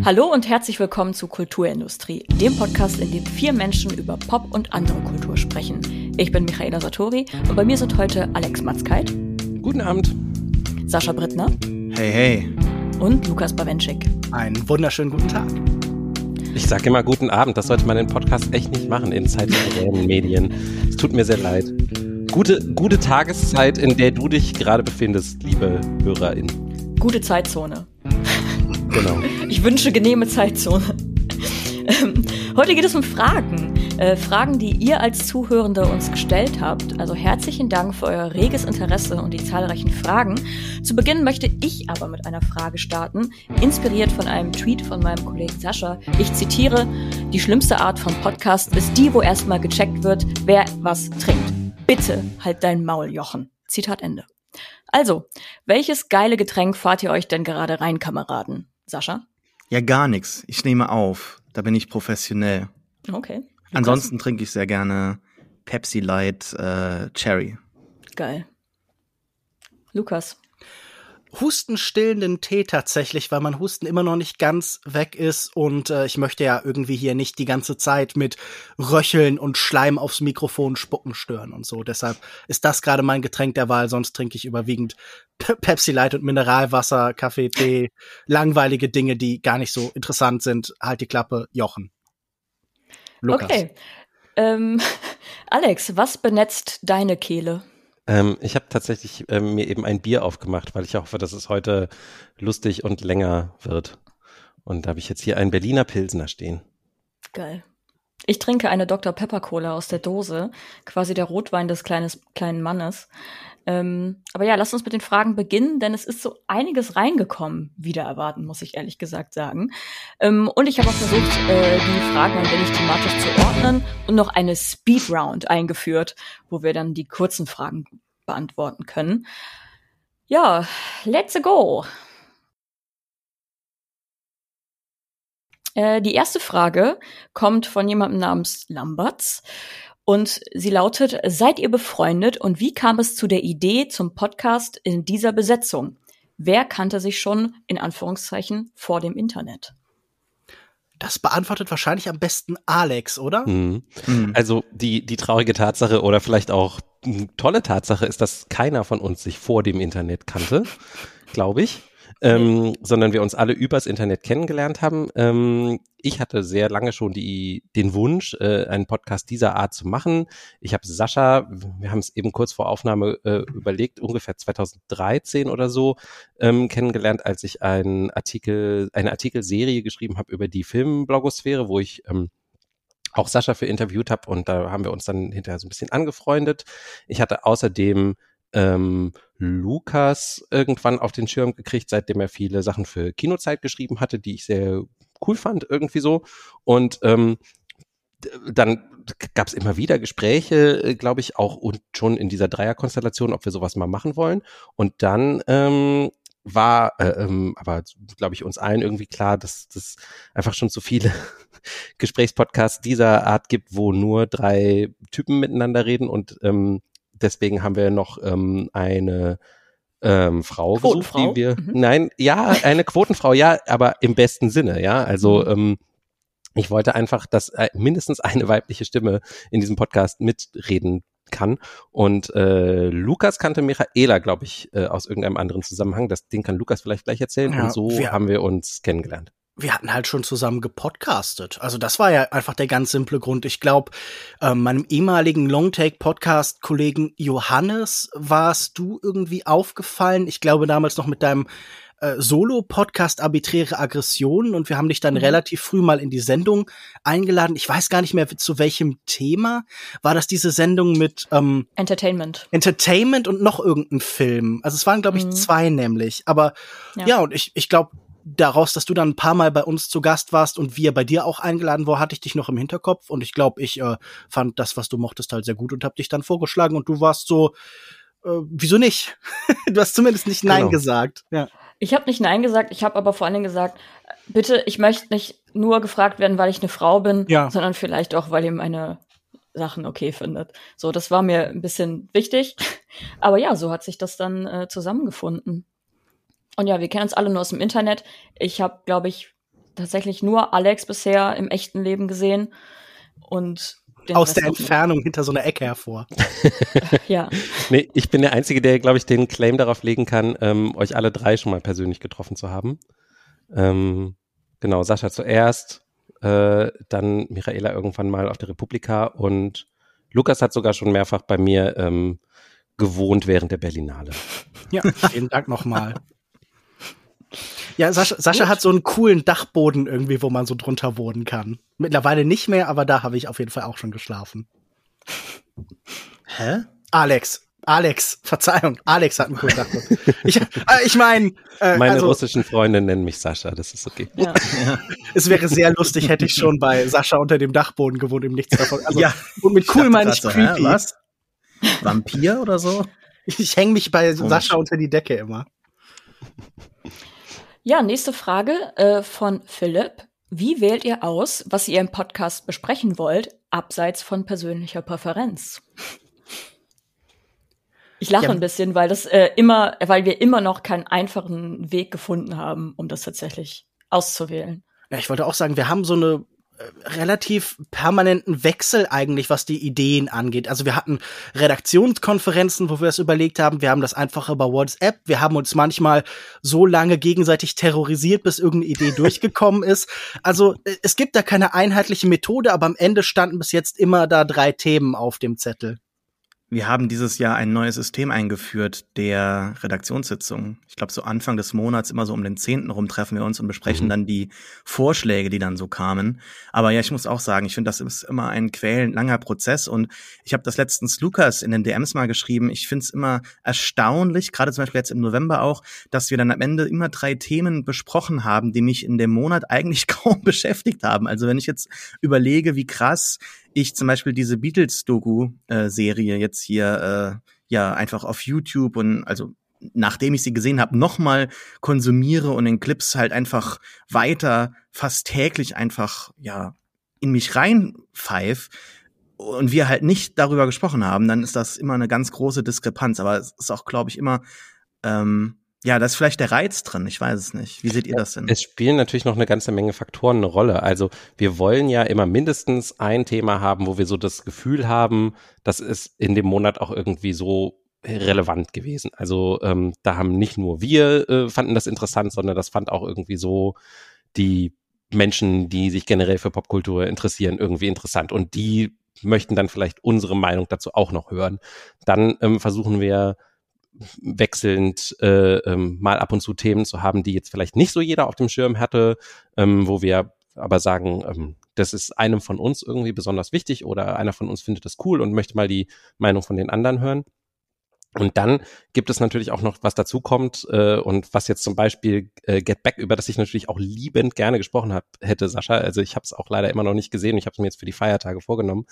Hallo und herzlich willkommen zu Kulturindustrie, dem Podcast, in dem 4 Menschen über Pop und andere Kultur sprechen. Ich bin Michaela Sartori und bei mir sind heute Alex Matzkeit. Guten Abend. Sascha Brittner. Hey, hey. Und Lukas Bawenschik. Einen wunderschönen guten Tag. Ich sage immer guten Abend, das sollte man in Podcast echt nicht machen in zeitvergänglichen Medien. Es tut mir sehr leid. Gute Tageszeit, in der du dich gerade befindest, liebe HörerInnen. Gute Zeitzone. Genau. Ich wünsche genehme Zeitzone. Heute geht es um Fragen. Fragen, die ihr als Zuhörende uns gestellt habt. Also herzlichen Dank für euer reges Interesse und die zahlreichen Fragen. Zu Beginn möchte ich aber mit einer Frage starten, inspiriert von einem Tweet von meinem Kollegen Sascha. Ich zitiere: Die schlimmste Art von Podcast ist die, wo erstmal gecheckt wird, wer was trinkt. Bitte halt dein Maul, Jochen. Zitat Ende. Also, welches geile Getränk fahrt ihr euch denn gerade rein, Kameraden? Sascha? Ja, gar nichts. Ich nehme auf. Da bin ich professionell. Okay. Lukas? Ansonsten trinke ich sehr gerne Pepsi Light Cherry. Geil. Lukas? Hustenstillenden Tee tatsächlich, weil mein Husten immer noch nicht ganz weg ist und ich möchte ja irgendwie hier nicht die ganze Zeit mit Röcheln und Schleim aufs Mikrofon spucken stören und so. Deshalb ist das gerade mein Getränk der Wahl, sonst trinke ich überwiegend Pepsi Light und Mineralwasser, Kaffee, Tee, langweilige Dinge, die gar nicht so interessant sind. Halt die Klappe, Jochen. Lukas. Okay. Alex, was benetzt deine Kehle? Ich habe tatsächlich mir eben ein Bier aufgemacht, weil ich hoffe, dass es heute lustig und länger wird. Und da habe ich jetzt hier einen Berliner Pilsner stehen. Geil. Ich trinke eine Dr. Pepper Cola aus der Dose, quasi der Rotwein des kleinen Mannes. Aber ja, lasst uns mit den Fragen beginnen, denn es ist so einiges reingekommen, wider erwarten, muss ich ehrlich gesagt sagen. Und ich habe auch versucht, die Fragen ein wenig thematisch zu ordnen und noch eine Speedround eingeführt, wo wir dann die kurzen Fragen beantworten können. Ja, let's go! Die erste Frage kommt von jemandem namens Lamberts. Und sie lautet: Seid ihr befreundet und wie kam es zu der Idee zum Podcast in dieser Besetzung? Wer kannte sich schon, in Anführungszeichen, vor dem Internet? Das beantwortet wahrscheinlich am besten Alex, oder? Also die traurige Tatsache oder vielleicht auch tolle Tatsache ist, dass keiner von uns sich vor dem Internet kannte, glaube ich. Sondern wir uns alle übers Internet kennengelernt haben. Ich hatte sehr lange schon den Wunsch, einen Podcast dieser Art zu machen. Ich habe Sascha, wir haben es eben kurz vor Aufnahme überlegt, ungefähr 2013 oder so kennengelernt, als ich eine Artikelserie geschrieben habe über die Filmblogosphäre, wo ich auch Sascha für interviewt habe, und da haben wir uns dann hinterher so ein bisschen angefreundet. Ich hatte außerdem Lukas irgendwann auf den Schirm gekriegt, seitdem er viele Sachen für Kinozeit geschrieben hatte, die ich sehr cool fand, irgendwie so. Und dann gab es immer wieder Gespräche, glaube ich, auch und schon in dieser Dreierkonstellation, ob wir sowas mal machen wollen. Und dann war aber, glaube ich, uns allen irgendwie klar, dass das einfach schon zu viele Gesprächspodcasts dieser Art gibt, wo nur 3 Typen miteinander reden, und deswegen haben wir noch eine Frau gesucht, die wir, nein, ja, eine Quotenfrau, ja, aber im besten Sinne, ja, also ich wollte einfach, dass mindestens eine weibliche Stimme in diesem Podcast mitreden kann, und Lukas kannte Michaela, glaube ich, aus irgendeinem anderen Zusammenhang, den kann Lukas vielleicht gleich erzählen, Ja, und so haben wir uns kennengelernt. Wir hatten halt schon zusammen gepodcastet. Also das war ja einfach der ganz simple Grund. Ich glaube, meinem ehemaligen Longtake-Podcast-Kollegen Johannes warst du irgendwie aufgefallen. Ich glaube damals noch mit deinem Solo-Podcast Arbiträre Aggressionen, und wir haben dich dann relativ früh mal in die Sendung eingeladen. Ich weiß gar nicht mehr, zu welchem Thema. War das diese Sendung mit Entertainment und noch irgendein Film? Also es waren, glaube ich, 2 nämlich. Aber ja und ich glaube, daraus, dass du dann ein paar Mal bei uns zu Gast warst und wir bei dir auch eingeladen waren, hatte ich dich noch im Hinterkopf, und ich glaube, ich fand das, was du mochtest, halt sehr gut und habe dich dann vorgeschlagen, und du warst so, wieso nicht? Du hast zumindest nicht Nein gesagt. Ja. Ich habe nicht Nein gesagt, ich habe aber vor allen Dingen gesagt, bitte, ich möchte nicht nur gefragt werden, weil ich eine Frau bin, sondern vielleicht auch, weil ihr meine Sachen okay findet. So, das war mir ein bisschen wichtig, aber ja, so hat sich das dann zusammengefunden. Und ja, wir kennen uns alle nur aus dem Internet. Ich habe, glaube ich, tatsächlich nur Alex bisher im echten Leben gesehen und aus der Entfernung hinter so einer Ecke hervor. Ja. Nee, ich bin der Einzige, der, glaube ich, den Claim darauf legen kann, euch alle drei schon mal persönlich getroffen zu haben. Genau, Sascha zuerst, dann Michaela irgendwann mal auf der Republika und Lukas hat sogar schon mehrfach bei mir gewohnt während der Berlinale. Ja, vielen Dank nochmal. Ja, Sascha hat so einen coolen Dachboden irgendwie, wo man so drunter wohnen kann. Mittlerweile nicht mehr, aber da habe ich auf jeden Fall auch schon geschlafen. Hä? Alex, Verzeihung, Alex hat einen coolen Dachboden. Ich meine, meine russischen Freunde nennen mich Sascha, das ist okay. Ja. Es wäre sehr lustig, hätte ich schon bei Sascha unter dem Dachboden gewohnt, ihm nichts davon. Also, ja. Und mit cool meine ich so, creepy. Was? Vampir oder so? Ich hänge mich bei Sascha unter die Decke immer. Ja, nächste Frage von Philipp. Wie wählt ihr aus, was ihr im Podcast besprechen wollt, abseits von persönlicher Präferenz? Ich lache ein bisschen, weil weil wir immer noch keinen einfachen Weg gefunden haben, um das tatsächlich auszuwählen. Ja, ich wollte auch sagen, wir haben so eine relativ permanenten Wechsel eigentlich, was die Ideen angeht. Also wir hatten Redaktionskonferenzen, wo wir es überlegt haben. Wir haben das einfach über WhatsApp. Wir haben uns manchmal so lange gegenseitig terrorisiert, bis irgendeine Idee durchgekommen ist. Also es gibt da keine einheitliche Methode, aber am Ende standen bis jetzt immer da 3 Themen auf dem Zettel. Wir haben dieses Jahr ein neues System eingeführt, der Redaktionssitzung. Ich glaube, so Anfang des Monats, immer so um den 10. rum, treffen wir uns und besprechen dann die Vorschläge, die dann so kamen. Aber ja, ich muss auch sagen, ich finde, das ist immer ein quälend langer Prozess. Und ich habe das letztens Lukas in den DMs mal geschrieben. Ich finde es immer erstaunlich, gerade zum Beispiel jetzt im November auch, dass wir dann am Ende immer 3 Themen besprochen haben, die mich in dem Monat eigentlich kaum beschäftigt haben. Also wenn ich jetzt überlege, wie krass ich zum Beispiel diese Beatles-Doku-Serie jetzt hier einfach auf YouTube und also nachdem ich sie gesehen habe, nochmal konsumiere und in Clips halt einfach weiter fast täglich einfach in mich reinpfeif und wir halt nicht darüber gesprochen haben, dann ist das immer eine ganz große Diskrepanz. Aber es ist auch, glaube ich, immer da ist vielleicht der Reiz drin, ich weiß es nicht. Wie seht ihr das denn? Es spielen natürlich noch eine ganze Menge Faktoren eine Rolle. Also wir wollen ja immer mindestens ein Thema haben, wo wir so das Gefühl haben, das ist in dem Monat auch irgendwie so relevant gewesen. Also da haben nicht nur wir fanden das interessant, sondern das fand auch irgendwie so die Menschen, die sich generell für Popkultur interessieren, irgendwie interessant. Und die möchten dann vielleicht unsere Meinung dazu auch noch hören. Dann versuchen wir wechselnd mal ab und zu Themen zu haben, die jetzt vielleicht nicht so jeder auf dem Schirm hatte, wo wir aber sagen, das ist einem von uns irgendwie besonders wichtig oder einer von uns findet das cool und möchte mal die Meinung von den anderen hören. Und dann gibt es natürlich auch noch, was dazu kommt und was jetzt zum Beispiel Get Back, über das ich natürlich auch liebend gerne gesprochen hätte, Sascha. Also ich habe es auch leider immer noch nicht gesehen. Ich habe es mir jetzt für die Feiertage vorgenommen.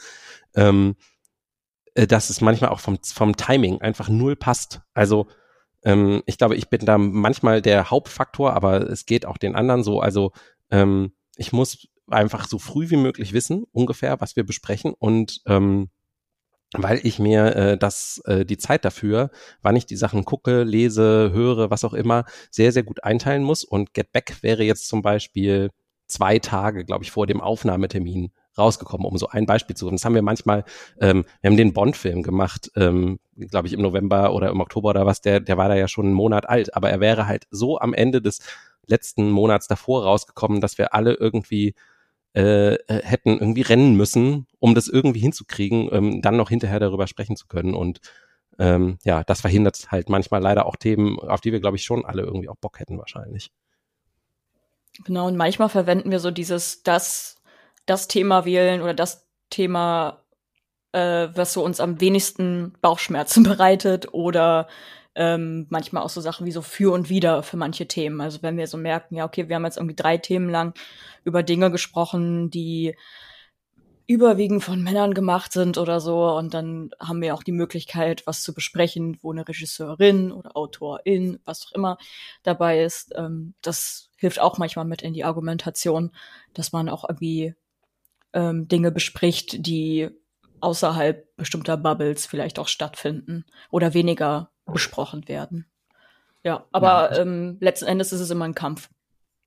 Dass es manchmal auch vom Timing einfach null passt. Also ich glaube, ich bin da manchmal der Hauptfaktor, aber es geht auch den anderen so. Also ich muss einfach so früh wie möglich wissen, ungefähr, was wir besprechen und weil ich mir die Zeit dafür, wann ich die Sachen gucke, lese, höre, was auch immer, sehr, sehr gut einteilen muss. Und Get Back wäre jetzt zum Beispiel 2 Tage, glaube ich, vor dem Aufnahmetermin rausgekommen, um so ein Beispiel zu geben. Das haben wir manchmal, wir haben den Bond-Film gemacht, glaube ich im November oder im Oktober oder was, der war da ja schon einen Monat alt, aber er wäre halt so am Ende des letzten Monats davor rausgekommen, dass wir alle irgendwie hätten irgendwie rennen müssen, um das irgendwie hinzukriegen, dann noch hinterher darüber sprechen zu können. Und das verhindert halt manchmal leider auch Themen, auf die wir, glaube ich, schon alle irgendwie auch Bock hätten wahrscheinlich. Genau, und manchmal verwenden wir so das Thema wählen oder das Thema, was so uns am wenigsten Bauchschmerzen bereitet oder manchmal auch so Sachen wie so für und wider für manche Themen. Also wenn wir so merken, ja, okay, wir haben jetzt irgendwie 3 Themen lang über Dinge gesprochen, die überwiegend von Männern gemacht sind oder so und dann haben wir auch die Möglichkeit, was zu besprechen, wo eine Regisseurin oder Autorin, was auch immer dabei ist. Das hilft auch manchmal mit in die Argumentation, dass man auch irgendwie Dinge bespricht, die außerhalb bestimmter Bubbles vielleicht auch stattfinden oder weniger besprochen werden. Ja, aber letzten Endes ist es immer ein Kampf.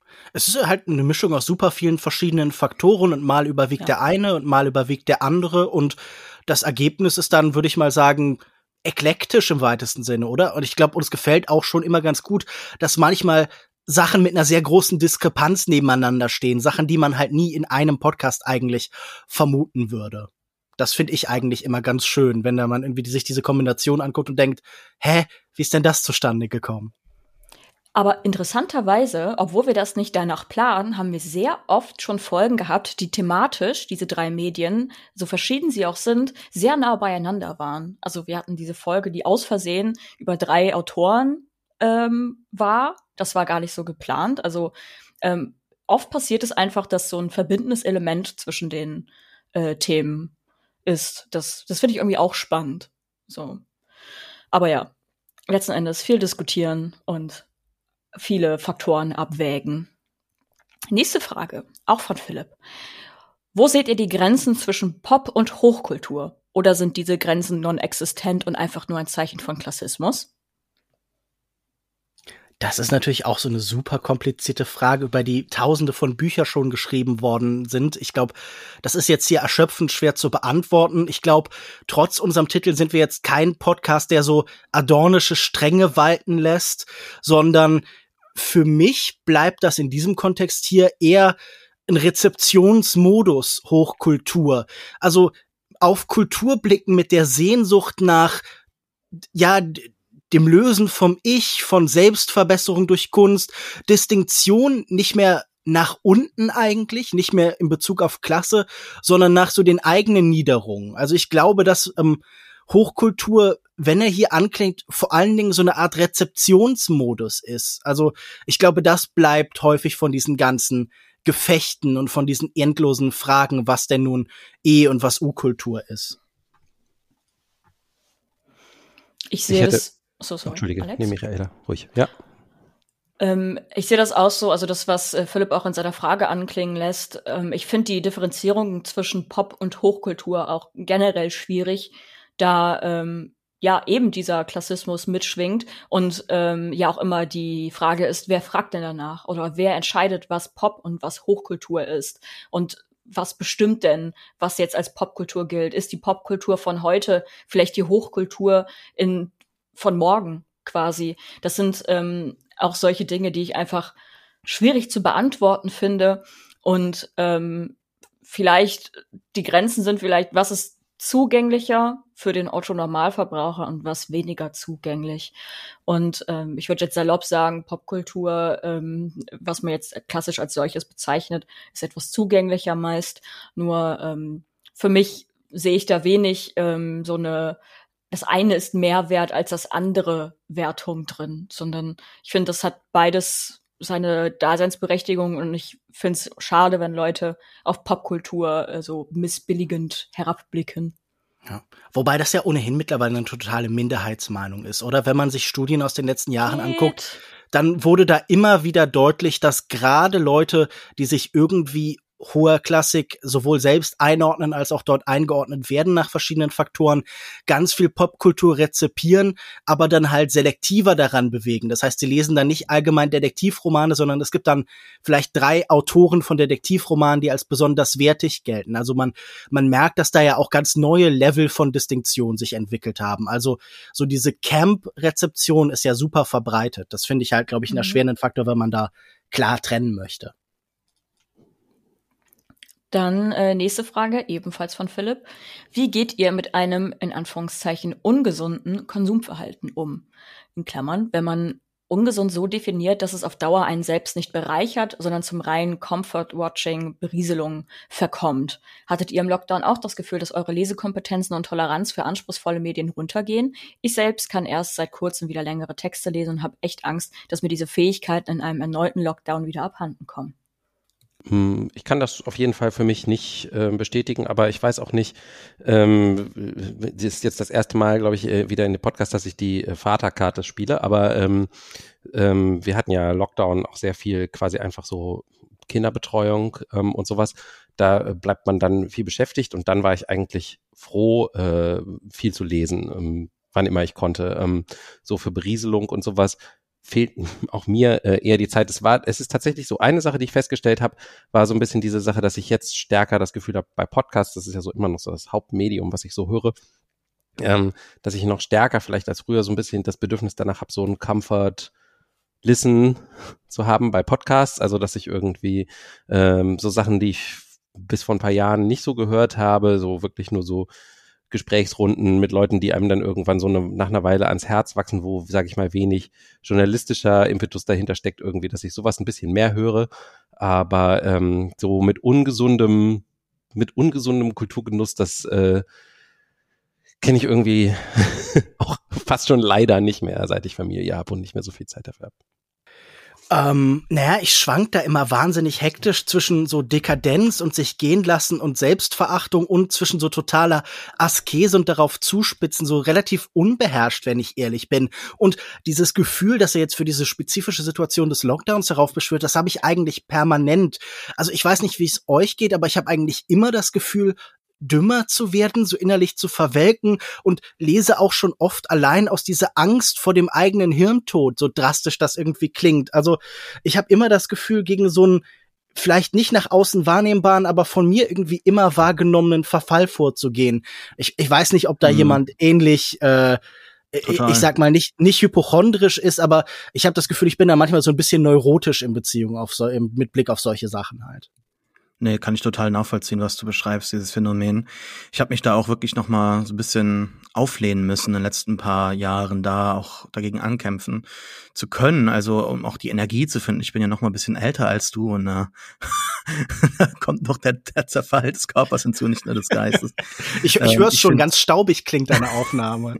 Es ist halt eine Mischung aus super vielen verschiedenen Faktoren und mal überwiegt der eine und mal überwiegt der andere und das Ergebnis ist dann, würde ich mal sagen, eklektisch im weitesten Sinne, oder? Und ich glaube, uns gefällt auch schon immer ganz gut, dass manchmal Sachen mit einer sehr großen Diskrepanz nebeneinander stehen. Sachen, die man halt nie in einem Podcast eigentlich vermuten würde. Das finde ich eigentlich immer ganz schön, wenn da man irgendwie sich diese Kombination anguckt und denkt, wie ist denn das zustande gekommen? Aber interessanterweise, obwohl wir das nicht danach planen, haben wir sehr oft schon Folgen gehabt, die thematisch, diese 3 Medien, so verschieden sie auch sind, sehr nah beieinander waren. Also wir hatten diese Folge, die aus Versehen über 3 Autoren war. Das war gar nicht so geplant. Also oft passiert es einfach, dass so ein verbindendes Element zwischen den Themen ist. Das finde ich irgendwie auch spannend. So. Aber ja, letzten Endes viel diskutieren und viele Faktoren abwägen. Nächste Frage, auch von Philipp. Wo seht ihr die Grenzen zwischen Pop und Hochkultur? Oder sind diese Grenzen non-existent und einfach nur ein Zeichen von Klassismus? Das ist natürlich auch so eine super komplizierte Frage, über die Tausende von Büchern schon geschrieben worden sind. Ich glaube, das ist jetzt hier erschöpfend schwer zu beantworten. Ich glaube, trotz unserem Titel sind wir jetzt kein Podcast, der so adornische Strenge walten lässt, sondern für mich bleibt das in diesem Kontext hier eher ein Rezeptionsmodus Hochkultur. Also auf Kultur blicken mit der Sehnsucht nach, dem Lösen vom Ich, von Selbstverbesserung durch Kunst, Distinktion nicht mehr nach unten eigentlich, nicht mehr in Bezug auf Klasse, sondern nach so den eigenen Niederungen. Also ich glaube, dass Hochkultur, wenn er hier anklingt, vor allen Dingen so eine Art Rezeptionsmodus ist. Also ich glaube, das bleibt häufig von diesen ganzen Gefechten und von diesen endlosen Fragen, was denn nun E- und was U-Kultur ist. Ich sehe das. Sorry, Entschuldige, Alex? nee, Michaela, ruhig. Ja. Ich sehe das auch so, also das, was Philipp auch in seiner Frage anklingen lässt. Ich finde die Differenzierung zwischen Pop und Hochkultur auch generell schwierig, da eben dieser Klassismus mitschwingt und ja auch immer die Frage ist, wer fragt denn danach oder wer entscheidet, was Pop und was Hochkultur ist und was bestimmt denn, was jetzt als Popkultur gilt? Ist die Popkultur von heute vielleicht die Hochkultur von morgen quasi? Das sind auch solche Dinge, die ich einfach schwierig zu beantworten finde und vielleicht die Grenzen sind vielleicht, was ist zugänglicher für den Otto-Normalverbraucher und was weniger zugänglich. Und ich würde jetzt salopp sagen, Popkultur, was man jetzt klassisch als solches bezeichnet, ist etwas zugänglicher meist. Nur für mich sehe ich da wenig das eine ist mehr wert als das andere Wertung drin, sondern ich finde, das hat beides seine Daseinsberechtigung und ich finde es schade, wenn Leute auf Popkultur so missbilligend herabblicken. Ja. Wobei das ja ohnehin mittlerweile eine totale Minderheitsmeinung ist, oder? Wenn man sich Studien aus den letzten Jahren anguckt, dann wurde da immer wieder deutlich, dass gerade Leute, die sich irgendwie hoher Klassik sowohl selbst einordnen als auch dort eingeordnet werden nach verschiedenen Faktoren, ganz viel Popkultur rezipieren, aber dann halt selektiver daran bewegen. Das heißt, sie lesen dann nicht allgemein Detektivromane, sondern es gibt dann vielleicht 3 Autoren von Detektivromanen, die als besonders wertig gelten. Also man merkt, dass da ja auch ganz neue Level von Distinktion sich entwickelt haben. Also so diese Camp-Rezeption ist ja super verbreitet. Das finde ich halt, glaube ich, einen erschwerenden Faktor, wenn man da klar trennen möchte. Dann nächste Frage, ebenfalls von Philipp. Wie geht ihr mit einem, in Anführungszeichen, ungesunden Konsumverhalten um? In Klammern, wenn man ungesund so definiert, dass es auf Dauer einen selbst nicht bereichert, sondern zum reinen Comfort-Watching, Berieselung verkommt. Hattet ihr im Lockdown auch das Gefühl, dass eure Lesekompetenzen und Toleranz für anspruchsvolle Medien runtergehen? Ich selbst kann erst seit kurzem wieder längere Texte lesen und habe echt Angst, dass mir diese Fähigkeiten in einem erneuten Lockdown wieder abhanden kommen. Ich kann das auf jeden Fall für mich nicht bestätigen, aber ich weiß auch nicht, das ist jetzt das erste Mal, glaube ich, wieder in dem Podcast, dass ich die Vaterkarte spiele, aber wir hatten ja Lockdown auch sehr viel quasi einfach so Kinderbetreuung und sowas. Da bleibt man dann viel beschäftigt und dann war ich eigentlich froh, viel zu lesen, wann immer ich konnte. So für Berieselung und sowas fehlt auch mir eher die Zeit. Es ist tatsächlich so, eine Sache, die ich festgestellt habe, war so ein bisschen diese Sache, dass ich jetzt stärker das Gefühl habe, bei Podcasts, das ist ja so immer noch so das Hauptmedium, was ich so höre, dass ich noch stärker vielleicht als früher so ein bisschen das Bedürfnis danach habe, so ein Comfort-Listen zu haben bei Podcasts, also dass ich irgendwie so Sachen, die ich bis vor ein paar Jahren nicht so gehört habe, so wirklich nur so Gesprächsrunden mit Leuten, die einem dann irgendwann so nach einer Weile ans Herz wachsen, wo, sage ich mal, wenig journalistischer Impetus dahinter steckt irgendwie, dass ich sowas ein bisschen mehr höre, aber so mit ungesundem Kulturgenuss, das kenne ich irgendwie auch fast schon leider nicht mehr, seit ich Familie habe und nicht mehr so viel Zeit dafür habe. Naja, ich schwank da immer wahnsinnig hektisch zwischen so Dekadenz und sich gehen lassen und Selbstverachtung und zwischen so totaler Askese und darauf zuspitzen, so relativ unbeherrscht, wenn ich ehrlich bin. Und dieses Gefühl, dass er jetzt für diese spezifische Situation des Lockdowns heraufbeschwört, das habe ich eigentlich permanent. Also ich weiß nicht, wie es euch geht, aber ich habe eigentlich immer das Gefühl, dümmer zu werden, so innerlich zu verwelken und lese auch schon oft allein aus dieser Angst vor dem eigenen Hirntod, so drastisch das irgendwie klingt. Also ich habe immer das Gefühl, gegen so einen vielleicht nicht nach außen wahrnehmbaren, aber von mir irgendwie immer wahrgenommenen Verfall vorzugehen. Ich weiß nicht, ob da jemand ähnlich ich sag mal nicht hypochondrisch ist, aber ich habe das Gefühl, ich bin da manchmal so ein bisschen neurotisch in Beziehung mit Blick auf solche Sachen halt. Nee, kann ich total nachvollziehen, was du beschreibst, dieses Phänomen. Ich habe mich da auch wirklich noch mal so ein bisschen auflehnen müssen in den letzten paar Jahren, da auch dagegen ankämpfen zu können, also um auch die Energie zu finden. Ich bin ja noch mal ein bisschen älter als du und da kommt noch der Zerfall des Körpers hinzu, nicht nur des Geistes. Ich höre es schon, ganz staubig klingt deine Aufnahme.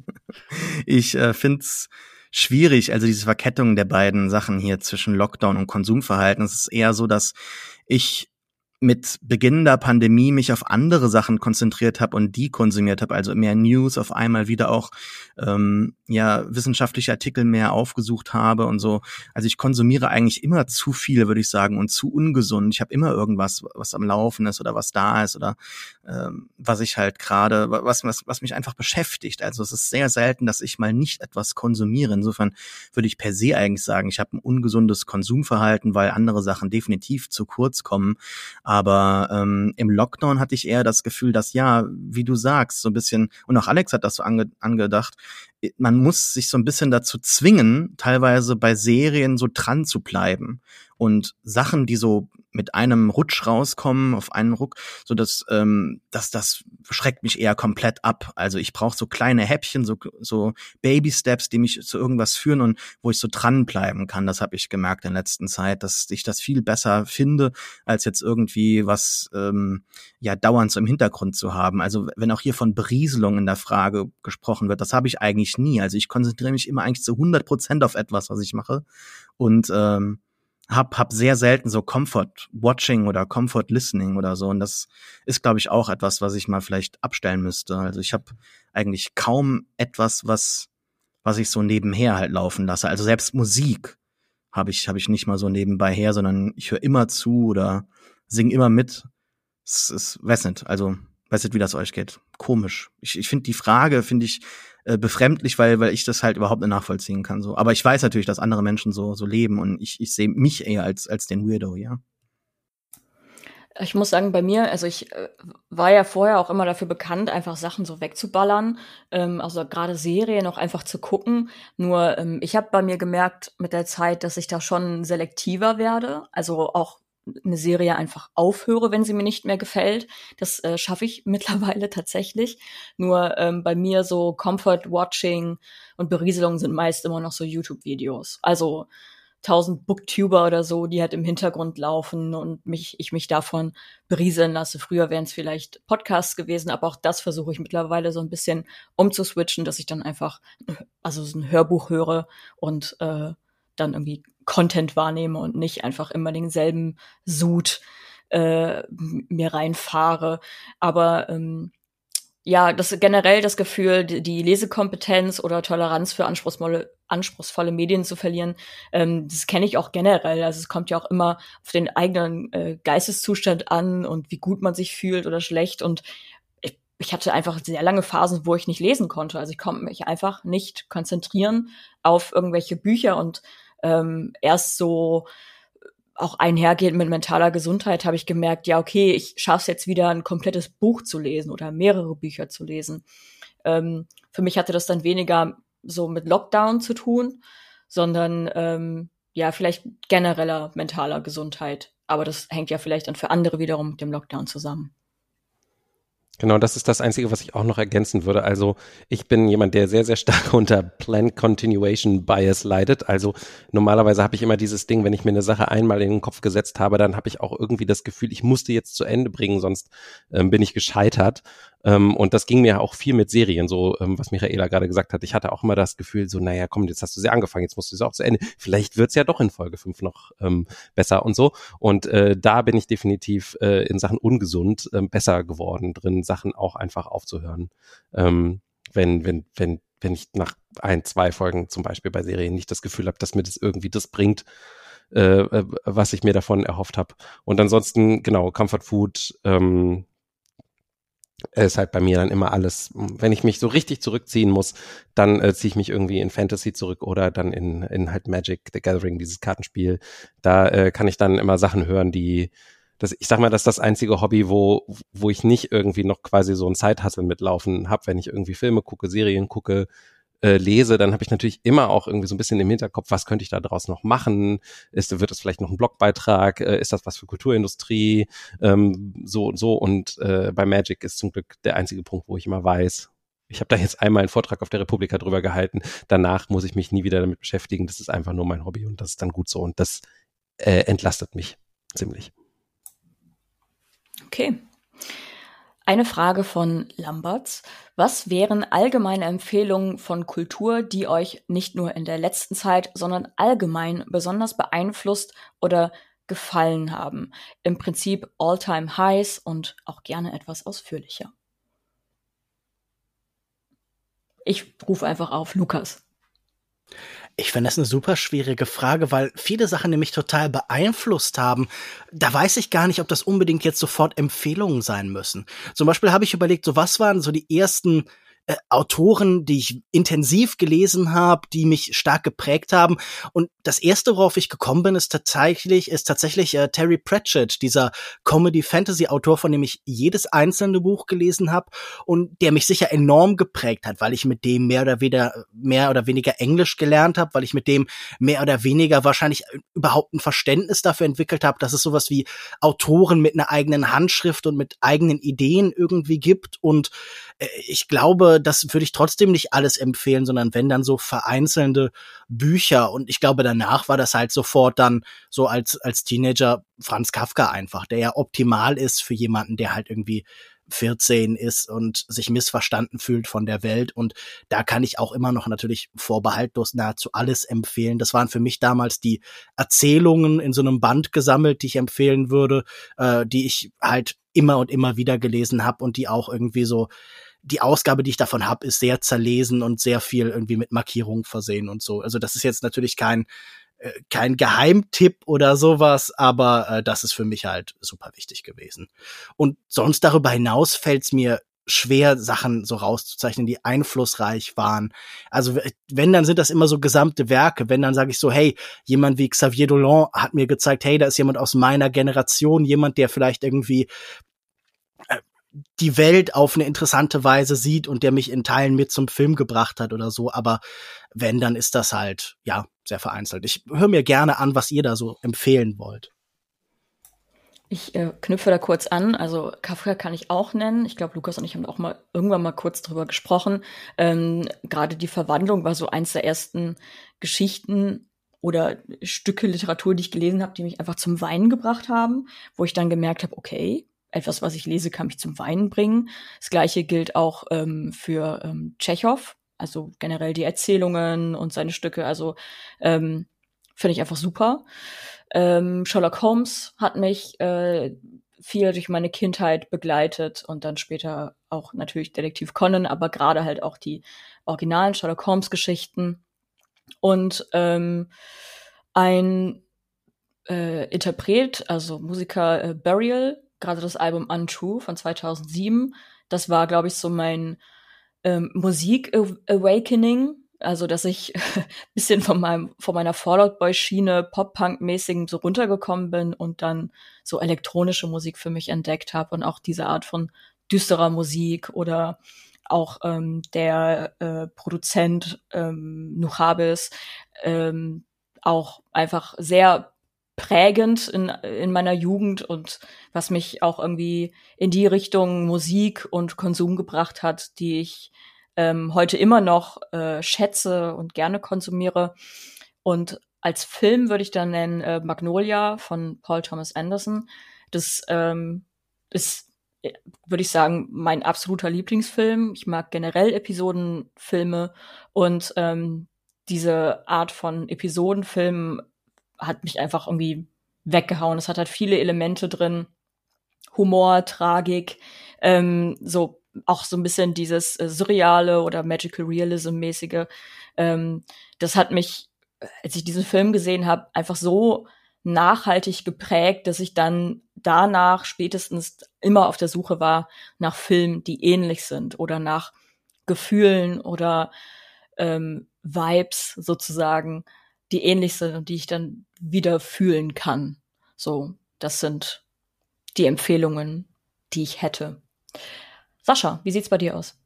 Ich find's schwierig, also diese Verkettung der beiden Sachen hier zwischen Lockdown und Konsumverhalten. Es ist eher so, dass ich mit Beginn der Pandemie mich auf andere Sachen konzentriert habe und die konsumiert habe, also mehr News, auf einmal wieder auch wissenschaftliche Artikel mehr aufgesucht habe und so. Also ich konsumiere eigentlich immer zu viel, würde ich sagen, und zu ungesund. Ich habe immer irgendwas, was am Laufen ist oder was da ist oder was ich halt gerade, was mich einfach beschäftigt. Also es ist sehr selten, dass ich mal nicht etwas konsumiere. Insofern würde ich per se eigentlich sagen, ich habe ein ungesundes Konsumverhalten, weil andere Sachen definitiv zu kurz kommen. Aber im Lockdown hatte ich eher das Gefühl, dass ja, wie du sagst, so ein bisschen, und auch Alex hat das so angedacht, man muss sich so ein bisschen dazu zwingen, teilweise bei Serien so dran zu bleiben. Und Sachen, die so mit einem Rutsch rauskommen, auf einen Ruck, so dass das schreckt mich eher komplett ab. Also ich brauche so kleine Häppchen, so Baby-Steps, die mich zu irgendwas führen und wo ich so dranbleiben kann. Das habe ich gemerkt in der letzten Zeit, dass ich das viel besser finde, als jetzt irgendwie was dauernd so im Hintergrund zu haben. Also wenn auch hier von Berieselung in der Frage gesprochen wird, das habe ich eigentlich nie. Also ich konzentriere mich immer eigentlich zu 100% auf etwas, was ich mache und hab sehr selten so Comfort-Watching oder Comfort-Listening oder so. Und das ist, glaube ich, auch etwas, was ich mal vielleicht abstellen müsste. Also ich habe eigentlich kaum etwas, was ich so nebenher halt laufen lasse. Also selbst Musik habe ich nicht mal so nebenbei her, sondern ich höre immer zu oder singe immer mit. Es ist, weiß nicht, wie das euch geht. Komisch. Ich finde die Frage, befremdlich, weil ich das halt überhaupt nicht nachvollziehen kann. So. Aber ich weiß natürlich, dass andere Menschen so leben und ich sehe mich eher als den Weirdo, ja. Ich muss sagen, bei mir, also ich war ja vorher auch immer dafür bekannt, einfach Sachen so wegzuballern, also gerade Serien auch einfach zu gucken. Nur ich habe bei mir gemerkt mit der Zeit, dass ich da schon selektiver werde, also auch eine Serie einfach aufhöre, wenn sie mir nicht mehr gefällt. Das schaffe ich mittlerweile tatsächlich. Nur bei mir so Comfort-Watching und Berieselung sind meist immer noch so YouTube-Videos. Also 1000 Booktuber oder so, die halt im Hintergrund laufen und ich mich davon berieseln lasse. Früher wären es vielleicht Podcasts gewesen, aber auch das versuche ich mittlerweile so ein bisschen umzuswitchen, dass ich dann einfach so ein Hörbuch höre und dann irgendwie Content wahrnehme und nicht einfach immer denselben Sud mir reinfahre. Aber das generell das Gefühl, die Lesekompetenz oder Toleranz für anspruchsvolle Medien zu verlieren, das kenne ich auch generell. Also es kommt ja auch immer auf den eigenen Geisteszustand an und wie gut man sich fühlt oder schlecht. Und ich hatte einfach sehr lange Phasen, wo ich nicht lesen konnte. Also ich konnte mich einfach nicht konzentrieren auf irgendwelche Bücher und erst so auch einhergehend mit mentaler Gesundheit habe ich gemerkt, ja, okay, ich schaffe es jetzt wieder, ein komplettes Buch zu lesen oder mehrere Bücher zu lesen. Für mich hatte das dann weniger so mit Lockdown zu tun, sondern ja, vielleicht genereller mentaler Gesundheit. Aber das hängt ja vielleicht dann für andere wiederum mit dem Lockdown zusammen. Genau, das ist das Einzige, was ich auch noch ergänzen würde. Also ich bin jemand, der sehr, sehr stark unter Planned Continuation Bias leidet. Also normalerweise habe ich immer dieses Ding, wenn ich mir eine Sache einmal in den Kopf gesetzt habe, dann habe ich auch irgendwie das Gefühl, ich musste jetzt zu Ende bringen, sonst bin ich gescheitert. Und das ging mir auch viel mit Serien, so was Michaela gerade gesagt hat. Ich hatte auch immer das Gefühl, so naja, komm, jetzt hast du sie angefangen, jetzt musst du sie auch zu Ende. Vielleicht wird's ja doch in Folge 5 noch besser und so. Und da bin ich definitiv in Sachen ungesund besser geworden drin, Sachen auch einfach aufzuhören. Wenn ich nach 1, 2 Folgen zum Beispiel bei Serien nicht das Gefühl habe, dass mir das irgendwie das bringt, was ich mir davon erhofft habe. Und ansonsten, genau, Comfort Food ist halt bei mir dann immer alles, wenn ich mich so richtig zurückziehen muss, dann ziehe ich mich irgendwie in Fantasy zurück oder dann in halt Magic the Gathering, dieses Kartenspiel. Da kann ich dann immer Sachen hören, ich sag mal, das ist das einzige Hobby, wo ich nicht irgendwie noch quasi so ein Side-Hustle mitlaufen habe, wenn ich irgendwie Filme gucke, Serien gucke, lese, dann habe ich natürlich immer auch irgendwie so ein bisschen im Hinterkopf, was könnte ich da draus noch machen? Wird es vielleicht noch ein Blogbeitrag? Ist das was für Kulturindustrie? So und so. Und bei Magic ist zum Glück der einzige Punkt, wo ich immer weiß, ich habe da jetzt einmal einen Vortrag auf der Republika drüber gehalten, danach muss ich mich nie wieder damit beschäftigen. Das ist einfach nur mein Hobby und das ist dann gut so. Und das entlastet mich ziemlich. Okay. Eine Frage von Lamberts. Was wären allgemeine Empfehlungen von Kultur, die euch nicht nur in der letzten Zeit, sondern allgemein besonders beeinflusst oder gefallen haben? Im Prinzip All-Time-Highs und auch gerne etwas ausführlicher. Ich rufe einfach auf Lukas. Ich finde das eine super schwierige Frage, weil viele Sachen, die mich total beeinflusst haben, da weiß ich gar nicht, ob das unbedingt jetzt sofort Empfehlungen sein müssen. Zum Beispiel habe ich überlegt, so was waren so die ersten Autoren, die ich intensiv gelesen habe, die mich stark geprägt haben. Und das erste, worauf ich gekommen bin, ist tatsächlich Terry Pratchett, dieser Comedy-Fantasy-Autor, von dem ich jedes einzelne Buch gelesen habe und der mich sicher enorm geprägt hat, weil ich mit dem mehr oder weniger Englisch gelernt habe, weil ich mit dem mehr oder weniger wahrscheinlich überhaupt ein Verständnis dafür entwickelt habe, dass es sowas wie Autoren mit einer eigenen Handschrift und mit eigenen Ideen irgendwie gibt. Und ich glaube, das würde ich trotzdem nicht alles empfehlen, sondern wenn dann so vereinzelte Bücher. Und ich glaube, danach war das halt sofort dann so als Teenager Franz Kafka einfach, der ja optimal ist für jemanden, der halt irgendwie 14 ist und sich missverstanden fühlt von der Welt. Und da kann ich auch immer noch natürlich vorbehaltlos nahezu alles empfehlen. Das waren für mich damals die Erzählungen in so einem Band gesammelt, die ich empfehlen würde, die ich halt immer und immer wieder gelesen habe und die auch irgendwie so, die Ausgabe, die ich davon habe, ist sehr zerlesen und sehr viel irgendwie mit Markierungen versehen und so. Also das ist jetzt natürlich kein Geheimtipp oder sowas, aber das ist für mich halt super wichtig gewesen. Und sonst darüber hinaus fällt es mir schwer, Sachen so rauszuzeichnen, die einflussreich waren. Also wenn, dann sind das immer so gesamte Werke. Wenn, dann sage ich so, hey, jemand wie Xavier Dolan hat mir gezeigt, hey, da ist jemand aus meiner Generation, jemand, der vielleicht irgendwie die Welt auf eine interessante Weise sieht und der mich in Teilen mit zum Film gebracht hat oder so. Aber wenn, dann ist das halt, ja, sehr vereinzelt. Ich höre mir gerne an, was ihr da so empfehlen wollt. Ich knüpfe da kurz an. Also Kafka kann ich auch nennen. Ich glaube, Lukas und ich haben auch mal irgendwann mal kurz drüber gesprochen. Gerade die Verwandlung war so eins der ersten Geschichten oder Stücke Literatur, die ich gelesen habe, die mich einfach zum Weinen gebracht haben, wo ich dann gemerkt habe, okay, etwas, was ich lese, kann mich zum Weinen bringen. Das Gleiche gilt auch für Tschechow, also generell die Erzählungen und seine Stücke. Also finde ich einfach super. Sherlock Holmes hat mich viel durch meine Kindheit begleitet und dann später auch natürlich Detektiv Conan, aber gerade halt auch die originalen Sherlock Holmes Geschichten. Und ein Interpret, also Musiker Burial, gerade das Album Untrue von 2007, Das war, glaube ich, so mein Musik-Awakening. Also, dass ich bisschen von meiner Fallout Boy-Schiene Pop-Punk-mäßigen so runtergekommen bin und dann so elektronische Musik für mich entdeckt habe und auch diese Art von düsterer Musik oder auch der Produzent Nuchabis auch einfach sehr prägend in meiner Jugend und was mich auch irgendwie in die Richtung Musik und Konsum gebracht hat, die ich heute immer noch schätze und gerne konsumiere. Und als Film würde ich dann nennen Magnolia von Paul Thomas Anderson. Das ist, würde ich sagen, mein absoluter Lieblingsfilm. Ich mag generell Episodenfilme und diese Art von Episodenfilmen hat mich einfach irgendwie weggehauen. Es hat halt viele Elemente drin. Humor, Tragik, so auch so ein bisschen dieses surreale oder Magical Realism-mäßige. Das hat mich, als ich diesen Film gesehen habe, einfach so nachhaltig geprägt, dass ich dann danach spätestens immer auf der Suche war nach Filmen, die ähnlich sind oder nach Gefühlen oder Vibes sozusagen, die ähnlich sind und die ich dann wieder fühlen kann. So, das sind die Empfehlungen, die ich hätte. Sascha, wie sieht's bei dir aus?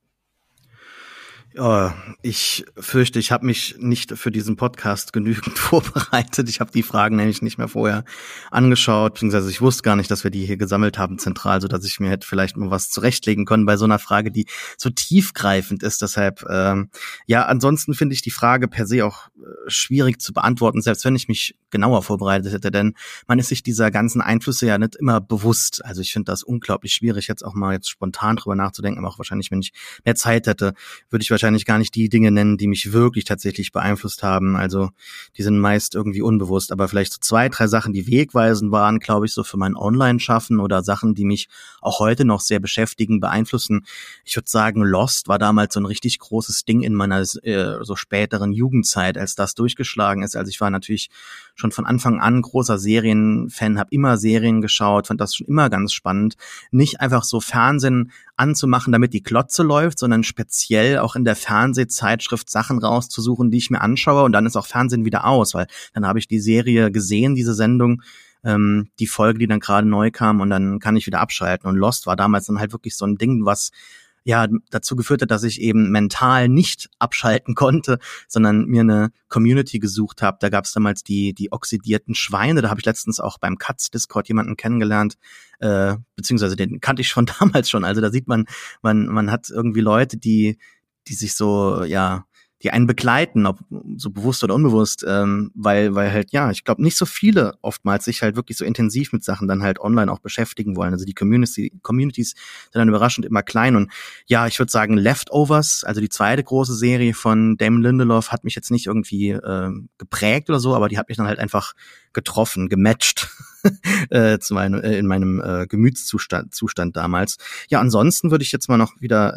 Ich fürchte, ich habe mich nicht für diesen Podcast genügend vorbereitet. Ich habe die Fragen nämlich nicht mehr vorher angeschaut, beziehungsweise ich wusste gar nicht, dass wir die hier gesammelt haben zentral, so dass ich mir hätte vielleicht mal was zurechtlegen können bei so einer Frage, die so tiefgreifend ist. Deshalb, ansonsten finde ich die Frage per se auch schwierig zu beantworten, selbst wenn ich mich genauer vorbereitet hätte, denn man ist sich dieser ganzen Einflüsse ja nicht immer bewusst. Also ich finde das unglaublich schwierig, jetzt auch mal spontan drüber nachzudenken, aber auch wahrscheinlich, wenn ich mehr Zeit hätte, würde ich wahrscheinlich gar nicht die Dinge nennen, die mich wirklich tatsächlich beeinflusst haben. Also die sind meist irgendwie unbewusst, aber vielleicht so 2, 3 Sachen, die wegweisend waren, glaube ich, so für mein Online-Schaffen oder Sachen, die mich auch heute noch sehr beschäftigen, beeinflussen. Ich würde sagen, Lost war damals so ein richtig großes Ding in meiner so späteren Jugendzeit, als das durchgeschlagen ist. Also ich war natürlich schon von Anfang an großer Serienfan, habe immer Serien geschaut, fand das schon immer ganz spannend. Nicht einfach so Fernsehen anzumachen, damit die Glotze läuft, sondern speziell auch in der Fernsehzeitschrift Sachen rauszusuchen, die ich mir anschaue, und dann ist auch Fernsehen wieder aus, weil dann habe ich die Serie gesehen, diese Sendung, die Folge, die dann gerade neu kam, und dann kann ich wieder abschalten. Und Lost war damals dann halt wirklich so ein Ding, was ja dazu geführt hat, dass ich eben mental nicht abschalten konnte, sondern mir eine Community gesucht habe. Da gab es damals die oxidierten Schweine. Da habe ich letztens auch beim Katz-Discord jemanden kennengelernt, beziehungsweise den kannte ich schon damals schon. Also da sieht man hat irgendwie Leute, die sich so, ja, die einen begleiten, ob so bewusst oder unbewusst, weil halt, ja, ich glaube, nicht so viele oftmals sich halt wirklich so intensiv mit Sachen dann halt online auch beschäftigen wollen. Also die Communities sind dann überraschend immer klein. Und ja, ich würde sagen, Leftovers, also die zweite große Serie von Damon Lindelof, hat mich jetzt nicht irgendwie geprägt oder so, aber die hat mich dann halt einfach getroffen, gematcht in meinem Gemütszustand damals. Ja, ansonsten würde ich jetzt mal noch wieder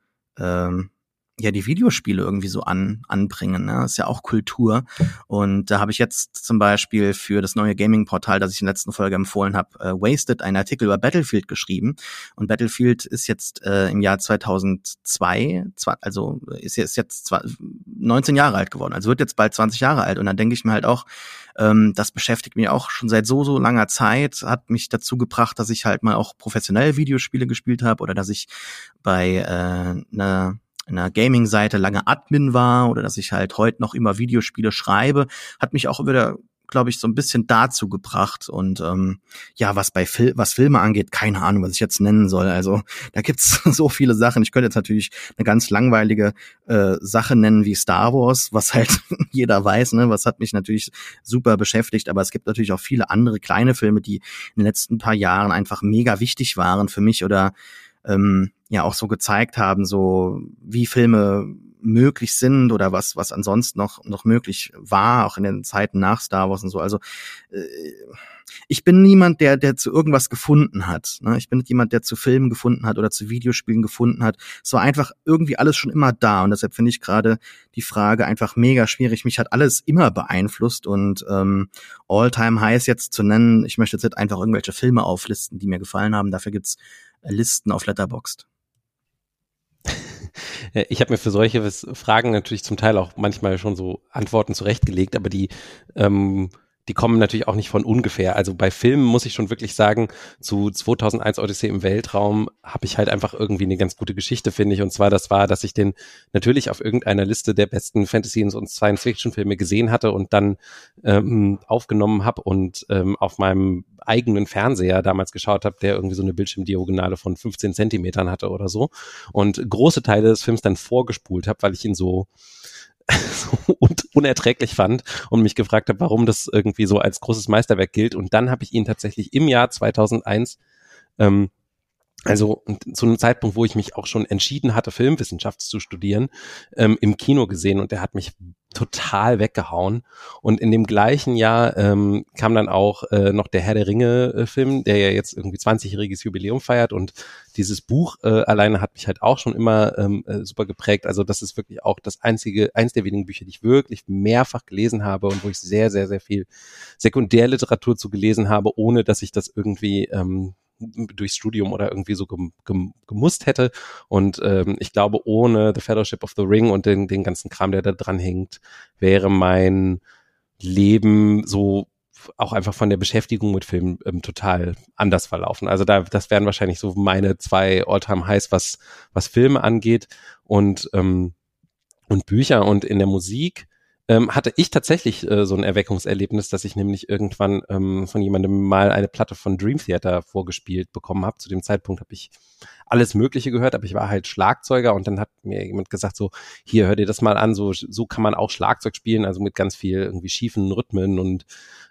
die Videospiele irgendwie so anbringen, ne? Das ist ja auch Kultur. Und da habe ich jetzt zum Beispiel für das neue Gaming-Portal, das ich in der letzten Folge empfohlen habe, Wasted, einen Artikel über Battlefield geschrieben. Und Battlefield ist jetzt im Jahr 2002, also ist jetzt 19 Jahre alt geworden, also wird jetzt bald 20 Jahre alt. Und dann denke ich mir halt auch, das beschäftigt mich auch schon seit so langer Zeit, hat mich dazu gebracht, dass ich halt mal auch professionell Videospiele gespielt habe oder dass ich bei einer Gaming-Seite lange Admin war oder dass ich halt heute noch immer Videospiele schreibe, hat mich auch wieder, glaube ich, so ein bisschen dazu gebracht. Und was Filme angeht, keine Ahnung, was ich jetzt nennen soll. Also da gibt's so viele Sachen. Ich könnte jetzt natürlich eine ganz langweilige Sache nennen wie Star Wars, was halt jeder weiß, ne? Was hat mich natürlich super beschäftigt. Aber es gibt natürlich auch viele andere kleine Filme, die in den letzten paar Jahren einfach mega wichtig waren für mich oder auch so gezeigt haben, so wie Filme möglich sind oder was ansonsten noch möglich war, auch in den Zeiten nach Star Wars und so. Also ich bin niemand, der zu irgendwas gefunden hat, ne? Ich bin nicht jemand, der zu Filmen gefunden hat oder zu Videospielen gefunden hat. Es war einfach irgendwie alles schon immer da, und deshalb finde ich gerade die Frage einfach mega schwierig. Mich hat alles immer beeinflusst, und All-Time-Highs jetzt zu nennen, ich möchte jetzt nicht einfach irgendwelche Filme auflisten, die mir gefallen haben. Dafür gibt's Listen auf Letterboxd. Ich habe mir für solche Fragen natürlich zum Teil auch manchmal schon so Antworten zurechtgelegt, aber die kommen natürlich auch nicht von ungefähr. Also bei Filmen muss ich schon wirklich sagen, zu 2001 Odyssee im Weltraum habe ich halt einfach irgendwie eine ganz gute Geschichte, finde ich. Und zwar, dass ich den natürlich auf irgendeiner Liste der besten Fantasy- und Science-Fiction-Filme gesehen hatte und dann aufgenommen habe und auf meinem eigenen Fernseher damals geschaut habe, der irgendwie so eine Bildschirmdiagonale von 15 Zentimetern hatte oder so. Und große Teile des Films dann vorgespult habe, weil ich ihn so unerträglich fand und mich gefragt habe, warum das irgendwie so als großes Meisterwerk gilt. Und dann habe ich ihn tatsächlich im Jahr 2001, also zu einem Zeitpunkt, wo ich mich auch schon entschieden hatte, Filmwissenschaft zu studieren, im Kino gesehen und der hat mich total weggehauen. Und in dem gleichen Jahr kam dann auch noch der Herr der Ringe Film, der ja jetzt irgendwie 20-jähriges Jubiläum feiert und dieses Buch alleine hat mich halt auch schon immer super geprägt. Also das ist wirklich auch eins der wenigen Bücher, die ich wirklich mehrfach gelesen habe und wo ich sehr, sehr, sehr viel Sekundärliteratur zu gelesen habe, ohne dass ich das irgendwie durchs Studium oder irgendwie so gemusst hätte. Und ich glaube, ohne The Fellowship of the Ring und den ganzen Kram, der da dran hängt, wäre mein Leben so auch einfach von der Beschäftigung mit Filmen total anders verlaufen. Also das wären wahrscheinlich so meine 2 All-Time-Highs, was Filme angeht und Bücher. Und in der Musik hatte ich tatsächlich so ein Erweckungserlebnis, dass ich nämlich irgendwann von jemandem mal eine Platte von Dream Theater vorgespielt bekommen habe. Zu dem Zeitpunkt habe ich alles Mögliche gehört, aber ich war halt Schlagzeuger und dann hat mir jemand gesagt so, hier, hör dir das mal an, so kann man auch Schlagzeug spielen, also mit ganz viel irgendwie schiefen Rhythmen und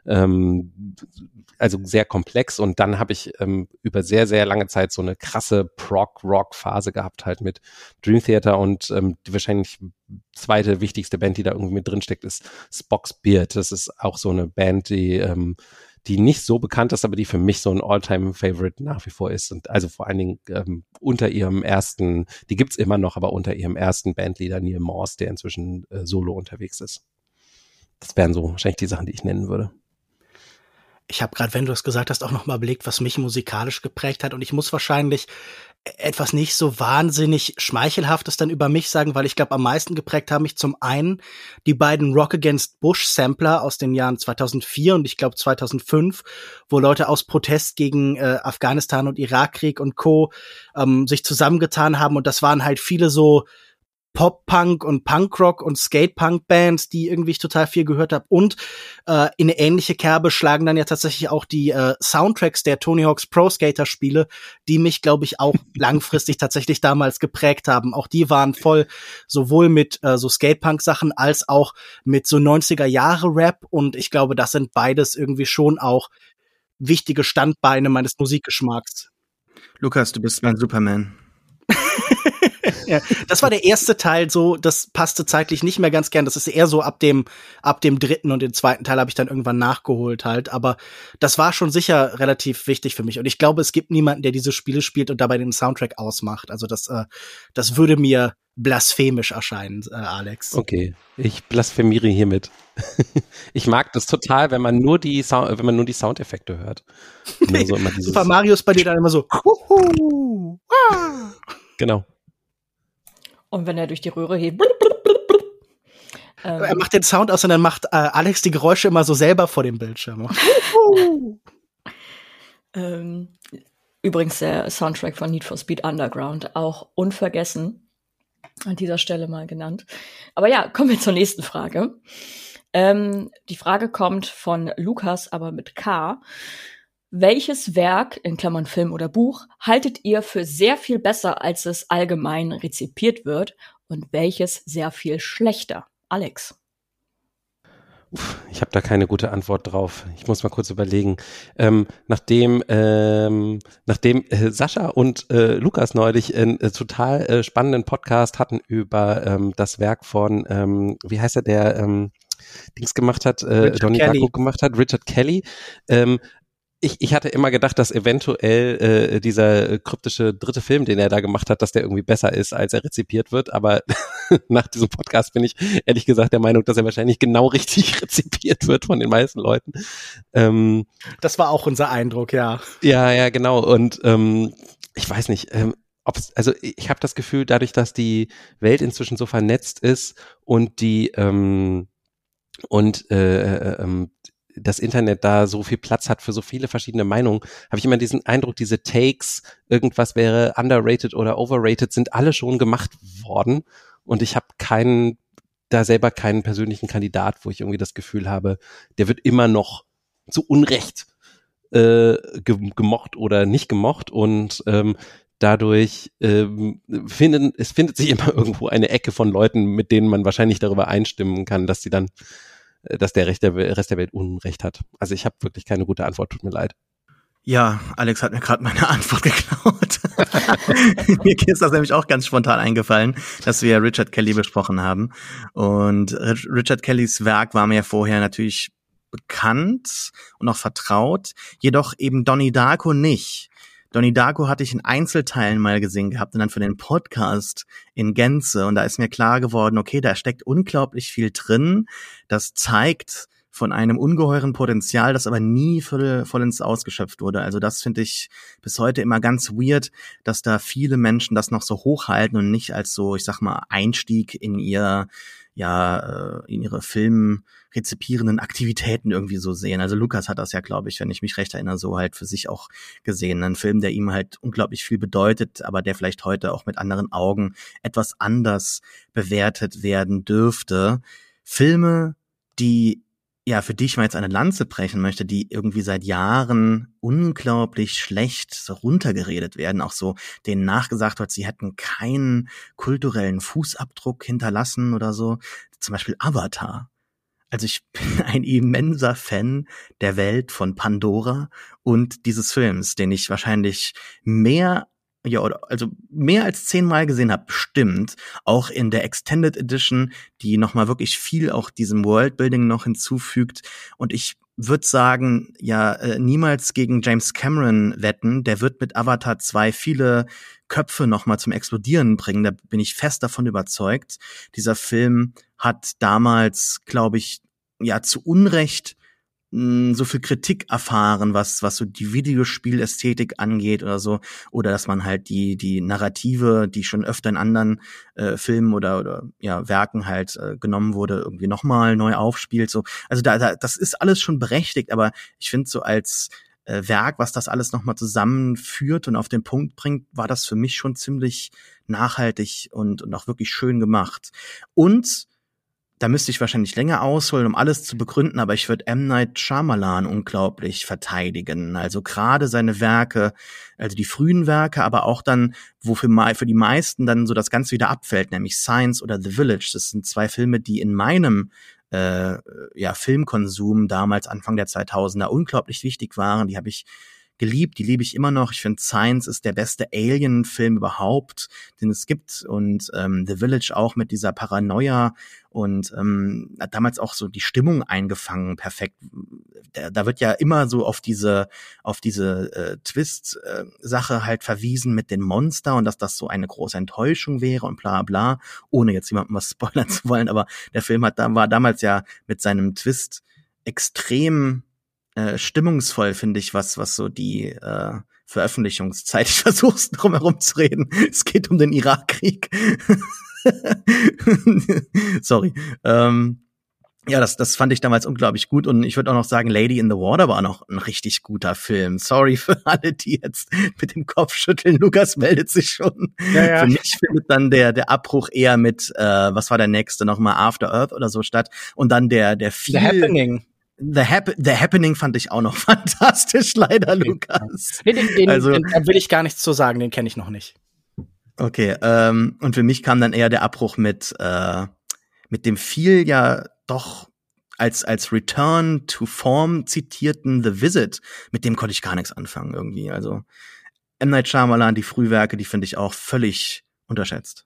also sehr komplex. Und dann habe ich über sehr, sehr lange Zeit so eine krasse Prog-Rock-Phase gehabt halt mit Dream Theater und die wahrscheinlich zweite wichtigste Band, die da irgendwie mit drin steckt, ist Spock's Beard. Das ist auch so eine Band, die nicht so bekannt ist, aber die für mich so ein All-Time-Favorite nach wie vor ist. Und also vor allen Dingen unter ihrem ersten, die gibt's immer noch, aber unter ihrem ersten Bandleader Neil Morse, der inzwischen solo unterwegs ist. Das wären so wahrscheinlich die Sachen, die ich nennen würde. Ich habe gerade, wenn du es gesagt hast, auch noch mal überlegt, was mich musikalisch geprägt hat. Und ich muss wahrscheinlich etwas nicht so wahnsinnig Schmeichelhaftes dann über mich sagen, weil ich glaube, am meisten geprägt haben mich zum einen die beiden Rock Against Bush Sampler aus den Jahren 2004 und ich glaube 2005, wo Leute aus Protest gegen Afghanistan und Irakkrieg und Co. sich zusammengetan haben. Und das waren halt viele so Pop-Punk und Punkrock und Skate-Punk-Bands, die irgendwie ich total viel gehört habe. Und in eine ähnliche Kerbe schlagen dann ja tatsächlich auch die Soundtracks der Tony Hawk's Pro Skater-Spiele, die mich, glaube ich, auch langfristig tatsächlich damals geprägt haben. Auch die waren voll sowohl mit so Skate-Punk-Sachen als auch mit so 90er-Jahre-Rap. Und ich glaube, das sind beides irgendwie schon auch wichtige Standbeine meines Musikgeschmacks. Lukas, du bist mein Superman. Ja, das war der erste Teil, so, das passte zeitlich nicht mehr ganz gern. Das ist eher so ab dem 3. und den 2. Teil habe ich dann irgendwann nachgeholt halt. Aber das war schon sicher relativ wichtig für mich. Und ich glaube, es gibt niemanden, der diese Spiele spielt und dabei den Soundtrack ausmacht. Also das würde mir blasphemisch erscheinen, Alex. Okay, ich blasphemiere hiermit. Ich mag das total, wenn man nur die Soundeffekte hört. So immer Super Mario ist bei dir dann immer so. Genau. Und wenn er durch die Röhre hebt. Er macht den Sound aus und dann macht Alex die Geräusche immer so selber vor dem Bildschirm. Übrigens der Soundtrack von Need for Speed Underground, auch unvergessen. An dieser Stelle mal genannt. Aber ja, kommen wir zur nächsten Frage. Die Frage kommt von Lukas, aber mit K. Welches Werk, in Klammern Film oder Buch, haltet ihr für sehr viel besser, als es allgemein rezipiert wird? Und welches sehr viel schlechter? Alex. Ich habe da keine gute Antwort drauf. Ich muss mal kurz überlegen. Nachdem Sascha und Lukas neulich einen total spannenden Podcast hatten über das Werk von, wie heißt er, der Dings gemacht hat, Donnie Darko gemacht hat, Richard Kelly. Ich hatte immer gedacht, dass eventuell dieser kryptische 3. Film, den er da gemacht hat, dass der irgendwie besser ist, als er rezipiert wird. Aber nach diesem Podcast bin ich ehrlich gesagt der Meinung, dass er wahrscheinlich genau richtig rezipiert wird von den meisten Leuten. Das war auch unser Eindruck, ja. Ja, genau. Und ich weiß nicht, also ich habe das Gefühl, dadurch, dass die Welt inzwischen so vernetzt ist und das Internet da so viel Platz hat für so viele verschiedene Meinungen, habe ich immer diesen Eindruck, diese Takes, irgendwas wäre underrated oder overrated, sind alle schon gemacht worden und ich habe selber keinen persönlichen Kandidat, wo ich irgendwie das Gefühl habe, der wird immer noch zu Unrecht gemocht oder nicht gemocht und dadurch findet sich immer irgendwo eine Ecke von Leuten, mit denen man wahrscheinlich darüber einstimmen kann, dass der Rest der Welt Unrecht hat. Also ich habe wirklich keine gute Antwort, tut mir leid. Ja, Alex hat mir gerade meine Antwort geklaut. Mir ist das nämlich auch ganz spontan eingefallen, dass wir Richard Kelly besprochen haben. Und Richard Kellys Werk war mir vorher natürlich bekannt und auch vertraut, jedoch eben Donnie Darko nicht. Donnie Darko hatte ich in Einzelteilen mal gesehen gehabt und dann für den Podcast in Gänze. Und da ist mir klar geworden, okay, da steckt unglaublich viel drin. Das zeigt von einem ungeheuren Potenzial, das aber nie vollends ausgeschöpft wurde. Also das finde ich bis heute immer ganz weird, dass da viele Menschen das noch so hochhalten und nicht als so, ich sag mal, Einstieg in ihre filmrezipierenden Aktivitäten irgendwie so sehen. Also Lukas hat das ja, glaube ich, wenn ich mich recht erinnere, so halt für sich auch gesehen. Ein Film, der ihm halt unglaublich viel bedeutet, aber der vielleicht heute auch mit anderen Augen etwas anders bewertet werden dürfte. Filme, die für die ich mal jetzt eine Lanze brechen möchte, die irgendwie seit Jahren unglaublich schlecht so runtergeredet werden, auch so denen nachgesagt wird, sie hätten keinen kulturellen Fußabdruck hinterlassen oder so. Zum Beispiel Avatar. Also ich bin ein immenser Fan der Welt von Pandora und dieses Films, den ich wahrscheinlich mehr als 10-mal gesehen habe, bestimmt, auch in der Extended Edition, die nochmal wirklich viel auch diesem Worldbuilding noch hinzufügt. Und ich würde sagen, niemals gegen James Cameron wetten, der wird mit Avatar 2 viele Köpfe nochmal zum Explodieren bringen, da bin ich fest davon überzeugt. Dieser Film hat damals, glaube ich, zu Unrecht so viel Kritik erfahren, was so die Videospielästhetik angeht oder so, oder dass man halt die Narrative, die schon öfter in anderen Filmen oder Werken halt genommen wurde, irgendwie nochmal neu aufspielt, so. Also das ist alles schon berechtigt, aber ich finde so als Werk, was das alles nochmal zusammenführt und auf den Punkt bringt, war das für mich schon ziemlich nachhaltig und auch wirklich schön gemacht. Und da müsste ich wahrscheinlich länger ausholen, um alles zu begründen, aber ich würde M. Night Shyamalan unglaublich verteidigen. Also gerade seine Werke, also die frühen Werke, aber auch dann, wofür für die meisten dann so das Ganze wieder abfällt, nämlich Science oder The Village. Das sind 2 Filme, die in meinem Filmkonsum damals Anfang der 2000er unglaublich wichtig waren. Die habe ich geliebt, die liebe ich immer noch. Ich finde, Science ist der beste Alien-Film überhaupt, den es gibt. Und The Village auch mit dieser Paranoia und hat damals auch so die Stimmung eingefangen, perfekt. Da wird ja immer so auf diese Twist-Sache halt verwiesen mit den Monster und dass das so eine große Enttäuschung wäre und bla bla, ohne jetzt jemandem was spoilern zu wollen. Aber der Film war damals ja mit seinem Twist extrem stimmungsvoll, finde ich, was so die Veröffentlichungszeit, ich versuch's drum herum zu reden, es geht um den Irakkrieg. Sorry. Das fand ich damals unglaublich gut und ich würde auch noch sagen, Lady in the Water war noch ein richtig guter Film. Sorry für alle, die jetzt mit dem Kopf schütteln. Lukas meldet sich schon. Ja. Für mich findet dann der Abbruch eher mit, was war der nächste, nochmal After Earth oder so statt und dann der viel... The Happening. The Happening fand ich auch noch fantastisch, leider, okay. Lukas. Da will ich gar nichts zu sagen, den kenne ich noch nicht. Okay, und für mich kam dann eher der Abbruch mit dem viel doch als Return to Form zitierten The Visit. Mit dem konnte ich gar nichts anfangen irgendwie. Also M. Night Shyamalan, die Frühwerke, die finde ich auch völlig unterschätzt.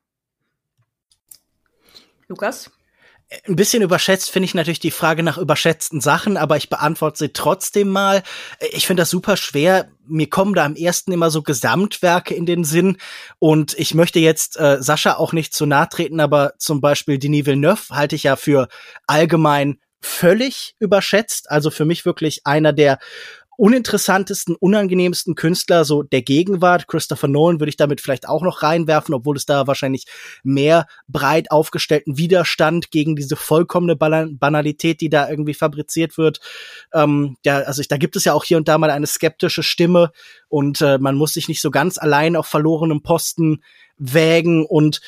Lukas? Ein bisschen überschätzt finde ich natürlich die Frage nach überschätzten Sachen, aber ich beantworte sie trotzdem mal. Ich finde das super schwer. Mir kommen da am ersten immer so Gesamtwerke in den Sinn und ich möchte jetzt Sascha auch nicht zu nahe treten, aber zum Beispiel Denis Villeneuve halte ich ja für allgemein völlig überschätzt. Also für mich wirklich einer der uninteressantesten, unangenehmsten Künstler so der Gegenwart. Christopher Nolan würde ich damit vielleicht auch noch reinwerfen, obwohl es da wahrscheinlich mehr breit aufgestellten Widerstand gegen diese vollkommene Banalität, die da irgendwie fabriziert wird. Da gibt es ja auch hier und da mal eine skeptische Stimme und man muss sich nicht so ganz allein auf verlorenem Posten wägen und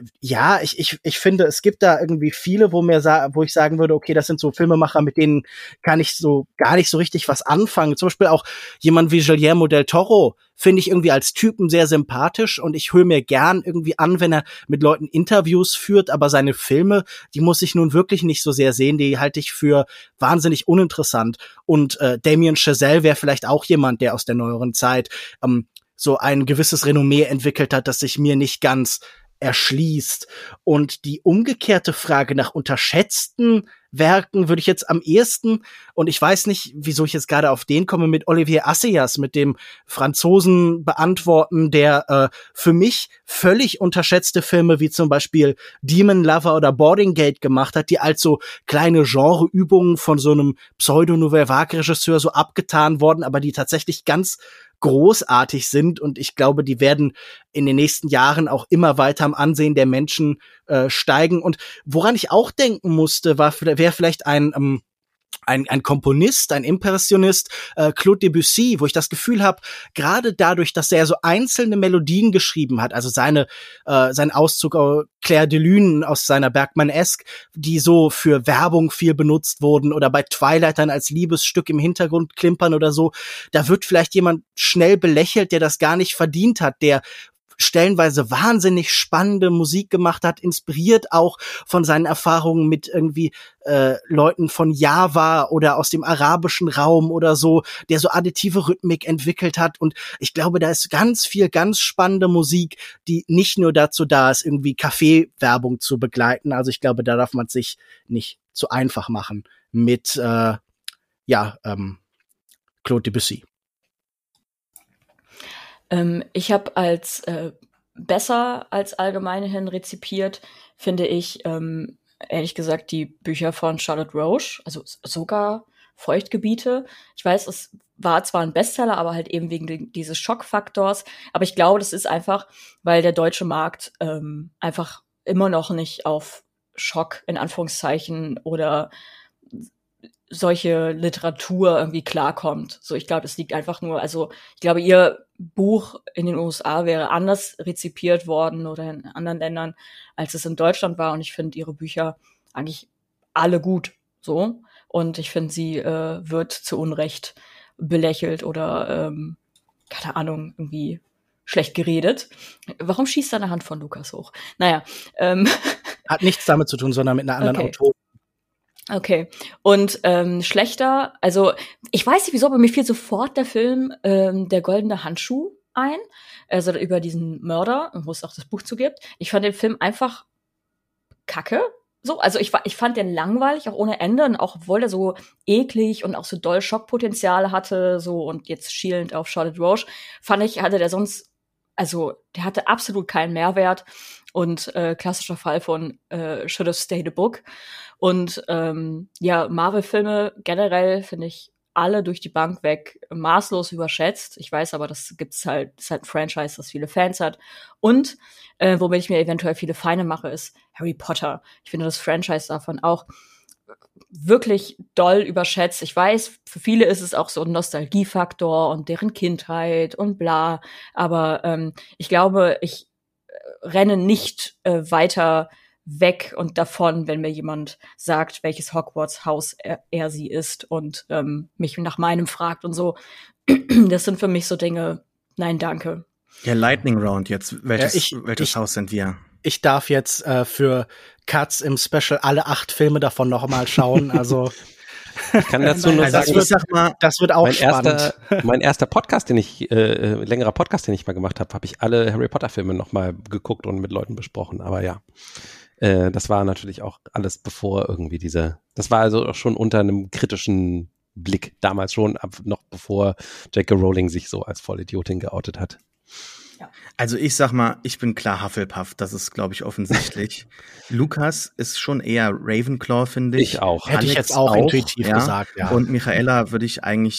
ich finde, es gibt da irgendwie viele, wo ich sagen würde, okay, das sind so Filmemacher, mit denen kann ich so gar nicht so richtig was anfangen. Zum Beispiel auch jemand wie Guillermo del Toro finde ich irgendwie als Typen sehr sympathisch und ich höre mir gern irgendwie an, wenn er mit Leuten Interviews führt, aber seine Filme, die muss ich nun wirklich nicht so sehr sehen, die halte ich für wahnsinnig uninteressant. Und Damien Chazelle wäre vielleicht auch jemand, der aus der neueren Zeit so ein gewisses Renommee entwickelt hat, das sich mir nicht ganz erschließt. Und die umgekehrte Frage nach unterschätzten Werken würde ich jetzt am ehesten, und ich weiß nicht, wieso ich jetzt gerade auf den komme, mit Olivier Assayas, mit dem Franzosen beantworten, der für mich völlig unterschätzte Filme wie zum Beispiel Demon Lover oder Boarding Gate gemacht hat, die als so kleine Genreübungen von so einem Pseudo-Nouvelle-Vague-Regisseur so abgetan worden, aber die tatsächlich ganz großartig sind und ich glaube, die werden in den nächsten Jahren auch immer weiter am Ansehen der Menschen steigen. Und woran ich auch denken musste, wäre vielleicht ein Komponist, ein Impressionist, Claude Debussy, wo ich das Gefühl habe, gerade dadurch, dass er so einzelne Melodien geschrieben hat, also sein Auszug Clair de Lune aus seiner Bergman-esque, die so für Werbung viel benutzt wurden oder bei Twilight dann als Liebesstück im Hintergrund klimpern oder so, da wird vielleicht jemand schnell belächelt, der das gar nicht verdient hat, der stellenweise wahnsinnig spannende Musik gemacht hat, inspiriert auch von seinen Erfahrungen mit irgendwie Leuten von Java oder aus dem arabischen Raum oder so, der so additive Rhythmik entwickelt hat. Und ich glaube, da ist ganz viel ganz spannende Musik, die nicht nur dazu da ist, irgendwie Kaffeewerbung zu begleiten. Also ich glaube, da darf man sich nicht zu einfach machen mit Claude Debussy. Ich habe als besser als allgemeine hin rezipiert, finde ich, ehrlich gesagt, die Bücher von Charlotte Roche, also sogar Feuchtgebiete. Ich weiß, es war zwar ein Bestseller, aber halt eben wegen dieses Schockfaktors. Aber ich glaube, das ist einfach, weil der deutsche Markt einfach immer noch nicht auf Schock in Anführungszeichen oder solche Literatur irgendwie klarkommt. So, ich glaube, es liegt einfach nur, also ich glaube, ihr Buch in den USA wäre anders rezipiert worden oder in anderen Ländern, als es in Deutschland war. Und ich finde ihre Bücher eigentlich alle gut, so. Und ich finde, sie wird zu Unrecht belächelt oder, keine Ahnung, irgendwie schlecht geredet. Warum schießt deine Hand von Lukas hoch? Naja. Hat nichts damit zu tun, sondern mit einer anderen Autorin. Okay. Und schlechter, also ich weiß nicht wieso, aber mir fiel sofort der Film Der goldene Handschuh ein. Also über diesen Mörder, wo es auch das Buch zu gibt. Ich fand den Film einfach kacke. So, also ich fand den langweilig, auch ohne Ende. Und auch obwohl der so eklig und auch so doll Schockpotenzial hatte, so und jetzt schielend auf Charlotte Roche, fand ich, hatte der sonst, also der hatte absolut keinen Mehrwert. Und klassischer Fall von should have stayed a book. Und Marvel-Filme generell finde ich alle durch die Bank weg maßlos überschätzt. Ich weiß aber, das ist halt ein Franchise, das viele Fans hat. Und womit ich mir eventuell viele Feinde mache, ist Harry Potter. Ich finde das Franchise davon auch wirklich doll überschätzt. Ich weiß, für viele ist es auch so ein Nostalgiefaktor und deren Kindheit und bla. Aber ich glaube, ich renne nicht weiter weg und davon, wenn mir jemand sagt, welches Hogwarts-Haus er sie ist und mich nach meinem fragt und so. Das sind für mich so Dinge, nein, danke. Ja, Lightning Round jetzt. Welches Haus sind wir? Ich darf jetzt für Katz im Special alle 8 Filme davon noch mal schauen, also ich kann dazu nur sagen, das wird auch spannend. Mein erster Podcast, längerer Podcast, den ich mal gemacht habe, habe ich alle Harry Potter Filme noch mal geguckt und mit Leuten besprochen. Aber ja, das war natürlich auch alles bevor irgendwie das war also auch schon unter einem kritischen Blick damals schon, noch bevor J.K. Rowling sich so als Vollidiotin geoutet hat. Ja. Also ich sag mal, ich bin klar Hufflepuff, das ist, glaube ich, offensichtlich. Lukas ist schon eher Ravenclaw, finde ich. Ich auch. Hätte ich jetzt auch intuitiv gesagt, ja. Und Michaela würde ich eigentlich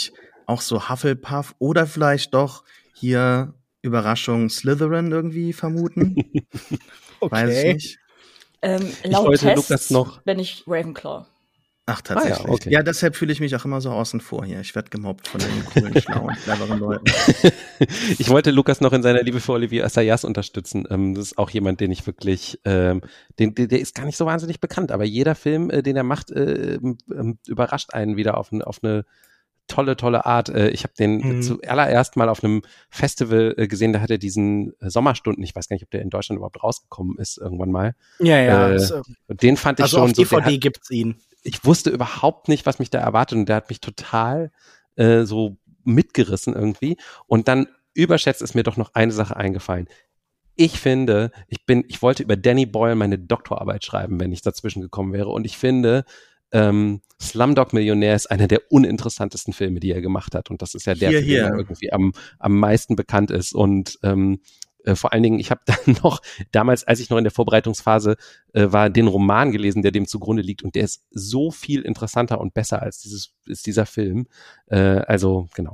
auch so Hufflepuff oder vielleicht doch hier Überraschung Slytherin irgendwie vermuten. Okay. Weiß ich nicht. Laut wollte Tests Lukas noch- bin ich Ravenclaw. Ach, tatsächlich. Ah ja, okay. Ja, deshalb fühle ich mich auch immer so außen vor hier. Ich werde gemobbt von den coolen, schlauen, cleveren Leuten. Ich wollte Lukas noch in seiner Liebe für Olivier Assayas unterstützen. Das ist auch jemand, den ich wirklich, der ist gar nicht so wahnsinnig bekannt, aber jeder Film, den er macht, überrascht einen wieder auf eine tolle Art. Ich habe den zuallererst mal auf einem Festival gesehen, da hat er diesen Sommerstunden, ich weiß gar nicht, ob der in Deutschland überhaupt rausgekommen ist, irgendwann mal. Ja. Den fand ich Also schon auf DVD gibt's ihn. Ich wusste überhaupt nicht, was mich da erwartet und der hat mich total so mitgerissen irgendwie. Und dann überschätzt ist mir doch noch eine Sache eingefallen. Ich finde, ich wollte über Danny Boyle meine Doktorarbeit schreiben, wenn ich dazwischen gekommen wäre. Und ich finde, Slumdog Millionär ist einer der uninteressantesten Filme, die er gemacht hat. Und das ist ja der, für den er irgendwie am meisten bekannt ist. Und vor allen Dingen, ich habe dann noch damals, als ich noch in der Vorbereitungsphase war, den Roman gelesen, der dem zugrunde liegt. Und der ist so viel interessanter und besser als dieser Film. Also genau,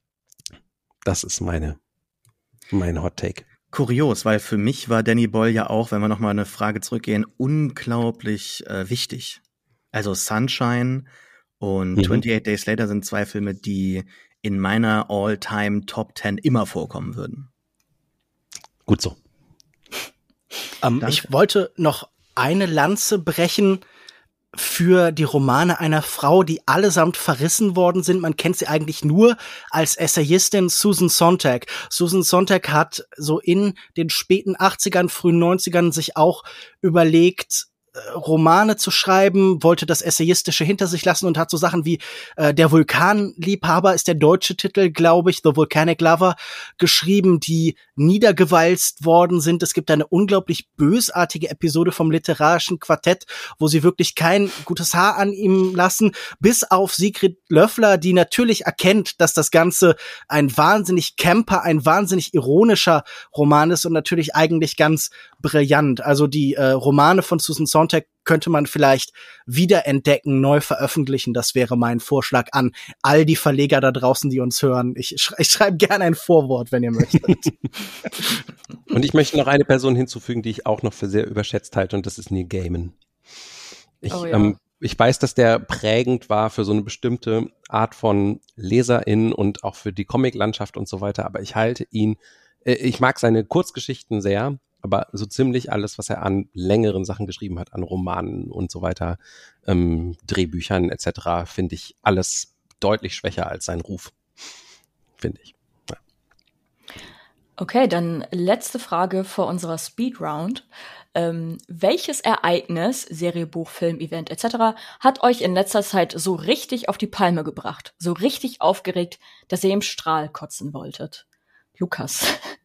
das ist mein Hot Take. Kurios, weil für mich war Danny Boyle ja auch, wenn wir nochmal eine Frage zurückgehen, unglaublich wichtig. Also Sunshine und 28 Days Later sind 2 Filme, die in meiner All-Time Top 10 immer vorkommen würden. Gut so. Ich wollte noch eine Lanze brechen für die Romane einer Frau, die allesamt verrissen worden sind. Man kennt sie eigentlich nur als Essayistin, Susan Sontag. Susan Sontag hat so in den späten 80ern, frühen 90ern sich auch überlegt, Romane zu schreiben, wollte das Essayistische hinter sich lassen und hat so Sachen wie Der Vulkanliebhaber ist der deutsche Titel, glaube ich, The Volcanic Lover, geschrieben, die niedergewalzt worden sind. Es gibt eine unglaublich bösartige Episode vom literarischen Quartett, wo sie wirklich kein gutes Haar an ihm lassen, bis auf Sigrid Löffler, die natürlich erkennt, dass das Ganze ein wahnsinnig camper, ein wahnsinnig ironischer Roman ist und natürlich eigentlich ganz brillant. Also die Romane von Susan Sontag könnte man vielleicht wiederentdecken, neu veröffentlichen. Das wäre mein Vorschlag an all die Verleger da draußen, die uns hören. Ich schreibe gerne ein Vorwort, wenn ihr möchtet. Und ich möchte noch eine Person hinzufügen, die ich auch noch für sehr überschätzt halte, und das ist Neil Gaiman. Ich weiß, dass der prägend war für so eine bestimmte Art von LeserInnen und auch für die Comiclandschaft und so weiter, aber ich halte ihn, ich mag seine Kurzgeschichten sehr, aber so ziemlich alles, was er an längeren Sachen geschrieben hat, an Romanen und so weiter, Drehbüchern etc., finde ich alles deutlich schwächer als sein Ruf. Finde ich. Ja. Okay, dann letzte Frage vor unserer Speedround. Welches Ereignis, Serie, Buch, Film, Event etc. hat euch in letzter Zeit so richtig auf die Palme gebracht, so richtig aufgeregt, dass ihr im Strahl kotzen wolltet? Lukas.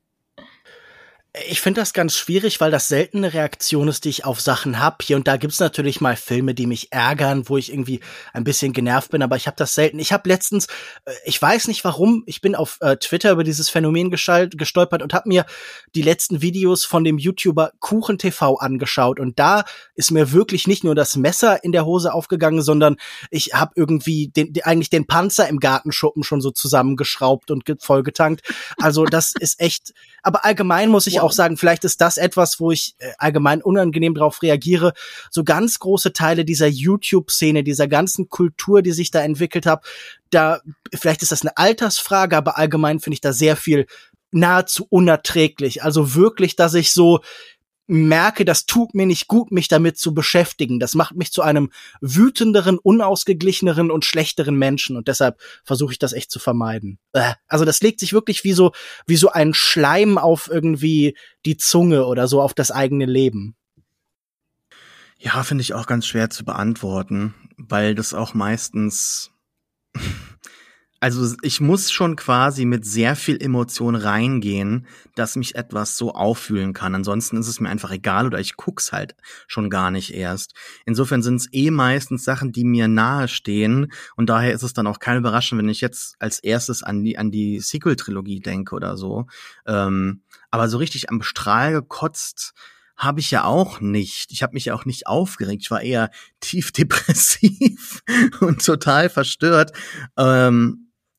Ich finde das ganz schwierig, weil das selten eine Reaktion ist, die ich auf Sachen habe. Hier und da gibt's natürlich mal Filme, die mich ärgern, wo ich irgendwie ein bisschen genervt bin, aber ich habe das selten. Ich habe letztens, ich weiß nicht warum, ich bin auf Twitter über dieses Phänomen gestolpert und habe mir die letzten Videos von dem YouTuber KuchenTV angeschaut. Und da ist mir wirklich nicht nur das Messer in der Hose aufgegangen, sondern ich habe irgendwie eigentlich den Panzer im Gartenschuppen schon so zusammengeschraubt und vollgetankt. Also das ist echt, aber allgemein muss ich auch sagen, vielleicht ist das etwas, wo ich allgemein unangenehm drauf reagiere. So ganz große Teile dieser YouTube-Szene, dieser ganzen Kultur, die sich da entwickelt hat, vielleicht ist das eine Altersfrage, aber allgemein finde ich da sehr viel nahezu unerträglich. Also wirklich, dass ich so merke, das tut mir nicht gut, mich damit zu beschäftigen. Das macht mich zu einem wütenderen, unausgeglicheneren und schlechteren Menschen und deshalb versuche ich das echt zu vermeiden. Also das legt sich wirklich wie so ein Schleim auf irgendwie die Zunge oder so auf das eigene Leben. Ja, finde ich auch ganz schwer zu beantworten, weil das auch meistens also ich muss schon quasi mit sehr viel Emotion reingehen, dass mich etwas so auffühlen kann. Ansonsten ist es mir einfach egal oder ich guck's halt schon gar nicht erst. Insofern sind es meistens Sachen, die mir nahe stehen und daher ist es dann auch keine Überraschung, wenn ich jetzt als erstes an die Sequel-Trilogie denke oder so. Aber so richtig am Strahl gekotzt habe ich ja auch nicht. Ich habe mich ja auch nicht aufgeregt. Ich war eher tief depressiv und total verstört.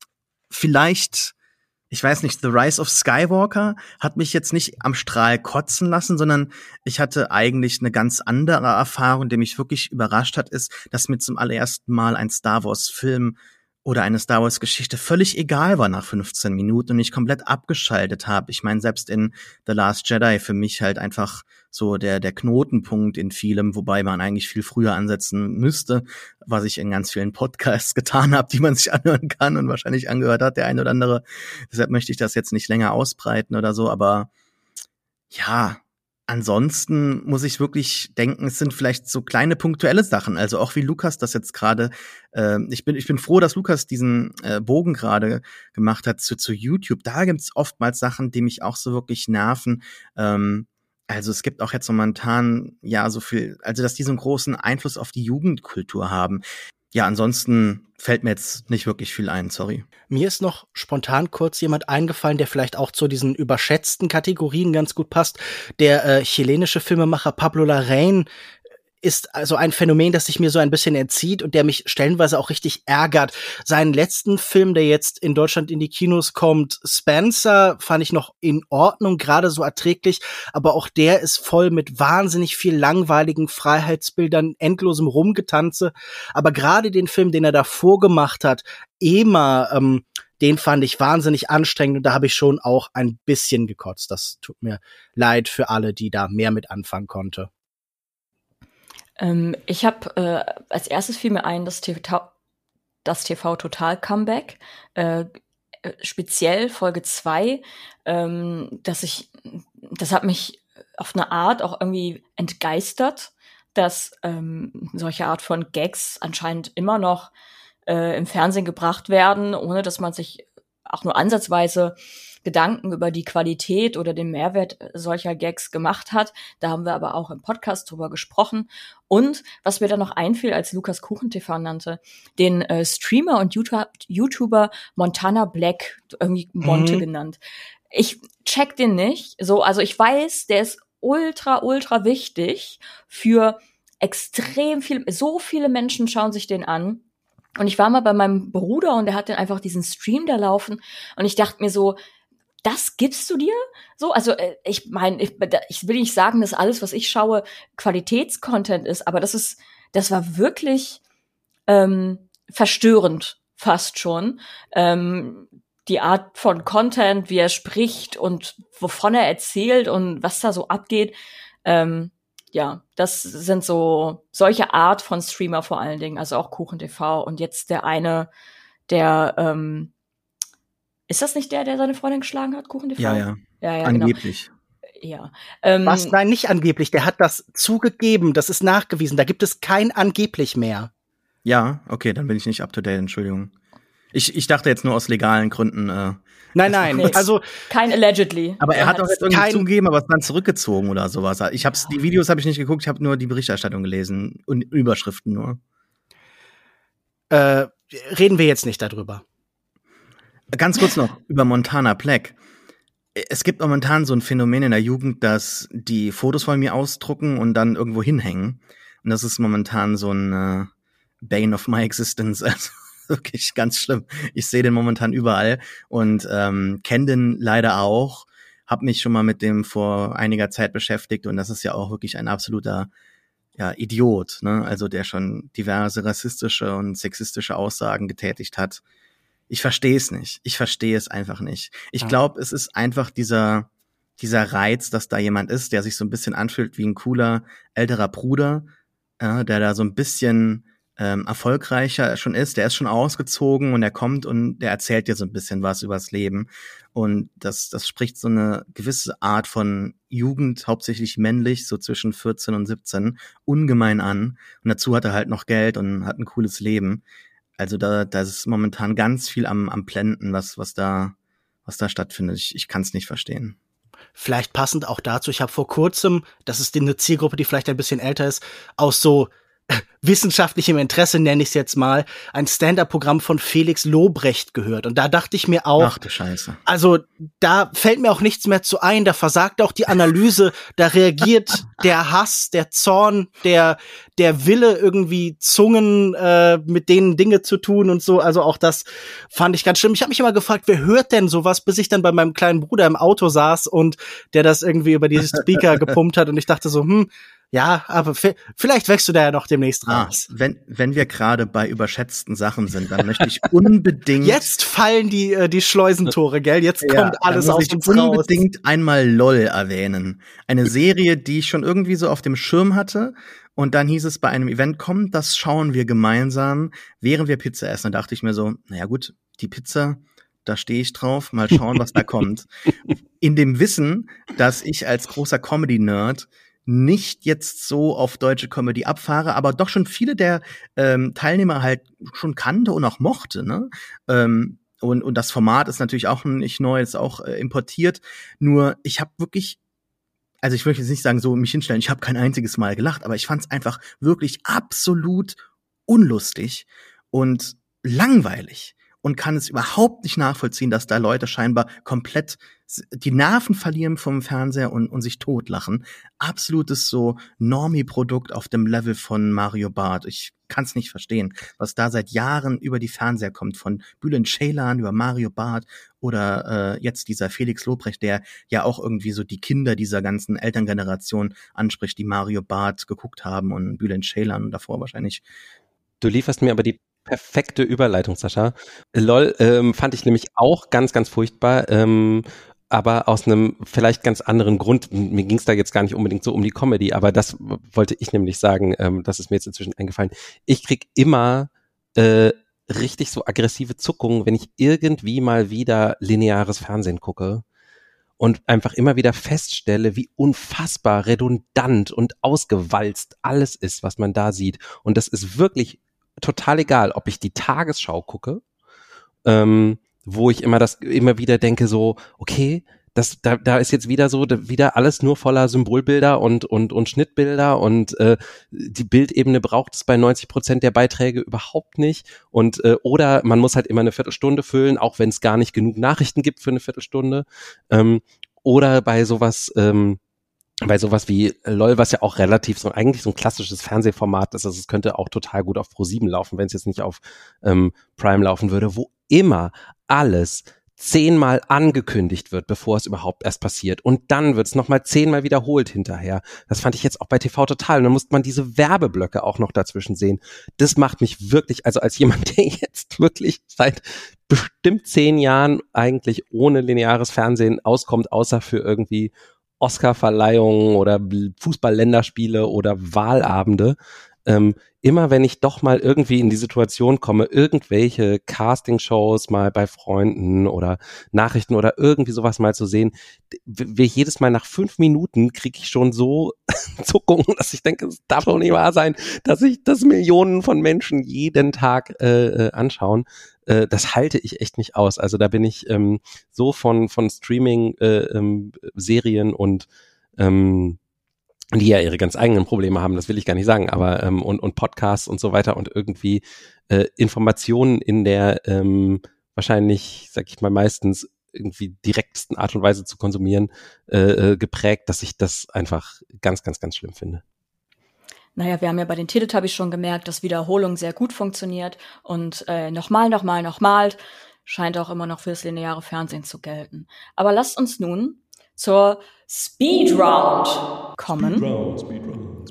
vielleicht, ich weiß nicht, The Rise of Skywalker hat mich jetzt nicht am Strahl kotzen lassen, sondern ich hatte eigentlich eine ganz andere Erfahrung, die mich wirklich überrascht hat, ist, dass mir zum allerersten Mal ein Star Wars Film oder eine Star Wars Geschichte völlig egal war nach 15 Minuten und ich komplett abgeschaltet habe. Ich meine, selbst in The Last Jedi für mich halt einfach so der Knotenpunkt in vielem, wobei man eigentlich viel früher ansetzen müsste, was ich in ganz vielen Podcasts getan habe, die man sich anhören kann und wahrscheinlich angehört hat, der eine oder andere. Deshalb möchte ich das jetzt nicht länger ausbreiten oder so, aber ja, ansonsten muss ich wirklich denken, es sind vielleicht so kleine punktuelle Sachen, also auch wie Lukas das jetzt gerade, ich bin froh, dass Lukas diesen Bogen gerade gemacht hat zu YouTube. Da gibt's oftmals Sachen, die mich auch so wirklich nerven. Also es gibt auch jetzt momentan ja so viel, also dass die so einen großen Einfluss auf die Jugendkultur haben. Ja, ansonsten fällt mir jetzt nicht wirklich viel ein, sorry. Mir ist noch spontan kurz jemand eingefallen, der vielleicht auch zu diesen überschätzten Kategorien ganz gut passt. Der chilenische Filmemacher Pablo Larraín ist also ein Phänomen, das sich mir so ein bisschen entzieht und der mich stellenweise auch richtig ärgert. Seinen letzten Film, der jetzt in Deutschland in die Kinos kommt, Spencer, fand ich noch in Ordnung, gerade so erträglich, aber auch der ist voll mit wahnsinnig viel langweiligen Freiheitsbildern, endlosem Rumgetanze. Aber gerade den Film, den er davor gemacht hat, Ema, den fand ich wahnsinnig anstrengend und da habe ich schon auch ein bisschen gekotzt. Das tut mir leid für alle, die da mehr mit anfangen konnte. Ich habe als erstes fiel mir ein, das TV Total Comeback, speziell Folge 2, das hat mich auf eine Art auch irgendwie entgeistert, dass solche Art von Gags anscheinend immer noch im Fernsehen gebracht werden, ohne dass man sich auch nur ansatzweise Gedanken über die Qualität oder den Mehrwert solcher Gags gemacht hat. Da haben wir aber auch im Podcast drüber gesprochen. Und was mir dann noch einfiel, als Lukas KuchenTV nannte, den Streamer und YouTuber Montana Black, irgendwie Monte genannt. Ich check den nicht. So, also ich weiß, der ist ultra, ultra wichtig für extrem viel, so viele Menschen schauen sich den an. Und ich war mal bei meinem Bruder und der hatte einfach diesen Stream da laufen und ich dachte mir so, das gibst du dir? So, also ich meine, ich will nicht sagen, dass alles, was ich schaue, Qualitätscontent ist, aber das war wirklich verstörend fast schon. Die Art von Content, wie er spricht und wovon er erzählt und was da so abgeht. Ja, das sind so solche Art von Streamer vor allen Dingen, also auch KuchenTV und jetzt der eine, der ist das nicht der seine Freundin geschlagen hat, KuchenTV? Ja, angeblich. Genau. Ja. Was? Nein, nicht angeblich. Der hat das zugegeben. Das ist nachgewiesen. Da gibt es kein angeblich mehr. Ja, okay, dann bin ich nicht up to date, Entschuldigung. Ich dachte jetzt nur aus legalen Gründen. Nein, nee, also kein allegedly. Aber er hat doch jetzt irgendwie zugegeben, aber es dann zurückgezogen oder sowas. Die Videos habe ich nicht geguckt, ich habe nur die Berichterstattung gelesen und Überschriften nur. Reden wir jetzt nicht darüber. Ganz kurz noch über Montana Black. Es gibt momentan so ein Phänomen in der Jugend, dass die Fotos von mir ausdrucken und dann irgendwo hinhängen. Und das ist momentan so ein Bane of my existence. Also wirklich ganz schlimm. Ich sehe den momentan überall und kenne den leider auch. Hab mich schon mal mit dem vor einiger Zeit beschäftigt und das ist ja auch wirklich ein absoluter Idiot, ne? Also der schon diverse rassistische und sexistische Aussagen getätigt hat. Ich verstehe es nicht. Ich verstehe es einfach nicht. Ich glaube, es ist einfach dieser Reiz, dass da jemand ist, der sich so ein bisschen anfühlt wie ein cooler älterer Bruder, der da so ein bisschen erfolgreicher schon ist. Der ist schon ausgezogen und er kommt und der erzählt dir so ein bisschen was übers Leben. Und das spricht so eine gewisse Art von Jugend, hauptsächlich männlich, so zwischen 14 und 17, ungemein an. Und dazu hat er halt noch Geld und hat ein cooles Leben. Also da ist momentan ganz viel am Blenden, was da stattfindet. Ich kann es nicht verstehen. Vielleicht passend auch dazu, ich habe vor kurzem, das ist eine Zielgruppe, die vielleicht ein bisschen älter ist, aus so wissenschaftlichem Interesse, nenne ich es jetzt mal, ein Stand-up-Programm von Felix Lobrecht gehört. Und da dachte ich mir auch, ach du Scheiße. Also da fällt mir auch nichts mehr zu ein, da versagt auch die Analyse, da reagiert der Hass, der Zorn, der Wille, irgendwie Zungen mit denen Dinge zu tun und so. Also auch das fand ich ganz schlimm. Ich habe mich immer gefragt, wer hört denn sowas, bis ich dann bei meinem kleinen Bruder im Auto saß und der das irgendwie über die Speaker gepumpt hat und ich dachte so, ja, aber vielleicht wächst du da ja noch demnächst raus. Wenn wir gerade bei überschätzten Sachen sind, dann möchte ich unbedingt Jetzt fallen die Schleusentore, gell? Jetzt kommt alles aus uns raus. Ich unbedingt einmal LOL erwähnen. Eine Serie, die ich schon irgendwie so auf dem Schirm hatte. Und dann hieß es bei einem Event, komm, das schauen wir gemeinsam, während wir Pizza essen. Da dachte ich mir so, naja gut, die Pizza, da stehe ich drauf, mal schauen, was da kommt. In dem Wissen, dass ich als großer Comedy-Nerd nicht jetzt so auf deutsche Comedy abfahre, aber doch schon viele der Teilnehmer halt schon kannte und auch mochte, ne? Und das Format ist natürlich auch nicht neu, ist auch importiert. Nur ich habe wirklich, also ich möchte jetzt nicht sagen, so mich hinstellen, ich habe kein einziges Mal gelacht, aber ich fand es einfach wirklich absolut unlustig und langweilig und kann es überhaupt nicht nachvollziehen, dass da Leute scheinbar komplett die Nerven verlieren vom Fernseher und sich totlachen. Absolutes so Normie-Produkt auf dem Level von Mario Barth. Ich kann es nicht verstehen, was da seit Jahren über die Fernseher kommt, von Bülent Ceylan über Mario Barth oder jetzt dieser Felix Lobrecht, der ja auch irgendwie so die Kinder dieser ganzen Elterngeneration anspricht, die Mario Barth geguckt haben und Bülent Ceylan und davor wahrscheinlich. Du lieferst mir aber die perfekte Überleitung, Sascha. LOL fand ich nämlich auch ganz, ganz furchtbar, aber aus einem vielleicht ganz anderen Grund. Mir ging es da jetzt gar nicht unbedingt so um die Comedy, aber das wollte ich nämlich sagen, das ist mir jetzt inzwischen eingefallen. Ich krieg immer richtig so aggressive Zuckungen, wenn ich irgendwie mal wieder lineares Fernsehen gucke und einfach immer wieder feststelle, wie unfassbar redundant und ausgewalzt alles ist, was man da sieht. Und das ist wirklich total egal, ob ich die Tagesschau gucke, wo ich immer wieder denke so, okay, da ist jetzt wieder so, wieder alles nur voller Symbolbilder und Schnittbilder und die Bildebene braucht es bei 90% der Beiträge überhaupt nicht und oder man muss halt immer eine Viertelstunde füllen, auch wenn es gar nicht genug Nachrichten gibt für eine Viertelstunde, oder bei sowas wie LOL, was ja auch relativ eigentlich so ein klassisches Fernsehformat ist, also es könnte auch total gut auf Pro7 laufen, wenn es jetzt nicht auf Prime laufen würde, wo immer alles 10-mal angekündigt wird, bevor es überhaupt erst passiert. Und dann wird es nochmal 10-mal wiederholt hinterher. Das fand ich jetzt auch bei TV Total. Und dann musste man diese Werbeblöcke auch noch dazwischen sehen. Das macht mich wirklich, also als jemand, der jetzt wirklich seit bestimmt 10 Jahren eigentlich ohne lineares Fernsehen auskommt, außer für irgendwie Oscar-Verleihungen oder Fußball-Länderspiele oder Wahlabende, immer wenn ich doch mal irgendwie in die Situation komme, irgendwelche Castingshows mal bei Freunden oder Nachrichten oder irgendwie sowas mal zu sehen, wie jedes Mal nach 5 Minuten kriege ich schon so Zuckungen, dass ich denke, es darf doch nicht wahr sein, dass sich das Millionen von Menschen jeden Tag anschauen. Das halte ich echt nicht aus. Also da bin ich so von Streaming Serien und die ja ihre ganz eigenen Probleme haben, das will ich gar nicht sagen, aber und Podcasts und so weiter und irgendwie Informationen in der wahrscheinlich, sag ich mal, meistens irgendwie direktesten Art und Weise zu konsumieren, geprägt, dass ich das einfach ganz, ganz, ganz schlimm finde. Naja, wir haben ja bei den Teletubbies schon gemerkt, dass Wiederholung sehr gut funktioniert und nochmal scheint auch immer noch fürs lineare Fernsehen zu gelten. Aber lasst uns nun zur Speed Round kommen. Speed Round.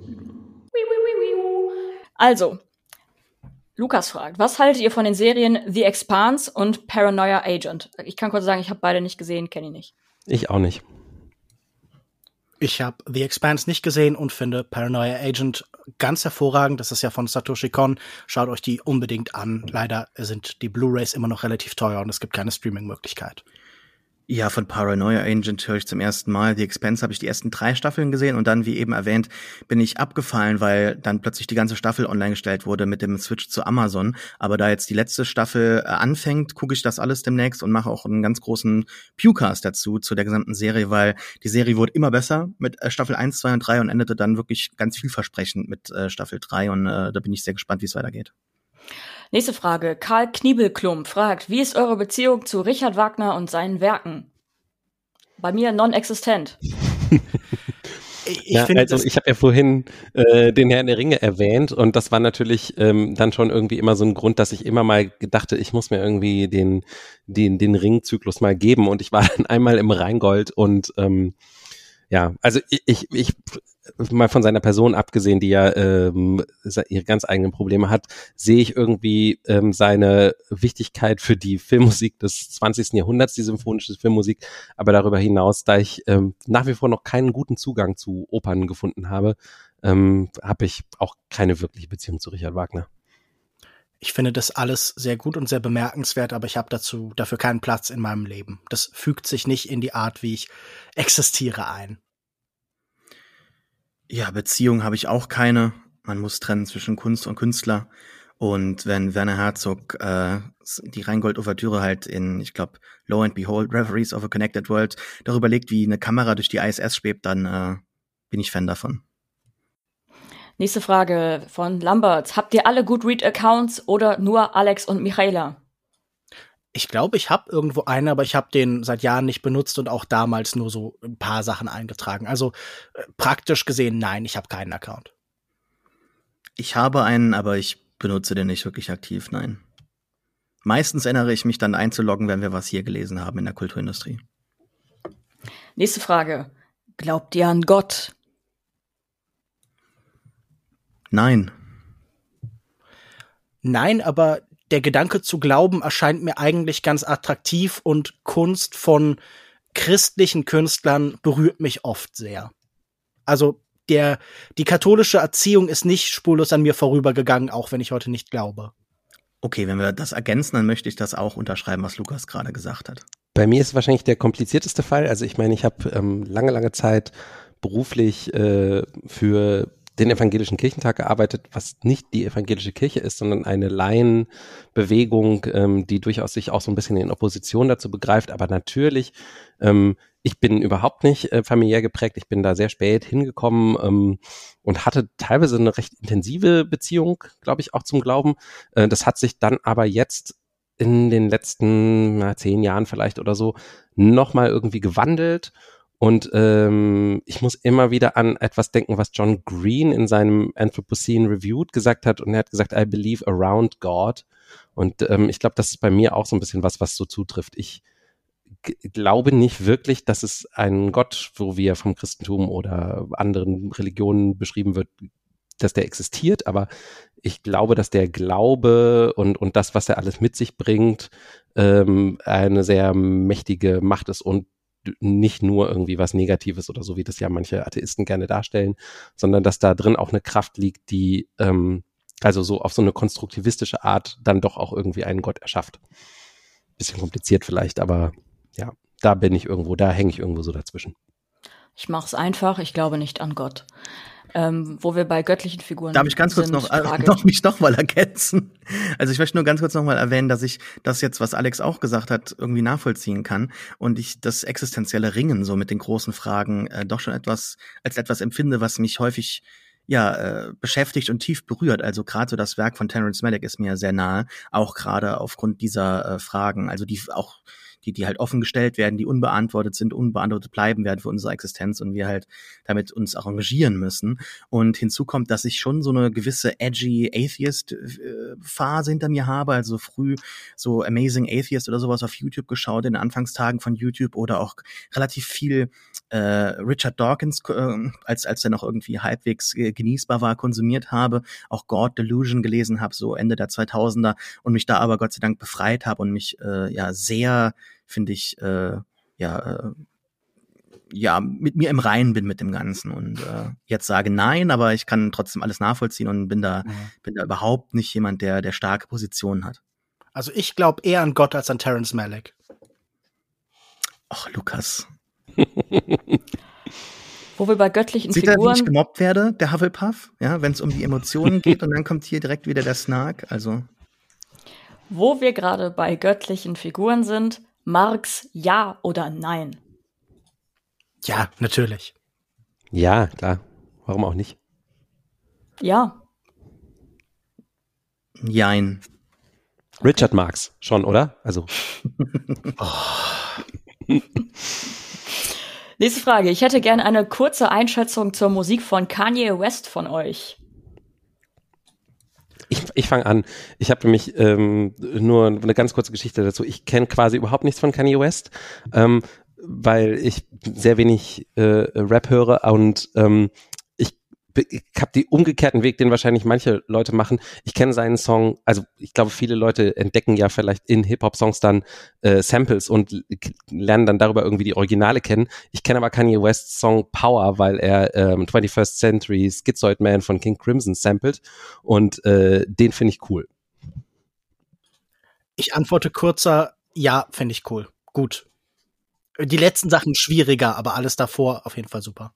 Also, Lukas fragt, was haltet ihr von den Serien The Expanse und Paranoia Agent? Ich kann kurz sagen, ich habe beide nicht gesehen, kenne ich nicht. Ich auch nicht. Ich habe The Expanse nicht gesehen und finde Paranoia Agent ganz hervorragend. Das ist ja von Satoshi Kon. Schaut euch die unbedingt an. Leider sind die Blu-rays immer noch relativ teuer und es gibt keine Streaming-Möglichkeit. Ja, von Paranoia Agent höre ich zum ersten Mal. The Expanse habe ich die ersten 3 Staffeln gesehen und dann, wie eben erwähnt, bin ich abgefallen, weil dann plötzlich die ganze Staffel online gestellt wurde mit dem Switch zu Amazon. Aber da jetzt die letzte Staffel anfängt, gucke ich das alles demnächst und mache auch einen ganz großen Pewcast dazu, zu der gesamten Serie, weil die Serie wurde immer besser mit Staffel 1, 2 und 3 und endete dann wirklich ganz vielversprechend mit Staffel 3 und da bin ich sehr gespannt, wie es weitergeht. Nächste Frage. Karl Kniebelklum fragt, wie ist eure Beziehung zu Richard Wagner und seinen Werken? Bei mir non-existent. Ich habe ja vorhin den Herrn der Ringe erwähnt und das war natürlich dann schon irgendwie immer so ein Grund, dass ich immer mal dachte, ich muss mir irgendwie den Ringzyklus mal geben und ich war dann einmal im Rheingold und ja, also ich mal von seiner Person abgesehen, die ja ihre ganz eigenen Probleme hat, sehe ich irgendwie seine Wichtigkeit für die Filmmusik des 20. Jahrhunderts, die symphonische Filmmusik, aber darüber hinaus, da ich nach wie vor noch keinen guten Zugang zu Opern gefunden habe, habe ich auch keine wirkliche Beziehung zu Richard Wagner. Ich finde das alles sehr gut und sehr bemerkenswert, aber ich habe dafür keinen Platz in meinem Leben. Das fügt sich nicht in die Art, wie ich existiere, ein. Ja, Beziehung habe ich auch keine. Man muss trennen zwischen Kunst und Künstler. Und wenn Werner Herzog die Rheingold-Ouvertüre halt in, ich glaube, Lo and Behold, Reveries of a Connected World darüber legt, wie eine Kamera durch die ISS schwebt, dann bin ich Fan davon. Nächste Frage von Lambert. Habt ihr alle Goodread-Accounts oder nur Alex und Michaela? Ich glaube, ich habe irgendwo einen, aber ich habe den seit Jahren nicht benutzt und auch damals nur so ein paar Sachen eingetragen. Also praktisch gesehen, nein, ich habe keinen Account. Ich habe einen, aber ich benutze den nicht wirklich aktiv, nein. Meistens erinnere ich mich dann einzuloggen, wenn wir was hier gelesen haben in der Kulturindustrie. Nächste Frage. Glaubt ihr an Gott? Nein. Nein, aber der Gedanke zu glauben erscheint mir eigentlich ganz attraktiv und Kunst von christlichen Künstlern berührt mich oft sehr. Also die katholische Erziehung ist nicht spurlos an mir vorübergegangen, auch wenn ich heute nicht glaube. Okay, wenn wir das ergänzen, dann möchte ich das auch unterschreiben, was Lukas gerade gesagt hat. Bei mir ist wahrscheinlich der komplizierteste Fall. Also ich meine, ich habe lange Zeit beruflich für den Evangelischen Kirchentag gearbeitet, was nicht die evangelische Kirche ist, sondern eine Laienbewegung, die durchaus sich auch so ein bisschen in Opposition dazu begreift. Aber natürlich, ich bin überhaupt nicht familiär geprägt. Ich bin da sehr spät hingekommen und hatte teilweise eine recht intensive Beziehung, glaube ich, auch zum Glauben. Das hat sich dann aber jetzt in den letzten 10 Jahren vielleicht oder so nochmal irgendwie gewandelt. Und ich muss immer wieder an etwas denken, was John Green in seinem Anthropocene Reviewed gesagt hat. Und er hat gesagt, I believe around God. Und ich glaube, das ist bei mir auch so ein bisschen was so zutrifft. Ich glaube nicht wirklich, dass es einen Gott, so wie er vom Christentum oder anderen Religionen beschrieben wird, dass der existiert. Aber ich glaube, dass der Glaube und das, was er alles mit sich bringt, eine sehr mächtige Macht ist und nicht nur irgendwie was Negatives oder so, wie das ja manche Atheisten gerne darstellen, sondern dass da drin auch eine Kraft liegt, die also so auf so eine konstruktivistische Art dann doch auch irgendwie einen Gott erschafft. Bisschen kompliziert vielleicht, aber ja, da hänge ich irgendwo so dazwischen. Ich mache es einfach, ich glaube nicht an Gott. Wo wir bei göttlichen Figuren Darf ich ganz kurz mich noch mal ergänzen? Also ich möchte nur ganz kurz noch mal erwähnen, dass ich das jetzt, was Alex auch gesagt hat, irgendwie nachvollziehen kann und ich das existenzielle Ringen so mit den großen Fragen doch schon als etwas empfinde, was mich häufig beschäftigt und tief berührt. Also gerade so das Werk von Terrence Malick ist mir sehr nahe, auch gerade aufgrund dieser Fragen, also die halt offen gestellt werden, die unbeantwortet bleiben werden für unsere Existenz und wir halt damit uns arrangieren müssen. Und hinzu kommt, dass ich schon so eine gewisse edgy Atheist-Phase hinter mir habe, also früh so Amazing Atheist oder sowas auf YouTube geschaut, in den Anfangstagen von YouTube oder auch relativ viel Richard Dawkins, als der noch irgendwie halbwegs genießbar war, konsumiert habe, auch God Delusion gelesen habe, so Ende der 2000er und mich da aber Gott sei Dank befreit habe und mich sehr, finde ich, mit mir im Reinen bin mit dem Ganzen und jetzt sage nein, aber ich kann trotzdem alles nachvollziehen und bin da überhaupt nicht jemand, der starke Positionen hat. Also ich glaube eher an Gott als an Terrence Malick. Ach, Lukas. Wo wir bei göttlichen Sieht Figuren... er, wie ich gemobbt werde, der Hufflepuff? Ja, wenn es um die Emotionen geht und dann kommt hier direkt wieder der Snark, also... Wo wir gerade bei göttlichen Figuren sind, Marx, ja oder nein? Ja, natürlich. Ja, klar. Warum auch nicht? Ja. Jein. Richard Marx schon, oder? Also. Nächste Frage. Ich hätte gerne eine kurze Einschätzung zur Musik von Kanye West von euch. Ich fange an. Ich habe nämlich nur eine ganz kurze Geschichte dazu. Ich kenne quasi überhaupt nichts von Kanye West, weil ich sehr wenig Rap höre und ich habe den umgekehrten Weg, den wahrscheinlich manche Leute machen. Ich kenne seinen Song, also ich glaube, viele Leute entdecken ja vielleicht in Hip-Hop-Songs dann Samples und lernen dann darüber irgendwie die Originale kennen. Ich kenne aber Kanye Wests Song Power, weil er 21st Century Schizoid Man von King Crimson samplet und den finde ich cool. Ich antworte kurzer, ja, finde ich cool. Gut. Die letzten Sachen schwieriger, aber alles davor auf jeden Fall super.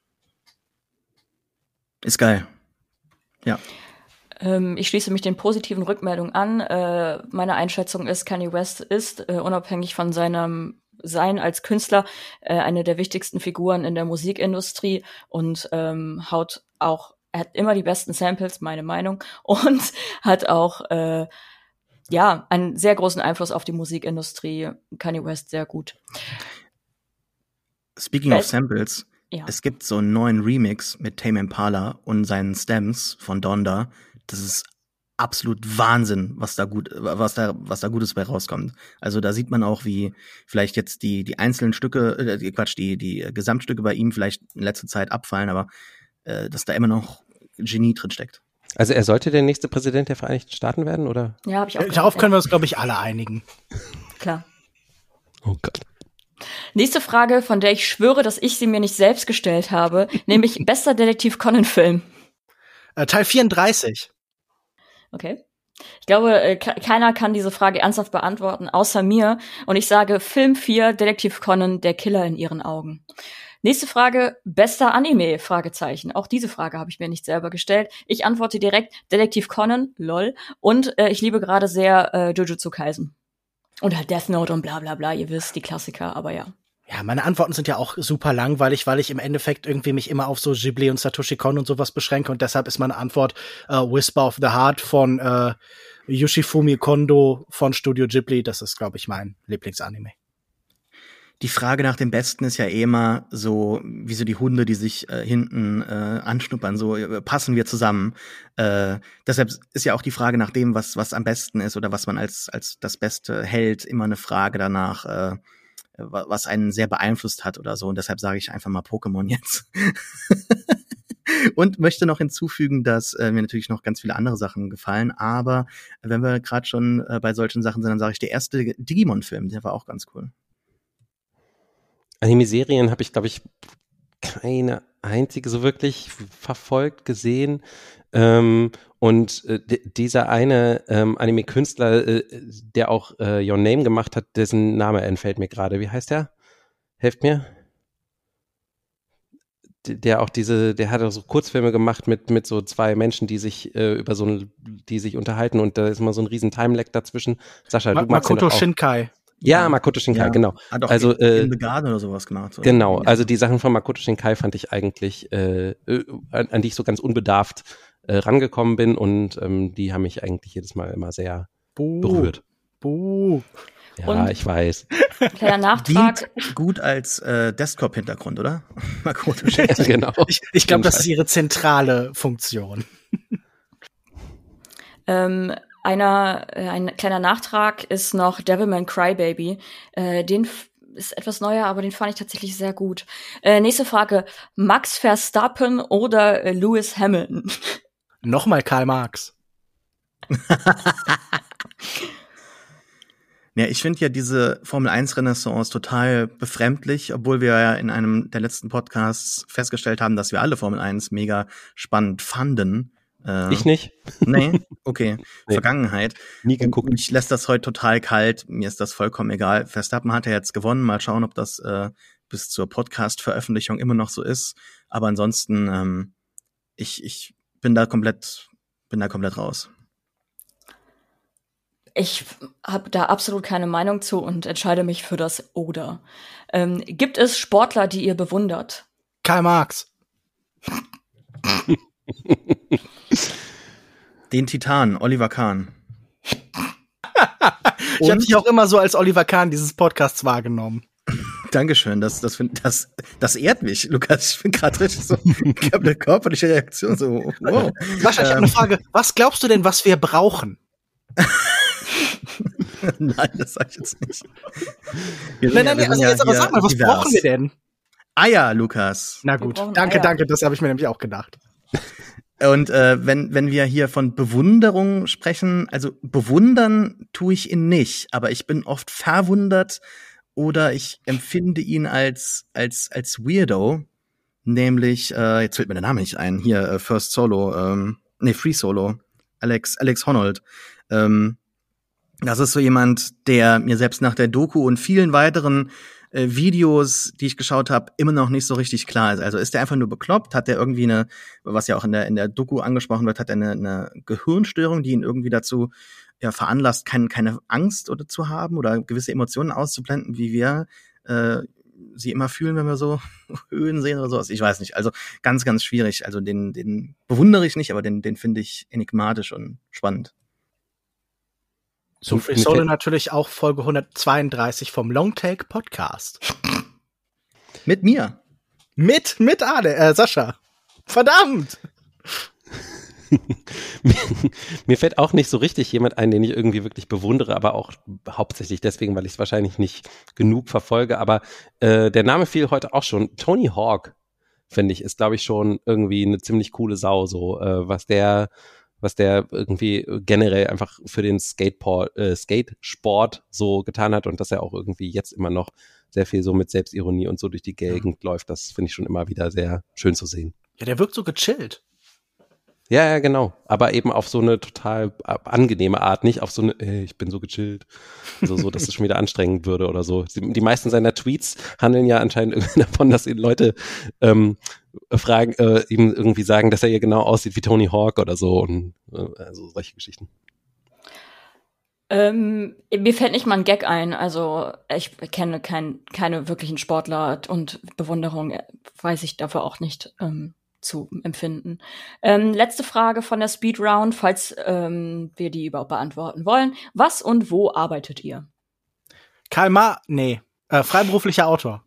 Ist geil. Ja. Ich schließe mich den positiven Rückmeldungen an. Meine Einschätzung ist, Kanye West ist, unabhängig von seinem Sein als Künstler, eine der wichtigsten Figuren in der Musikindustrie und er hat immer die besten Samples, meine Meinung, und hat auch einen sehr großen Einfluss auf die Musikindustrie. Kanye West sehr gut. Speaking of Samples, ja. Es gibt so einen neuen Remix mit Tame Impala und seinen Stems von Donda. Das ist absolut Wahnsinn, was da Gutes bei rauskommt. Also da sieht man auch, wie vielleicht jetzt die einzelnen Stücke, die Gesamtstücke bei ihm vielleicht in letzter Zeit abfallen, aber dass da immer noch Genie drin steckt. Also er sollte der nächste Präsident der Vereinigten Staaten werden, oder? Ja, habe ich auch gedacht. Darauf können wir uns, glaube ich, alle einigen. Klar. Oh Gott. Nächste Frage, von der ich schwöre, dass ich sie mir nicht selbst gestellt habe, nämlich bester Detektiv Conan-Film. Teil 34. Okay. Ich glaube, keiner kann diese Frage ernsthaft beantworten, außer mir. Und ich sage Film 4, Detektiv Conan, der Killer in ihren Augen. Nächste Frage, bester Anime? Fragezeichen. Auch diese Frage habe ich mir nicht selber gestellt. Ich antworte direkt, Detektiv Conan, lol. Und ich liebe gerade sehr Jujutsu Kaisen. Und halt Death Note und bla bla bla, ihr wisst, die Klassiker, aber ja. Ja, meine Antworten sind ja auch super langweilig, weil ich im Endeffekt irgendwie mich immer auf so Ghibli und Satoshi Kon und sowas beschränke und deshalb ist meine Antwort Whisper of the Heart von Yoshifumi Kondo von Studio Ghibli. Das ist, glaube ich, mein Lieblingsanime. Die Frage nach dem Besten ist ja immer so, wie so die Hunde, die sich hinten anschnuppern, so passen wir zusammen. Deshalb ist ja auch die Frage nach dem, was am besten ist oder was man als das Beste hält, immer eine Frage danach, was einen sehr beeinflusst hat oder so. Und deshalb sage ich einfach mal Pokémon jetzt. Und möchte noch hinzufügen, dass mir natürlich noch ganz viele andere Sachen gefallen, aber wenn wir gerade schon bei solchen Sachen sind, dann sage ich, der erste Digimon-Film, der war auch ganz cool. Anime-Serien habe ich, glaube ich, keine einzige so wirklich verfolgt, gesehen. Und dieser eine Anime-Künstler, der auch Your Name gemacht hat, dessen Name entfällt mir gerade. Wie heißt der? Helft mir. Der hat auch so Kurzfilme gemacht mit so zwei Menschen, die sich die sich unterhalten und da ist immer so ein riesen Time-Lag dazwischen. Sascha, du magst Makoto Shinkai. Ja, Makoto Shinkai, genau. Hat auch also in The Garden oder sowas gemacht. Oder? Genau, also die Sachen von Makoto Shinkai fand ich eigentlich, an die ich so ganz unbedarft rangekommen bin und die haben mich eigentlich jedes Mal immer sehr berührt. Ja, und ich weiß. Kleiner Nachtrag. Dient gut als Desktop-Hintergrund, oder? Makoto Shinkai. Genau. Ich glaube, das ist ihre zentrale Funktion. Ein kleiner Nachtrag ist noch Devilman Crybaby. Den ist etwas neuer, aber den fand ich tatsächlich sehr gut. Nächste Frage. Max Verstappen oder Lewis Hamilton? Nochmal Karl Marx. Ja, ich finde ja diese Formel-1-Renaissance total befremdlich, obwohl wir ja in einem der letzten Podcasts festgestellt haben, dass wir alle Formel 1 mega spannend fanden. Ich nicht. Nee, okay. Nee. Vergangenheit. Nie geguckt. Und mich lässt das heute total kalt. Mir ist das vollkommen egal. Verstappen hat ja jetzt gewonnen. Mal schauen, ob das bis zur Podcast-Veröffentlichung immer noch so ist. Aber ansonsten, ich bin da komplett raus. Ich habe da absolut keine Meinung zu und entscheide mich für das Oder. Gibt es Sportler, die ihr bewundert? Karl Marx. Den Titan, Oliver Kahn. Ich habe dich auch immer so als Oliver Kahn dieses Podcasts wahrgenommen. Dankeschön, das ehrt mich, Lukas. Ich bin gerade richtig so, ich habe eine körperliche Reaktion, so, wow. Sascha, ich habe eine Frage. Was glaubst du denn, was wir brauchen? Nein, das sag ich jetzt nicht. Nein, also jetzt aber sag mal, was brauchen wir denn? Eier, Lukas. Na gut, danke, das habe ich mir nämlich auch gedacht. Und wenn wir hier von Bewunderung sprechen, also bewundern tue ich ihn nicht, aber ich bin oft verwundert oder ich empfinde ihn als Weirdo, nämlich, jetzt fällt mir der Name nicht ein, hier Free Solo, Alex Honnold. Das ist so jemand, der mir selbst nach der Doku und vielen weiteren Videos, die ich geschaut habe, immer noch nicht so richtig klar ist. Also ist der einfach nur bekloppt? Hat der irgendwie was ja auch in der Doku angesprochen wird, hat er eine Gehirnstörung, die ihn irgendwie dazu veranlasst, keine Angst oder zu haben oder gewisse Emotionen auszublenden, wie wir sie immer fühlen, wenn wir so Höhen sehen oder sowas. Ich weiß nicht. Also ganz, ganz schwierig. Also den bewundere ich nicht, aber den finde ich enigmatisch und spannend. So Free Solo natürlich auch Folge 132 vom Longtake Podcast. Mit mir. Mit Sascha. Verdammt! Mir fällt auch nicht so richtig jemand ein, den ich irgendwie wirklich bewundere, aber auch hauptsächlich deswegen, weil ich es wahrscheinlich nicht genug verfolge. Aber der Name fiel heute auch schon. Tony Hawk, finde ich, ist, glaube ich, schon irgendwie eine ziemlich coole Sau, so was der irgendwie generell einfach für den Skatesport so getan hat und dass er auch irgendwie jetzt immer noch sehr viel so mit Selbstironie und so durch die Gegend läuft, das finde ich schon immer wieder sehr schön zu sehen. Ja, der wirkt so gechillt. Ja, genau. Aber eben auf so eine total angenehme Art, nicht auf so eine, ich bin so gechillt. Also so, dass es schon wieder anstrengend würde oder so. Die meisten seiner Tweets handeln ja anscheinend irgendwie davon, dass ihn Leute ihm irgendwie sagen, dass er ja genau aussieht wie Tony Hawk oder so und also solche Geschichten. Mir fällt nicht mal ein Gag ein. Also ich kenne keine wirklichen Sportler und Bewunderung weiß ich dafür auch nicht zu empfinden. Letzte Frage von der Speed Round, falls wir die überhaupt beantworten wollen. Was und wo arbeitet ihr? Freiberuflicher Autor.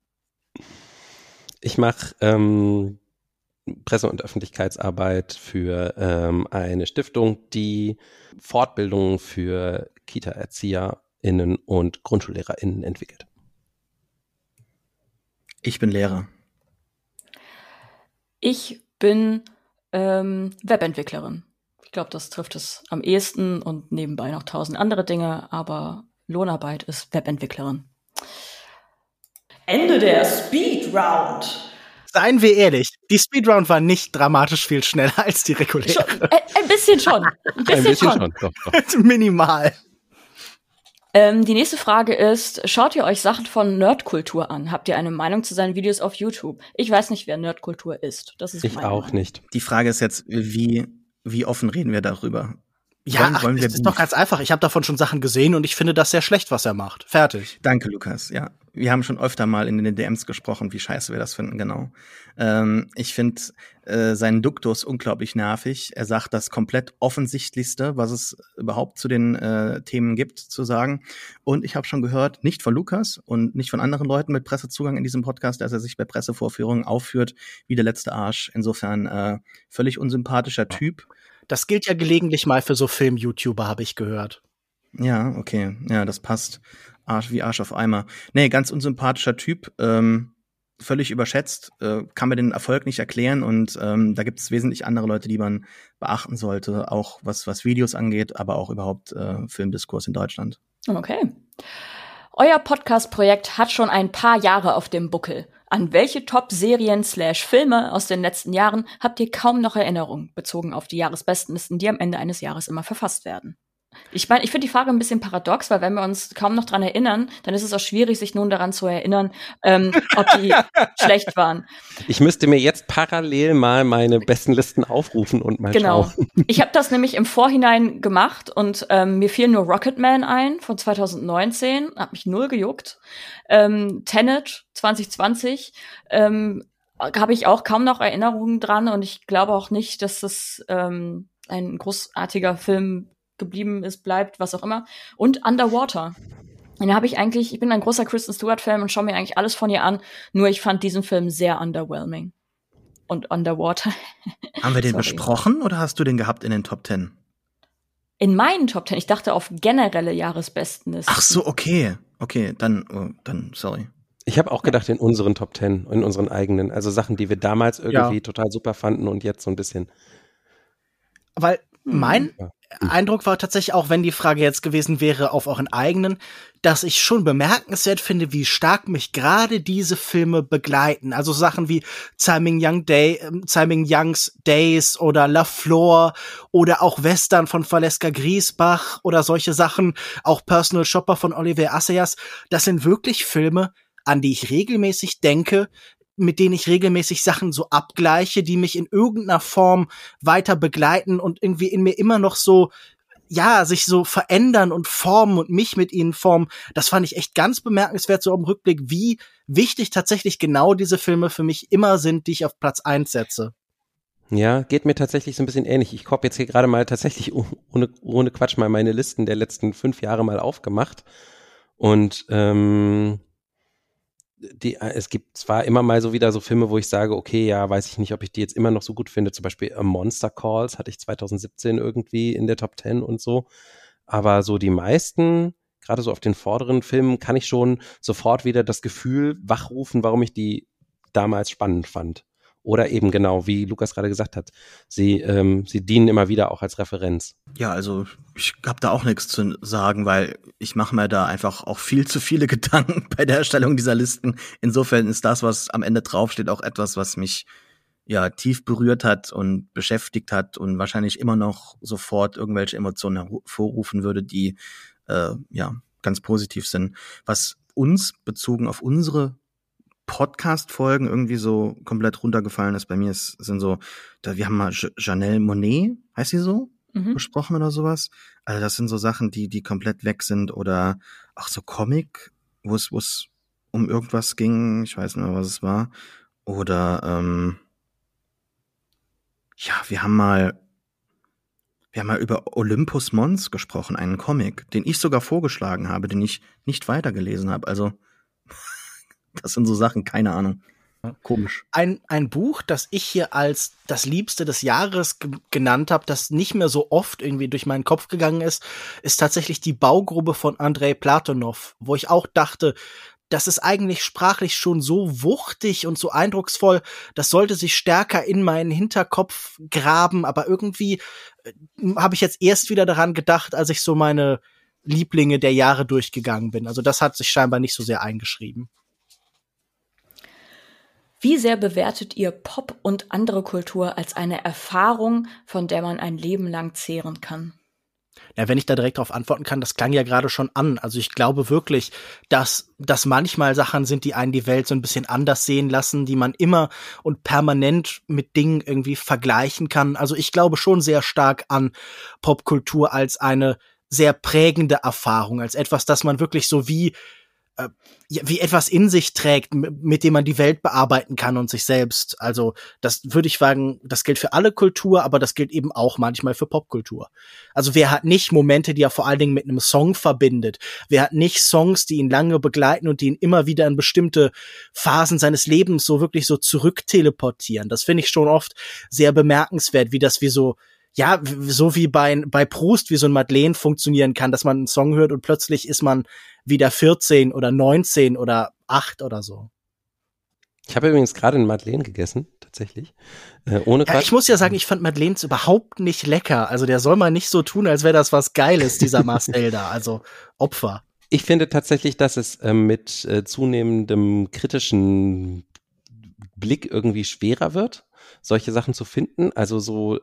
Ich mache Presse- und Öffentlichkeitsarbeit für eine Stiftung, die Fortbildungen für Kita-ErzieherInnen und GrundschullehrerInnen entwickelt. Ich bin Lehrer. Ich bin Webentwicklerin. Ich glaube, das trifft es am ehesten und nebenbei noch 1000 andere Dinge, aber Lohnarbeit ist Webentwicklerin. Ende der Speed Round. Seien wir ehrlich, die Speed Round war nicht dramatisch viel schneller als die reguläre. Ein bisschen schon. Ein bisschen schon. Doch. Minimal. Die nächste Frage ist, schaut ihr euch Sachen von Nerdkultur an? Habt ihr eine Meinung zu seinen Videos auf YouTube? Ich weiß nicht, wer Nerdkultur ist. Das ist ich auch nicht. Die Frage ist jetzt, wie offen reden wir darüber? Ja, das ist doch ganz einfach. Ich habe davon schon Sachen gesehen und ich finde das sehr schlecht, was er macht. Fertig. Danke, Lukas. Ja, wir haben schon öfter mal in den DMs gesprochen, wie scheiße wir das finden, genau. Ich finde seinen Duktus unglaublich nervig. Er sagt das komplett Offensichtlichste, was es überhaupt zu den Themen gibt, zu sagen. Und ich habe schon gehört, nicht von Lukas und nicht von anderen Leuten mit Pressezugang in diesem Podcast, dass er sich bei Pressevorführungen aufführt wie der letzte Arsch. Insofern völlig unsympathischer Typ. Das gilt ja gelegentlich mal für so Film-YouTuber, habe ich gehört. Ja, okay. Ja, das passt. Arsch auf Eimer. Nee, ganz unsympathischer Typ. Völlig überschätzt. Kann mir den Erfolg nicht erklären. Und da gibt es wesentlich andere Leute, die man beachten sollte. Auch was Videos angeht, aber auch überhaupt Filmdiskurs in Deutschland. Okay. Euer Podcast-Projekt hat schon ein paar Jahre auf dem Buckel. An welche Top-Serien/Filme aus den letzten Jahren habt ihr kaum noch Erinnerungen, bezogen auf die Jahresbestenlisten, die am Ende eines Jahres immer verfasst werden? Ich meine, ich finde die Frage ein bisschen paradox, weil wenn wir uns kaum noch dran erinnern, dann ist es auch schwierig, sich nun daran zu erinnern, ob die schlecht waren. Ich müsste mir jetzt parallel mal meine besten Listen aufrufen und mal schauen. Ich habe das nämlich im Vorhinein gemacht und mir fiel nur Rocketman ein von 2019, hat mich null gejuckt. Tenet 2020 habe ich auch kaum noch Erinnerungen dran und ich glaube auch nicht, dass das ein großartiger Film geblieben ist, bleibt, was auch immer. Und Underwater. Den habe ich bin ein großer Kristen Stewart-Fan und schaue mir eigentlich alles von ihr an, nur ich fand diesen Film sehr underwhelming. Und Underwater. Haben wir den besprochen oder hast du den gehabt in den Top 10? In meinen Top 10. Ich dachte auf generelle Jahresbestenlisten. Ach so, okay. Okay, dann sorry. Ich habe auch gedacht in unseren Top 10, in unseren eigenen. Also Sachen, die wir damals irgendwie total super fanden und jetzt so ein bisschen. Weil mein Eindruck war tatsächlich, auch wenn die Frage jetzt gewesen wäre auf euren eigenen, dass ich schon bemerkenswert finde, wie stark mich gerade diese Filme begleiten. Also Sachen wie Tsai Ming-Youngs Days oder La Flor oder auch Western von Valeska Griesbach oder solche Sachen, auch Personal Shopper von Olivier Assayas. Das sind wirklich Filme, an die ich regelmäßig denke, mit denen ich regelmäßig Sachen so abgleiche, die mich in irgendeiner Form weiter begleiten und irgendwie in mir immer noch so, ja, sich so verändern und formen und mich mit ihnen formen. Das fand ich echt ganz bemerkenswert, so im Rückblick, wie wichtig tatsächlich genau diese Filme für mich immer sind, die ich auf Platz 1 setze. Ja, geht mir tatsächlich so ein bisschen ähnlich. Ich habe jetzt hier gerade mal tatsächlich ohne Quatsch mal meine Listen der letzten 5 Jahre mal aufgemacht und es gibt zwar immer mal so wieder so Filme, wo ich sage, okay, ja, weiß ich nicht, ob ich die jetzt immer noch so gut finde. Zum Beispiel Monster Calls hatte ich 2017 irgendwie in der Top 10 und so. Aber so die meisten, gerade so auf den vorderen Filmen, kann ich schon sofort wieder das Gefühl wachrufen, warum ich die damals spannend fand. Oder eben genau, wie Lukas gerade gesagt hat, sie dienen immer wieder auch als Referenz. Ja, also ich habe da auch nichts zu sagen, weil ich mache mir da einfach auch viel zu viele Gedanken bei der Erstellung dieser Listen. Insofern ist das, was am Ende draufsteht, auch etwas, was mich ja tief berührt hat und beschäftigt hat und wahrscheinlich immer noch sofort irgendwelche Emotionen hervorrufen würde, die ja ganz positiv sind. Was uns bezogen auf unsere Podcast-Folgen irgendwie so komplett runtergefallen ist bei mir, sind so, wir haben mal Janelle Monáe, heißt sie so, besprochen oder sowas. Also das sind so Sachen, die komplett weg sind oder auch so Comic, wo es um irgendwas ging, ich weiß nicht mehr, was es war. Oder ja, wir haben mal über Olympus Mons gesprochen, einen Comic, den ich sogar vorgeschlagen habe, den ich nicht weitergelesen habe. Also das sind so Sachen, keine Ahnung. Komisch. Ein Buch, das ich hier als das Liebste des Jahres genannt habe, das nicht mehr so oft irgendwie durch meinen Kopf gegangen ist tatsächlich Die Baugrube von Andrei Platonow, wo ich auch dachte, das ist eigentlich sprachlich schon so wuchtig und so eindrucksvoll, das sollte sich stärker in meinen Hinterkopf graben, aber irgendwie habe ich jetzt erst wieder daran gedacht, als ich so meine Lieblinge der Jahre durchgegangen bin. Also das hat sich scheinbar nicht so sehr eingeschrieben. Wie sehr bewertet ihr Pop und andere Kultur als eine Erfahrung, von der man ein Leben lang zehren kann? Ja, wenn ich da direkt darauf antworten kann, das klang ja gerade schon an. Also ich glaube wirklich, dass das manchmal Sachen sind, die einen die Welt so ein bisschen anders sehen lassen, die man immer und permanent mit Dingen irgendwie vergleichen kann. Also ich glaube schon sehr stark an Popkultur als eine sehr prägende Erfahrung, als etwas, das man wirklich so wie etwas in sich trägt, mit dem man die Welt bearbeiten kann und sich selbst. Also das würde ich sagen, das gilt für alle Kultur, aber das gilt eben auch manchmal für Popkultur. Also wer hat nicht Momente, die er vor allen Dingen mit einem Song verbindet? Wer hat nicht Songs, die ihn lange begleiten und die ihn immer wieder in bestimmte Phasen seines Lebens so wirklich so zurückteleportieren? Das finde ich schon oft sehr bemerkenswert, wie das wie so, ja, so wie bei Proust, wie so ein Madeleine funktionieren kann, dass man einen Song hört und plötzlich ist man wieder 14 oder 19 oder 8 oder so. Ich habe übrigens gerade einen Madeleine gegessen, tatsächlich. Ohne Quatsch. Ja, ich muss ja sagen, ich fand Madeleines überhaupt nicht lecker. Also der soll mal nicht so tun, als wäre das was Geiles, dieser Marcel da. Also Opfer. Ich finde tatsächlich, dass es mit zunehmendem kritischen Blick irgendwie schwerer wird, solche Sachen zu finden. Also so,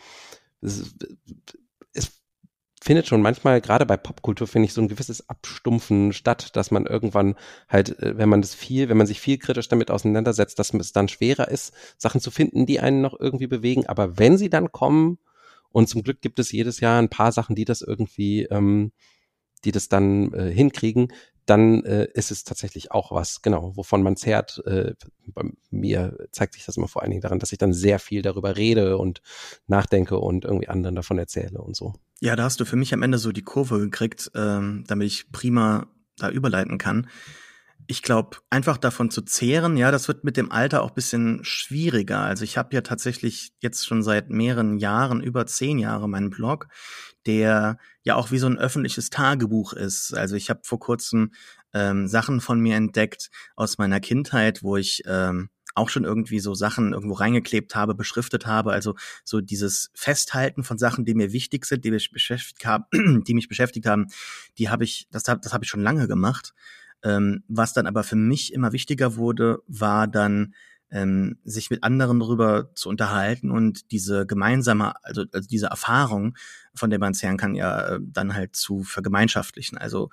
es findet schon manchmal, gerade bei Popkultur, finde ich, so ein gewisses Abstumpfen statt, dass man irgendwann halt, wenn man sich viel kritisch damit auseinandersetzt, dass es dann schwerer ist, Sachen zu finden, die einen noch irgendwie bewegen. Aber wenn sie dann kommen, und zum Glück gibt es jedes Jahr ein paar Sachen, die das irgendwie, die das dann hinkriegen, dann ist es tatsächlich auch was, genau, wovon man zehrt. Bei mir zeigt sich das immer vor allen Dingen daran, dass ich dann sehr viel darüber rede und nachdenke und irgendwie anderen davon erzähle und so. Ja, da hast du für mich am Ende so die Kurve gekriegt, damit ich prima da überleiten kann. Ich glaube, einfach davon zu zehren, ja, das wird mit dem Alter auch ein bisschen schwieriger. Also ich habe ja tatsächlich jetzt schon seit mehreren Jahren, über 10 Jahre, meinen Blog, der ja auch wie so ein öffentliches Tagebuch ist. Also ich habe vor kurzem Sachen von mir entdeckt aus meiner Kindheit, wo ich auch schon irgendwie so Sachen irgendwo reingeklebt habe, beschriftet habe. Also so dieses Festhalten von Sachen, die mir wichtig sind, die mich beschäftigt haben, das habe ich schon lange gemacht. Was dann aber für mich immer wichtiger wurde, war dann sich mit anderen darüber zu unterhalten und diese gemeinsame, also diese Erfahrung, von der man zehren kann, ja dann halt zu vergemeinschaftlichen. Also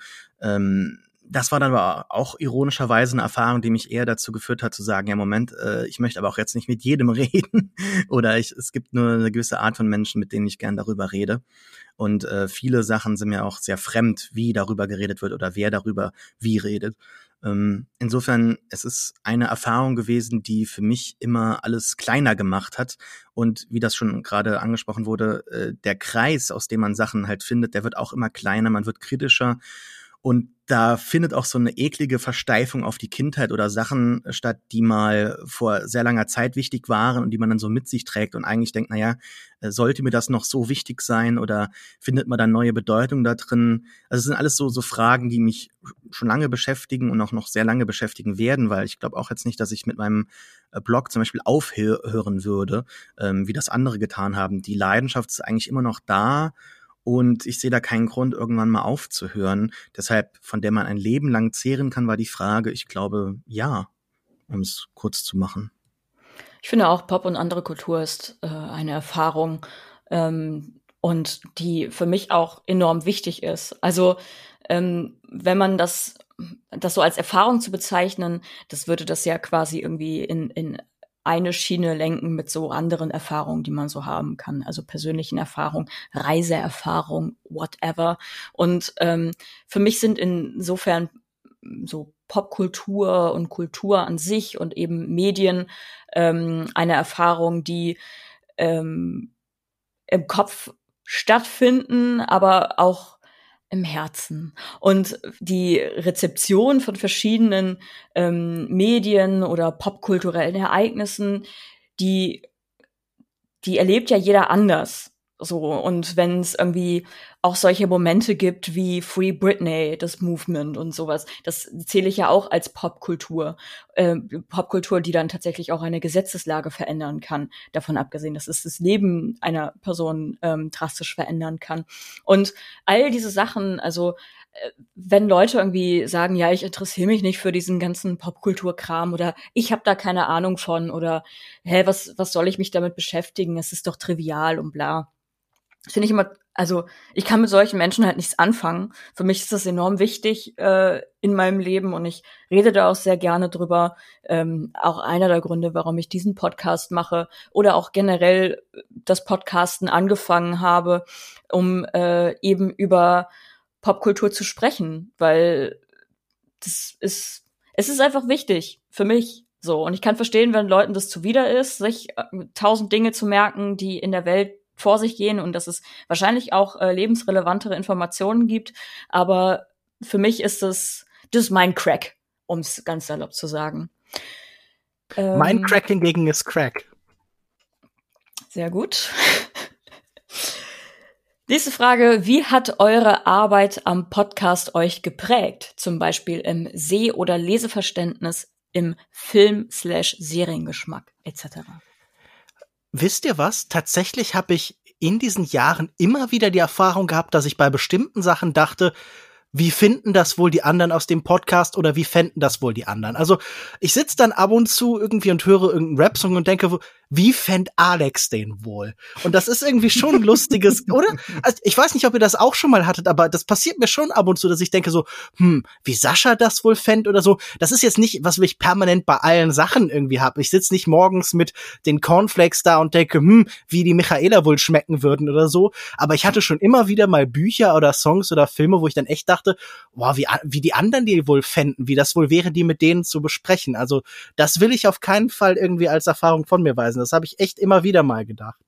das war dann aber auch ironischerweise eine Erfahrung, die mich eher dazu geführt hat zu sagen, ja Moment, ich möchte aber auch jetzt nicht mit jedem reden oder es gibt nur eine gewisse Art von Menschen, mit denen ich gern darüber rede. Und viele Sachen sind mir auch sehr fremd, wie darüber geredet wird oder wer darüber wie redet. Insofern, es ist eine Erfahrung gewesen, die für mich immer alles kleiner gemacht hat. Und wie das schon gerade angesprochen wurde, der Kreis, aus dem man Sachen halt findet, der wird auch immer kleiner, man wird kritischer. Und da findet auch so eine eklige Versteifung auf die Kindheit oder Sachen statt, die mal vor sehr langer Zeit wichtig waren und die man dann so mit sich trägt und eigentlich denkt, naja, sollte mir das noch so wichtig sein oder findet man da neue Bedeutung da drin? Also es sind alles so Fragen, die mich schon lange beschäftigen und auch noch sehr lange beschäftigen werden, weil ich glaube auch jetzt nicht, dass ich mit meinem Blog zum Beispiel aufhören würde, wie das andere getan haben. Die Leidenschaft ist eigentlich immer noch da. Und ich sehe da keinen Grund, irgendwann mal aufzuhören. Deshalb, von der man ein Leben lang zehren kann, war die Frage, ich glaube, ja, um es kurz zu machen. Ich finde auch, Pop und andere Kultur ist eine Erfahrung und die für mich auch enorm wichtig ist. Also wenn man das so als Erfahrung zu bezeichnen, das würde das ja quasi irgendwie in eine Schiene lenken mit so anderen Erfahrungen, die man so haben kann, also persönlichen Erfahrungen, Reiseerfahrung, whatever. Und für mich sind insofern so Popkultur und Kultur an sich und eben Medien eine Erfahrung, die im Kopf stattfinden, aber auch im Herzen. Und die Rezeption von verschiedenen Medien oder popkulturellen Ereignissen, die erlebt ja jeder anders. So, und wenn es irgendwie auch solche Momente gibt wie Free Britney, das Movement und sowas, das zähle ich ja auch als Popkultur. Popkultur, die dann tatsächlich auch eine Gesetzeslage verändern kann. Davon abgesehen, dass es das Leben einer Person drastisch verändern kann. Und all diese Sachen, also wenn Leute irgendwie sagen, ja, ich interessiere mich nicht für diesen ganzen Popkulturkram oder ich habe da keine Ahnung von oder was soll ich mich damit beschäftigen? Es ist doch trivial und bla. Das finde ich immer, also ich kann mit solchen Menschen halt nichts anfangen. Für mich ist das enorm wichtig in meinem Leben und ich rede da auch sehr gerne drüber. Auch einer der Gründe, warum ich diesen Podcast mache oder auch generell das Podcasten angefangen habe, um eben über Popkultur zu sprechen, weil es ist einfach wichtig für mich. So, und ich kann verstehen, wenn Leuten das zuwider ist, sich 1000 Dinge zu merken, die in der Welt vor sich gehen und dass es wahrscheinlich auch lebensrelevantere Informationen gibt. Aber für mich ist das ist mein Crack, um es ganz salopp zu sagen. Mein Crack hingegen ist Crack. Sehr gut. Nächste Frage. Wie hat eure Arbeit am Podcast euch geprägt? Zum Beispiel im Seh- oder Leseverständnis, im Film/Seriengeschmack etc.? Wisst ihr was? Tatsächlich habe ich in diesen Jahren immer wieder die Erfahrung gehabt, dass ich bei bestimmten Sachen dachte, wie finden das wohl die anderen aus dem Podcast oder wie fänden das wohl die anderen? Also ich sitze dann ab und zu irgendwie und höre irgendeinen Rap-Song und denke, wie fänd Alex den wohl? Und das ist irgendwie schon ein lustiges, oder? Also ich weiß nicht, ob ihr das auch schon mal hattet, aber das passiert mir schon ab und zu, dass ich denke so, wie Sascha das wohl fänd oder so. Das ist jetzt nicht, was ich permanent bei allen Sachen irgendwie habe. Ich sitze nicht morgens mit den Cornflakes da und denke, wie die Michaela wohl schmecken würden oder so. Aber ich hatte schon immer wieder mal Bücher oder Songs oder Filme, wo ich dann echt dachte, wow, wie die anderen die wohl fänden, wie das wohl wäre, die mit denen zu besprechen. Also das will ich auf keinen Fall irgendwie als Erfahrung von mir weisen. Das habe ich echt immer wieder mal gedacht.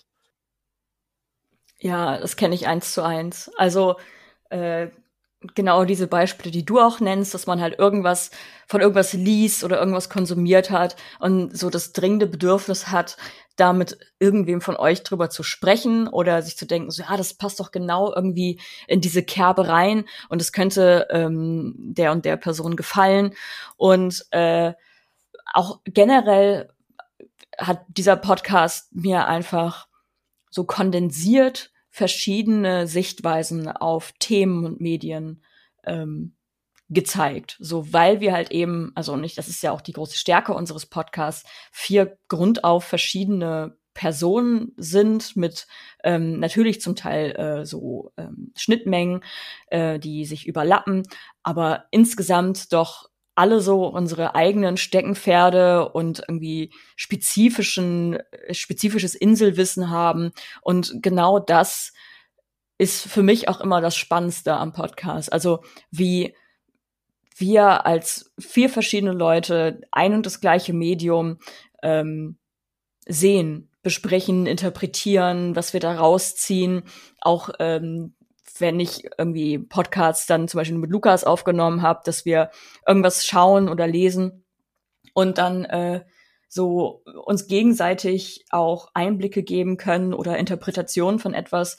Ja, das kenne ich 1:1. Also genau diese Beispiele, die du auch nennst, dass man halt von irgendwas liest oder irgendwas konsumiert hat und so das dringende Bedürfnis hat, da mit irgendwem von euch drüber zu sprechen oder sich zu denken, so ja, das passt doch genau irgendwie in diese Kerbe rein und es könnte der und der Person gefallen. Und auch generell hat dieser Podcast mir einfach so kondensiert verschiedene Sichtweisen auf Themen und Medien gezeigt. So, weil wir halt eben, also nicht, das ist ja auch die große Stärke unseres Podcasts, 4 grundauf verschiedene Personen sind mit natürlich zum Teil Schnittmengen, die sich überlappen, aber insgesamt doch alle so unsere eigenen Steckenpferde und irgendwie spezifisches Inselwissen haben. Und genau das ist für mich auch immer das Spannendste am Podcast. Also wie wir als 4 verschiedene Leute ein und das gleiche Medium sehen, besprechen, interpretieren, was wir da rausziehen. Auch wenn ich irgendwie Podcasts dann zum Beispiel mit Lukas aufgenommen habe, dass wir irgendwas schauen oder lesen und dann so uns gegenseitig auch Einblicke geben können oder Interpretationen von etwas,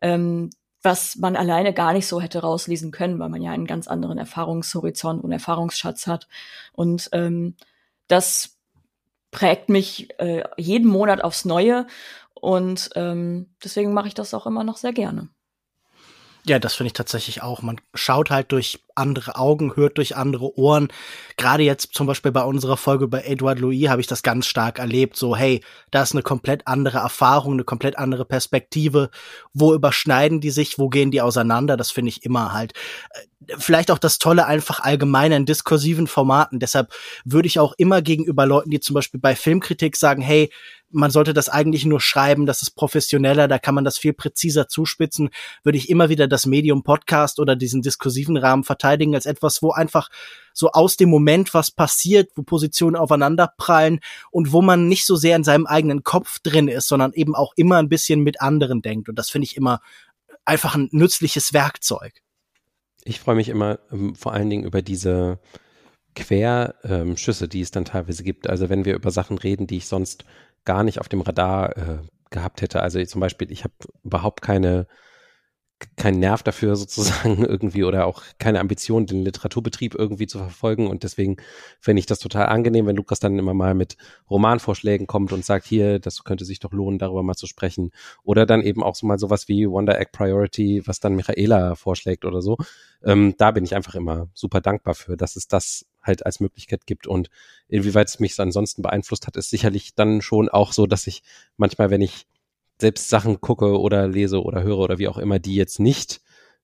was man alleine gar nicht so hätte rauslesen können, weil man ja einen ganz anderen Erfahrungshorizont und Erfahrungsschatz hat. Und das prägt mich jeden Monat aufs Neue und deswegen mache ich das auch immer noch sehr gerne. Ja, das finde ich tatsächlich auch. Man schaut halt durch andere Augen, hört durch andere Ohren. Gerade jetzt zum Beispiel bei unserer Folge bei Edouard Louis habe ich das ganz stark erlebt. So, hey, da ist eine komplett andere Erfahrung, eine komplett andere Perspektive. Wo überschneiden die sich? Wo gehen die auseinander? Das finde ich immer halt. Vielleicht auch das Tolle einfach allgemein in diskursiven Formaten. Deshalb würde ich auch immer gegenüber Leuten, die zum Beispiel bei Filmkritik sagen, hey, man sollte das eigentlich nur schreiben, das ist professioneller, da kann man das viel präziser zuspitzen, würde ich immer wieder das Medium Podcast oder diesen diskursiven Rahmen verteidigen als etwas, wo einfach so aus dem Moment was passiert, wo Positionen aufeinanderprallen und wo man nicht so sehr in seinem eigenen Kopf drin ist, sondern eben auch immer ein bisschen mit anderen denkt. Und das finde ich immer einfach ein nützliches Werkzeug. Ich freue mich immer vor allen Dingen über diese Querschüsse, die es dann teilweise gibt. Also wenn wir über Sachen reden, die ich sonst gar nicht auf dem Radar gehabt hätte. Also zum Beispiel, ich habe überhaupt keinen Nerv dafür sozusagen irgendwie oder auch keine Ambition, den Literaturbetrieb irgendwie zu verfolgen und deswegen fände ich das total angenehm, wenn Lukas dann immer mal mit Romanvorschlägen kommt und sagt, hier, das könnte sich doch lohnen, darüber mal zu sprechen oder dann eben auch so mal sowas wie Wonder Egg Priority, was dann Michaela vorschlägt oder so. Da bin ich einfach immer super dankbar für, dass es das halt als Möglichkeit gibt und inwieweit es mich ansonsten beeinflusst hat, ist sicherlich dann schon auch so, dass ich manchmal, wenn ich selbst Sachen gucke oder lese oder höre oder wie auch immer, die jetzt nicht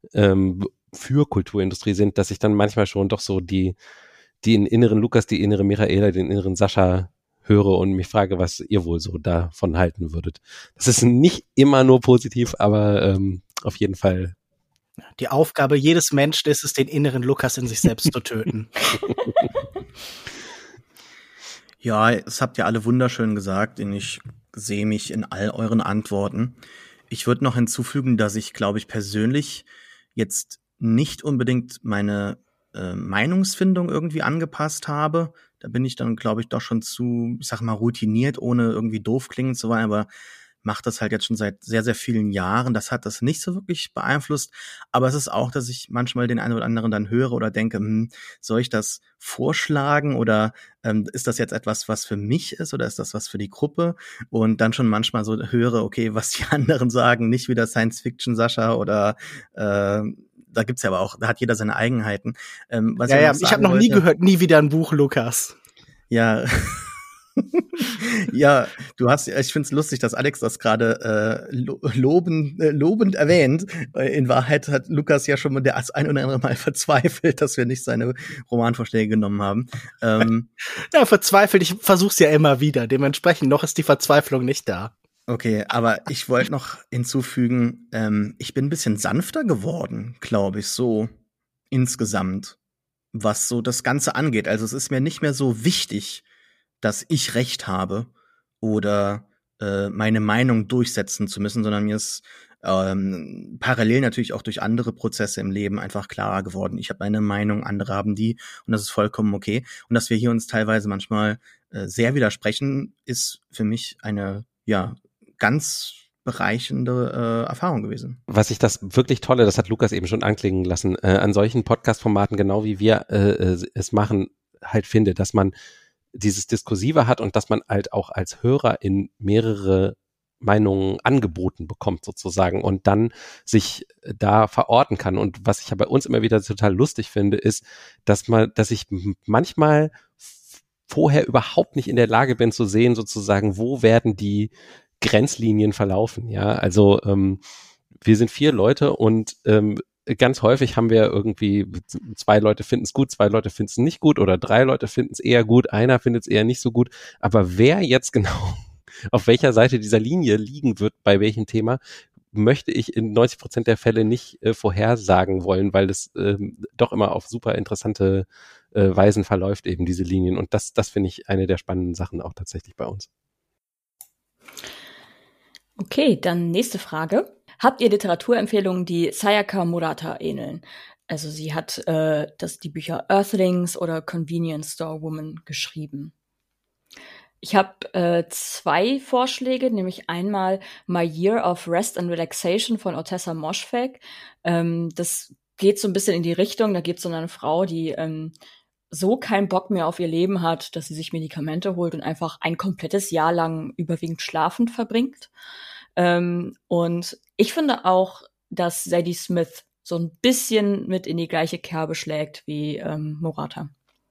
für Kulturindustrie sind, dass ich dann manchmal schon doch so den inneren Lukas, die innere Michaela, den inneren Sascha höre und mich frage, was ihr wohl so davon halten würdet. Das ist nicht immer nur positiv, aber auf jeden Fall. Die Aufgabe jedes Menschen ist es, den inneren Lukas in sich selbst zu töten. Ja, das habt ihr alle wunderschön gesagt und ich sehe mich in all euren Antworten. Ich würde noch hinzufügen, dass ich, glaube ich, persönlich jetzt nicht unbedingt meine Meinungsfindung irgendwie angepasst habe. Da bin ich dann, glaube ich, doch schon zu, ich sag mal, routiniert, ohne irgendwie doof klingen zu wollen, aber mache das halt jetzt schon seit sehr, sehr vielen Jahren. Das hat das nicht so wirklich beeinflusst. Aber es ist auch, dass ich manchmal den einen oder anderen dann höre oder denke, soll ich das vorschlagen oder ist das jetzt etwas, was für mich ist oder ist das was für die Gruppe? Und dann schon manchmal so höre, okay, was die anderen sagen, nicht wieder Science-Fiction, Sascha, oder da gibt's ja aber auch, da hat jeder seine Eigenheiten. Ich habe noch nie gehört, nie wieder ein Buch, Lukas. Ja. Ja, ich find's lustig, dass Alex das gerade lobend erwähnt. In Wahrheit hat Lukas ja schon mal das ein oder andere Mal verzweifelt, dass wir nicht seine Romanvorschläge genommen haben. Ja, verzweifelt, ich versuch's ja immer wieder. Dementsprechend noch ist die Verzweiflung nicht da. Okay, aber ich wollte noch hinzufügen, ich bin ein bisschen sanfter geworden, glaube ich, so insgesamt, was so das Ganze angeht. Also es ist mir nicht mehr so wichtig, dass ich Recht habe oder meine Meinung durchsetzen zu müssen, sondern mir ist parallel natürlich auch durch andere Prozesse im Leben einfach klarer geworden. Ich habe meine Meinung, andere haben die und das ist vollkommen okay. Und dass wir hier uns teilweise manchmal sehr widersprechen, ist für mich eine, ganz bereichernde Erfahrung gewesen. Was ich das wirklich Tolle, das hat Lukas eben schon anklingen lassen, an solchen Podcast-Formaten, genau wie wir es machen, halt finde, dass man dieses Diskursive hat und dass man halt auch als Hörer in mehrere Meinungen angeboten bekommt sozusagen und dann sich da verorten kann. Und was ich ja bei uns immer wieder total lustig finde, ist, dass ich manchmal vorher überhaupt nicht in der Lage bin zu sehen, sozusagen, wo werden die Grenzlinien verlaufen. Ja, also wir sind 4 Leute und ganz häufig haben wir irgendwie 2 Leute finden es gut, 2 Leute finden es nicht gut oder 3 Leute finden es eher gut, einer findet es eher nicht so gut. Aber wer jetzt genau auf welcher Seite dieser Linie liegen wird, bei welchem Thema, möchte ich in 90% der Fälle nicht vorhersagen wollen, weil es doch immer auf super interessante Weisen verläuft, eben diese Linien. Und das finde ich eine der spannenden Sachen auch tatsächlich bei uns. Okay, dann nächste Frage. Habt ihr Literaturempfehlungen, die Sayaka Murata ähneln? Also sie hat die Bücher Earthlings oder Convenience Store Woman geschrieben. Ich habe 2 Vorschläge, nämlich einmal My Year of Rest and Relaxation von Ottessa Moshfegh. Das geht so ein bisschen in die Richtung, da geht es um eine Frau, die so keinen Bock mehr auf ihr Leben hat, dass sie sich Medikamente holt und einfach ein komplettes Jahr lang überwiegend schlafend verbringt. Und ich finde auch, dass Zadie Smith so ein bisschen mit in die gleiche Kerbe schlägt wie Murata.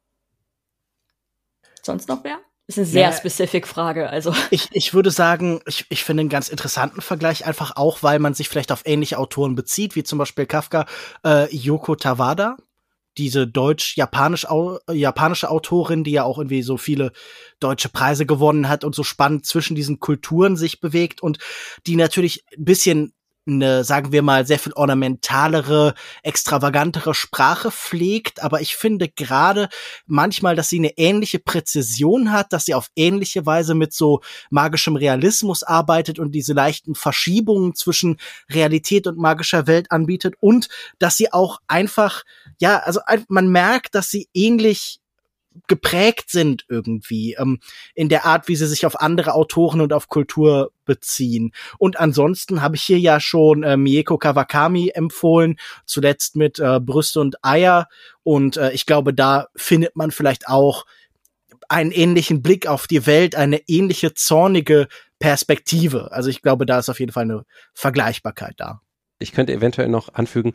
Sonst noch wer? Ist eine sehr specific Frage, also. Ich würde sagen, ich finde einen ganz interessanten Vergleich, einfach auch, weil man sich vielleicht auf ähnliche Autoren bezieht, wie zum Beispiel Kafka, Yoko Tawada, diese deutsch-japanische Autorin, die ja auch irgendwie so viele deutsche Preise gewonnen hat und so spannend zwischen diesen Kulturen sich bewegt und die natürlich ein bisschen eine, sagen wir mal, sehr viel ornamentalere, extravagantere Sprache pflegt, aber ich finde gerade manchmal, dass sie eine ähnliche Präzision hat, dass sie auf ähnliche Weise mit so magischem Realismus arbeitet und diese leichten Verschiebungen zwischen Realität und magischer Welt anbietet und dass sie auch einfach, ja, also man merkt, dass sie ähnlich geprägt sind irgendwie in der Art, wie sie sich auf andere Autoren und auf Kultur beziehen. Und ansonsten habe ich hier ja schon Mieko Kawakami empfohlen, zuletzt mit Brüste und Eier. Und ich glaube, da findet man vielleicht auch einen ähnlichen Blick auf die Welt, eine ähnliche zornige Perspektive. Also ich glaube, da ist auf jeden Fall eine Vergleichbarkeit da. Ich könnte eventuell noch anfügen,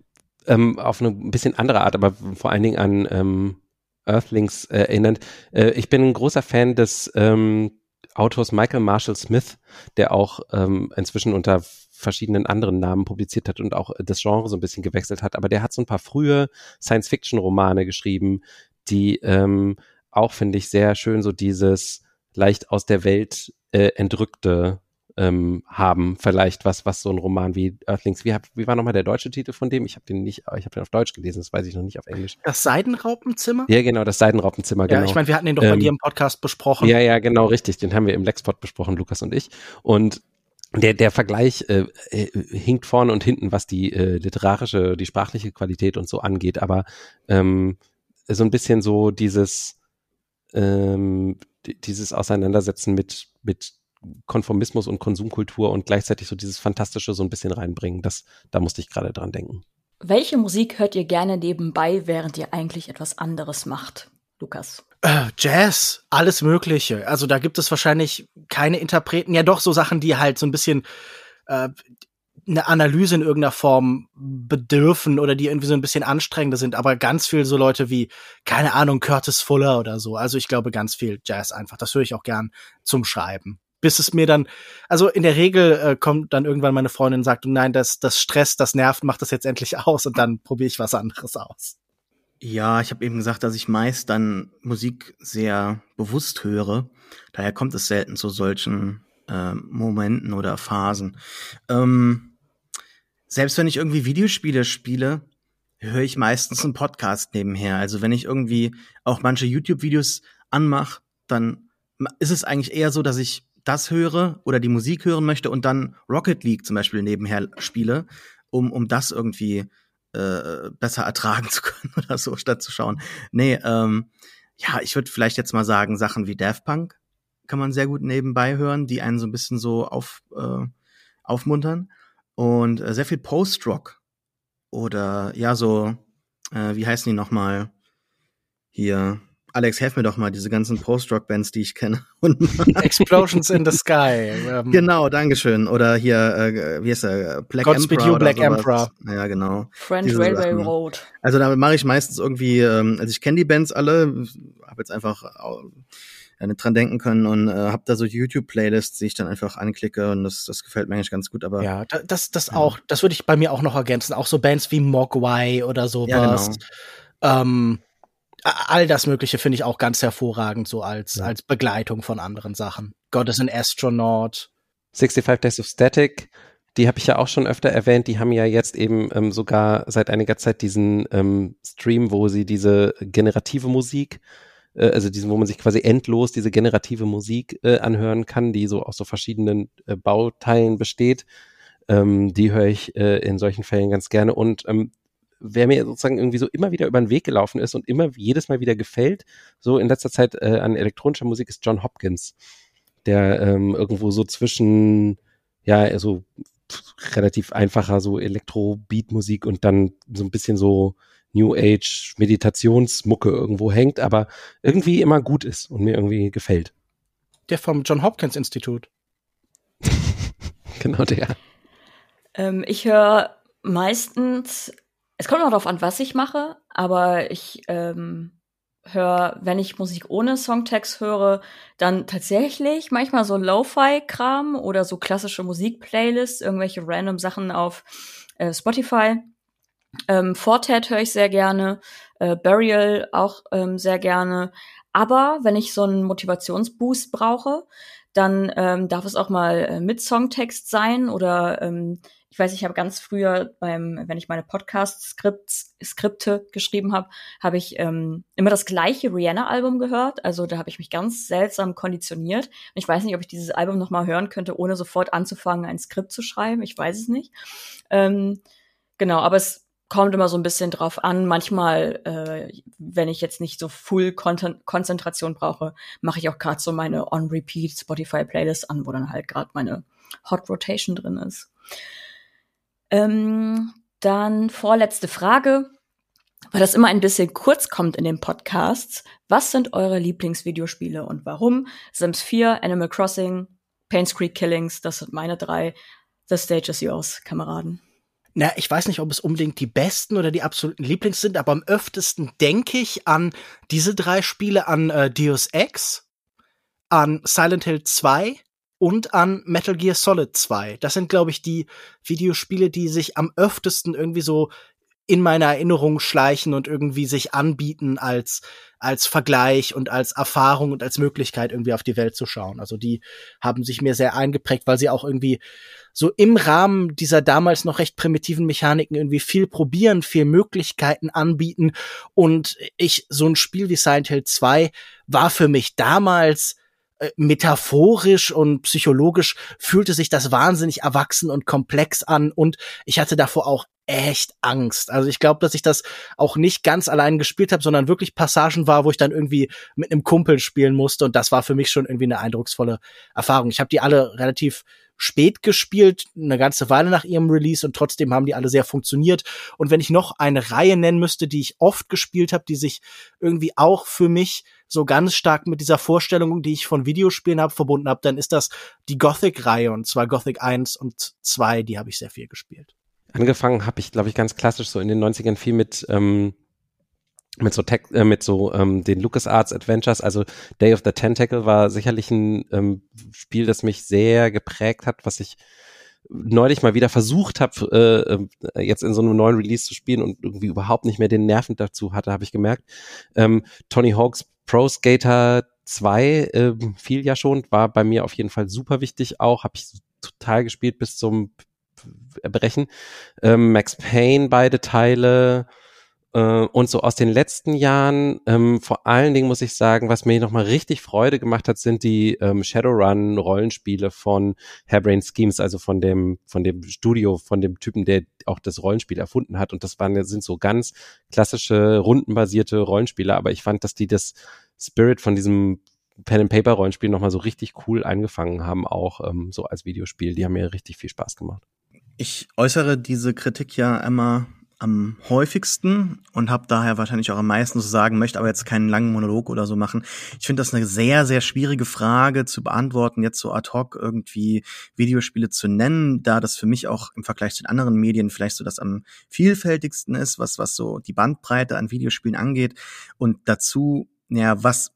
auf eine ein bisschen andere Art, aber vor allen Dingen an Earthlings erinnert. Ich bin ein großer Fan des Autors Michael Marshall Smith, der auch inzwischen unter verschiedenen anderen Namen publiziert hat und auch das Genre so ein bisschen gewechselt hat. Aber der hat so ein paar frühe Science-Fiction-Romane geschrieben, die auch, finde ich, sehr schön so dieses leicht aus der Welt entrückte haben, vielleicht was so ein Roman wie Earthlings, wie war nochmal der deutsche Titel von dem? Ich habe den auf Deutsch gelesen, das weiß ich noch nicht auf Englisch. Das Seidenraupenzimmer? Ja, genau, das Seidenraupenzimmer, genau. Ja, ich meine, wir hatten den doch bei dir im Podcast besprochen. Ja, genau, richtig, den haben wir im Lexpod besprochen, Lukas und ich. Und der Vergleich hinkt vorne und hinten, was die die sprachliche Qualität und so angeht, aber so ein bisschen so dieses Auseinandersetzen mit Konformismus und Konsumkultur und gleichzeitig so dieses Fantastische so ein bisschen reinbringen. Da musste ich gerade dran denken. Welche Musik hört ihr gerne nebenbei, während ihr eigentlich etwas anderes macht, Lukas? Jazz, alles Mögliche. Also da gibt es wahrscheinlich keine Interpreten. Ja doch, so Sachen, die halt so ein bisschen eine Analyse in irgendeiner Form bedürfen oder die irgendwie so ein bisschen anstrengender sind, aber ganz viel so Leute wie, keine Ahnung, Curtis Fuller oder so. Also ich glaube ganz viel Jazz einfach. Das höre ich auch gern zum Schreiben. Bis es mir dann, also in der Regel kommt dann irgendwann meine Freundin und sagt, nein, das stresst, das nervt, mach das jetzt endlich aus und dann probiere ich was anderes aus. Ja, ich habe eben gesagt, dass ich meist dann Musik sehr bewusst höre. Daher kommt es selten zu solchen Momenten oder Phasen. Selbst wenn ich irgendwie Videospiele spiele, höre ich meistens einen Podcast nebenher. Also wenn ich irgendwie auch manche YouTube-Videos anmache, dann ist es eigentlich eher so, dass ich das höre oder die Musik hören möchte und dann Rocket League zum Beispiel nebenher spiele, um das irgendwie besser ertragen zu können oder so, statt zu schauen. Nee, ja, ich würde vielleicht jetzt mal sagen, Sachen wie Daft Punk kann man sehr gut nebenbei hören, die einen so ein bisschen so aufmuntern. Und sehr viel Post-Rock oder ja, so, wie heißen die nochmal? Hier, Alex, helf mir doch mal, diese ganzen Post-Rock-Bands, die ich kenne. Explosions in the Sky. Genau, dankeschön. Oder hier, wie heißt der? Black Godspeed Emperor. You, Black Emperor. Ja, genau. French Railway Road. Also damit mache ich meistens irgendwie, also ich kenne die Bands alle, habe jetzt einfach nicht dran denken können und habe da so YouTube-Playlists, die ich dann einfach anklicke und das gefällt mir eigentlich ganz gut. Aber ja, das auch, das würde ich bei mir auch noch ergänzen. Auch so Bands wie Mogwai oder sowas. Ja, genau. All das Mögliche finde ich auch ganz hervorragend, so als Begleitung von anderen Sachen. God is an Astronaut. 65 Days of Static, die habe ich ja auch schon öfter erwähnt, die haben ja jetzt eben sogar seit einiger Zeit diesen Stream, wo sie diese generative Musik, also diesen, wo man sich quasi endlos diese generative Musik anhören kann, die so aus so verschiedenen Bauteilen besteht. Die höre ich in solchen Fällen ganz gerne und wer mir sozusagen irgendwie so immer wieder über den Weg gelaufen ist und immer jedes Mal wieder gefällt, so in letzter Zeit an elektronischer Musik, ist John Hopkins, der irgendwo so zwischen, ja, so relativ einfacher so Elektro-Beat-Musik und dann so ein bisschen so New Age Meditationsmucke irgendwo hängt, aber irgendwie immer gut ist und mir irgendwie gefällt. Der vom John Hopkins Institut. Genau der. Ich höre meistens, es kommt auch darauf an, was ich mache, aber ich höre, wenn ich Musik ohne Songtext höre, dann tatsächlich manchmal so Lo-Fi-Kram oder so klassische Musikplaylists, irgendwelche random Sachen auf Spotify. Fortet höre ich sehr gerne, Burial auch sehr gerne. Aber wenn ich so einen Motivationsboost brauche, dann darf es auch mal mit Songtext sein oder ich weiß, ich habe ganz früher wenn ich meine Podcast-Skripte geschrieben habe, habe ich immer das gleiche Rihanna-Album gehört. Also da habe ich mich ganz seltsam konditioniert. Und ich weiß nicht, ob ich dieses Album noch mal hören könnte, ohne sofort anzufangen, ein Skript zu schreiben. Ich weiß es nicht. Genau, aber es kommt immer so ein bisschen drauf an. Manchmal, wenn ich jetzt nicht so full Konzentration brauche, mache ich auch gerade so meine On-Repeat Spotify-Playlist an, wo dann halt gerade meine Hot Rotation drin ist. Dann vorletzte Frage, weil das immer ein bisschen kurz kommt in den Podcasts. Was sind eure Lieblingsvideospiele und warum? Sims 4, Animal Crossing, Payne's Creek Killings, das sind meine 3. The stage is yours, Kameraden. Na, ich weiß nicht, ob es unbedingt die besten oder die absoluten Lieblings sind, aber am öftesten denke ich an diese 3 Spiele, an Deus Ex, an Silent Hill 2 und an Metal Gear Solid 2. Das sind, glaube ich, die Videospiele, die sich am öftesten irgendwie so in meiner Erinnerung schleichen und irgendwie sich anbieten als Vergleich und als Erfahrung und als Möglichkeit, irgendwie auf die Welt zu schauen. Also die haben sich mir sehr eingeprägt, weil sie auch irgendwie so im Rahmen dieser damals noch recht primitiven Mechaniken irgendwie viel probieren, viel Möglichkeiten anbieten. Und so ein Spiel wie Silent Hill 2 war für mich damals metaphorisch und psychologisch fühlte sich das wahnsinnig erwachsen und komplex an und ich hatte davor auch echt Angst. Also ich glaube, dass ich das auch nicht ganz allein gespielt habe, sondern wirklich Passagen war, wo ich dann irgendwie mit einem Kumpel spielen musste und das war für mich schon irgendwie eine eindrucksvolle Erfahrung. Ich habe die alle relativ spät gespielt, eine ganze Weile nach ihrem Release, und trotzdem haben die alle sehr funktioniert. Und wenn ich noch eine Reihe nennen müsste, die ich oft gespielt habe, die sich irgendwie auch für mich so ganz stark mit dieser Vorstellung, die ich von Videospielen habe, verbunden habe, dann ist das die Gothic-Reihe, und zwar Gothic 1 und 2, die habe ich sehr viel gespielt. Angefangen habe ich, glaube ich, ganz klassisch so in den 90ern viel mit den LucasArts Adventures, also Day of the Tentacle war sicherlich ein Spiel, das mich sehr geprägt hat, was ich neulich mal wieder versucht habe, jetzt in so einem neuen Release zu spielen und irgendwie überhaupt nicht mehr den Nerven dazu hatte, habe ich gemerkt. Tony Hawk's Pro Skater 2 fiel ja schon, war bei mir auf jeden Fall super wichtig auch, habe ich total gespielt bis zum Erbrechen. Max Payne, beide Teile, und so aus den letzten Jahren, vor allen Dingen muss ich sagen, was mir nochmal richtig Freude gemacht hat, sind die Shadowrun-Rollenspiele von Harebrained Schemes, also von dem Studio, von dem Typen, der auch das Rollenspiel erfunden hat. Und das sind so ganz klassische, rundenbasierte Rollenspiele. Aber ich fand, dass die das Spirit von diesem Pen-and-Paper-Rollenspiel nochmal so richtig cool eingefangen haben, auch so als Videospiel. Die haben mir richtig viel Spaß gemacht. Ich äußere diese Kritik ja immer am häufigsten und habe daher wahrscheinlich auch am meisten zu sagen, möchte aber jetzt keinen langen Monolog oder so machen. Ich finde das eine sehr, sehr schwierige Frage zu beantworten, jetzt so ad hoc irgendwie Videospiele zu nennen, da das für mich auch im Vergleich zu den anderen Medien vielleicht so das am vielfältigsten ist, was so die Bandbreite an Videospielen angeht. Und dazu, ja, was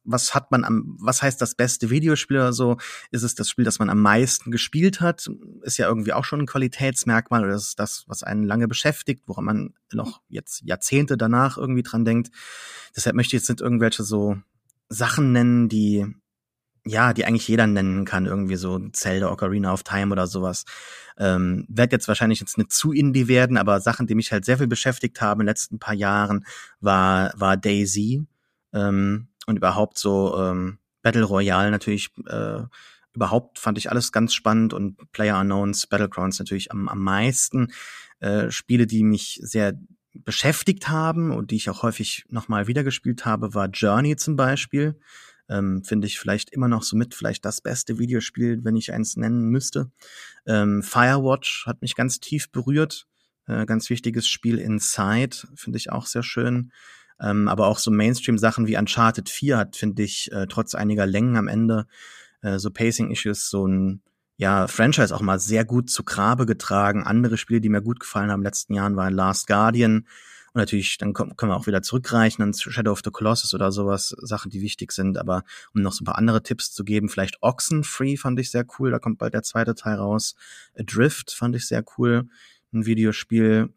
heißt das beste Videospiel oder so? Ist es das Spiel, das man am meisten gespielt hat? Ist ja irgendwie auch schon ein Qualitätsmerkmal, oder ist es das, was einen lange beschäftigt, woran man noch jetzt Jahrzehnte danach irgendwie dran denkt? Deshalb möchte ich jetzt nicht irgendwelche so Sachen nennen, die eigentlich jeder nennen kann, irgendwie so Zelda, Ocarina of Time oder sowas. Werd jetzt wahrscheinlich jetzt nicht zu Indie werden, aber Sachen, die mich halt sehr viel beschäftigt haben in den letzten paar Jahren, war DayZ. Und überhaupt so Battle Royale natürlich, überhaupt fand ich alles ganz spannend, und PlayerUnknown's Battlegrounds natürlich am meisten. Spiele, die mich sehr beschäftigt haben und die ich auch häufig nochmal wieder gespielt habe, war Journey zum Beispiel. Finde ich vielleicht immer noch so vielleicht das beste Videospiel, wenn ich eins nennen müsste. Firewatch hat mich ganz tief berührt. Ganz wichtiges Spiel. Inside finde ich auch sehr schön. Aber auch so Mainstream-Sachen wie Uncharted 4 hat, finde ich, trotz einiger Längen am Ende, so Pacing-Issues, so ein Franchise auch mal sehr gut zu Grabe getragen. Andere Spiele, die mir gut gefallen haben in den letzten Jahren, waren Last Guardian. Und natürlich, dann können wir auch wieder zurückreichen an Shadow of the Colossus oder sowas, Sachen, die wichtig sind. Aber um noch so ein paar andere Tipps zu geben, vielleicht Oxenfree fand ich sehr cool, da kommt bald der zweite Teil raus. Adrift fand ich sehr cool. Ein Videospiel,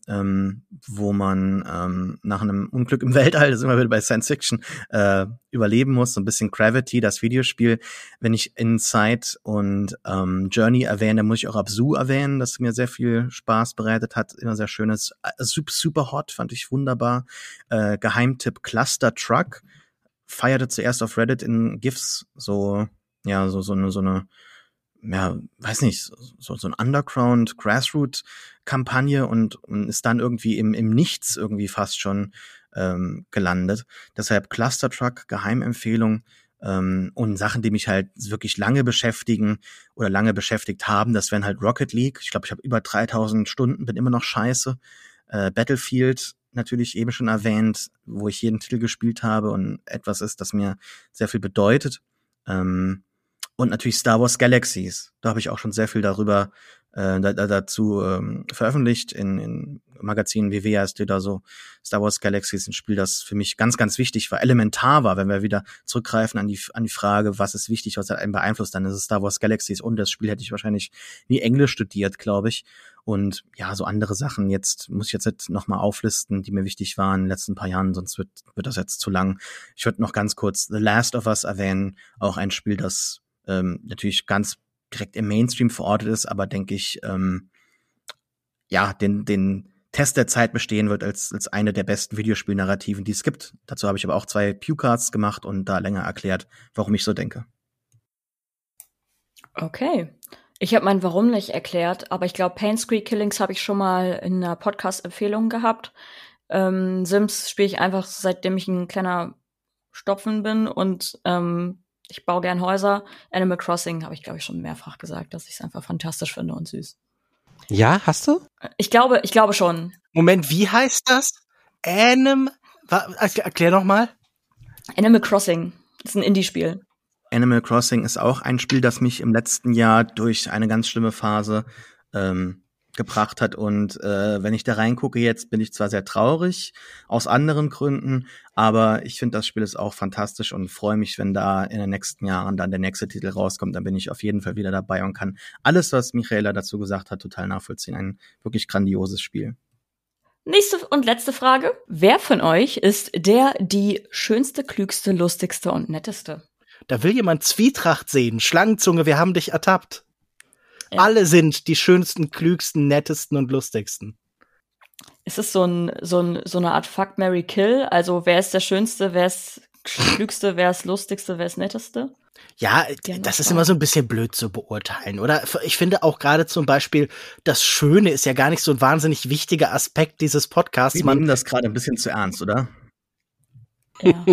wo man nach einem Unglück im Weltall, das ist immer wieder bei Science Fiction, überleben muss. So ein bisschen Gravity, das Videospiel. Wenn ich Inside und Journey erwähne, muss ich auch Abzu erwähnen, das mir sehr viel Spaß bereitet hat. Immer sehr schönes. Super Hot fand ich wunderbar. Geheimtipp Cluster Truck. Feierte zuerst auf Reddit in GIFs so eine weiß nicht, so ein Underground, Grassroot-Kampagne und ist dann irgendwie im Nichts irgendwie fast schon gelandet. Deshalb Cluster Truck, Geheimempfehlung, und Sachen, die mich halt wirklich lange beschäftigen oder lange beschäftigt haben, das wären halt Rocket League. Ich glaube, ich habe über 3000 Stunden, bin immer noch scheiße. Battlefield, natürlich eben schon erwähnt, wo ich jeden Titel gespielt habe und etwas ist, das mir sehr viel bedeutet. Und natürlich Star Wars Galaxies. Da habe ich auch schon sehr viel darüber dazu veröffentlicht in Magazinen wie WASD oder so. Star Wars Galaxies, ein Spiel, das für mich ganz, ganz wichtig war, elementar war, wenn wir wieder zurückgreifen an die Frage, was ist wichtig, was hat einen beeinflusst, dann ist es Star Wars Galaxies. Und das Spiel hätte ich wahrscheinlich nie Englisch studiert, glaube ich. Und ja, so andere Sachen muss ich jetzt nicht nochmal auflisten, die mir wichtig waren in den letzten paar Jahren, sonst wird das jetzt zu lang. Ich würde noch ganz kurz The Last of Us erwähnen, auch ein Spiel, das natürlich ganz direkt im Mainstream verortet ist, aber denke ich, den Test der Zeit bestehen wird als eine der besten Videospielnarrativen, die es gibt. Dazu habe ich aber auch 2 Pewcasts gemacht und da länger erklärt, warum ich so denke. Okay. Ich habe mein Warum nicht erklärt, aber ich glaube, Pain Scree Killings habe ich schon mal in einer Podcast-Empfehlung gehabt. Sims spiele ich einfach, seitdem ich ein kleiner Stopfen bin, und Ich baue gern Häuser. Animal Crossing habe ich, glaube ich, schon mehrfach gesagt, dass ich es einfach fantastisch finde und süß. Ja, hast du? Ich glaube schon. Moment, wie heißt das? Erklär noch mal. Animal Crossing ist ein Indie-Spiel. Animal Crossing ist auch ein Spiel, das mich im letzten Jahr durch eine ganz schlimme Phase gebracht hat. Und wenn ich da reingucke jetzt, bin ich zwar sehr traurig, aus anderen Gründen, aber ich finde, das Spiel ist auch fantastisch und freue mich, wenn da in den nächsten Jahren dann der nächste Titel rauskommt. Dann bin ich auf jeden Fall wieder dabei und kann alles, was Michaela dazu gesagt hat, total nachvollziehen. Ein wirklich grandioses Spiel. Nächste und letzte Frage. Wer von euch ist die schönste, klügste, lustigste und netteste? Da will jemand Zwietracht sehen. Schlangenzunge, wir haben dich ertappt. Ja. Alle sind die schönsten, klügsten, nettesten und lustigsten. Ist es so eine Art Fuck, Marry, Kill? Also wer ist der Schönste, wer ist Klügste, wer ist Lustigste, wer ist Netteste? Ja, das ist immer so ein bisschen blöd zu beurteilen, oder? Ich finde auch gerade zum Beispiel, das Schöne ist ja gar nicht so ein wahnsinnig wichtiger Aspekt dieses Podcasts. Wir nehmen das gerade ein bisschen zu ernst, oder? Ja.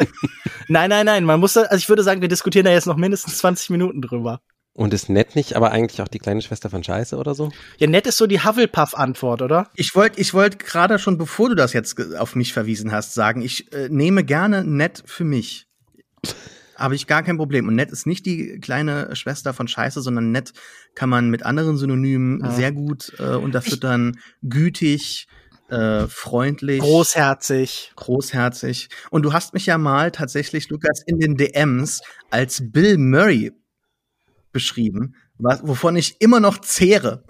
Nein, man muss, also ich würde sagen, wir diskutieren da jetzt noch mindestens 20 Minuten drüber. Und ist nett nicht, aber eigentlich auch die kleine Schwester von Scheiße oder so? Ja, nett ist so die Hufflepuff-Antwort, oder? Ich wollte gerade schon, bevor du das jetzt auf mich verwiesen hast, sagen, ich nehme gerne nett für mich. Habe ich gar kein Problem. Und nett ist nicht die kleine Schwester von Scheiße, sondern nett kann man mit anderen Synonymen sehr gut unterfüttern. Gütig, freundlich. Großherzig. Und du hast mich ja mal tatsächlich, Lukas, in den DMs als Bill Murray beschrieben, wovon ich immer noch zehre.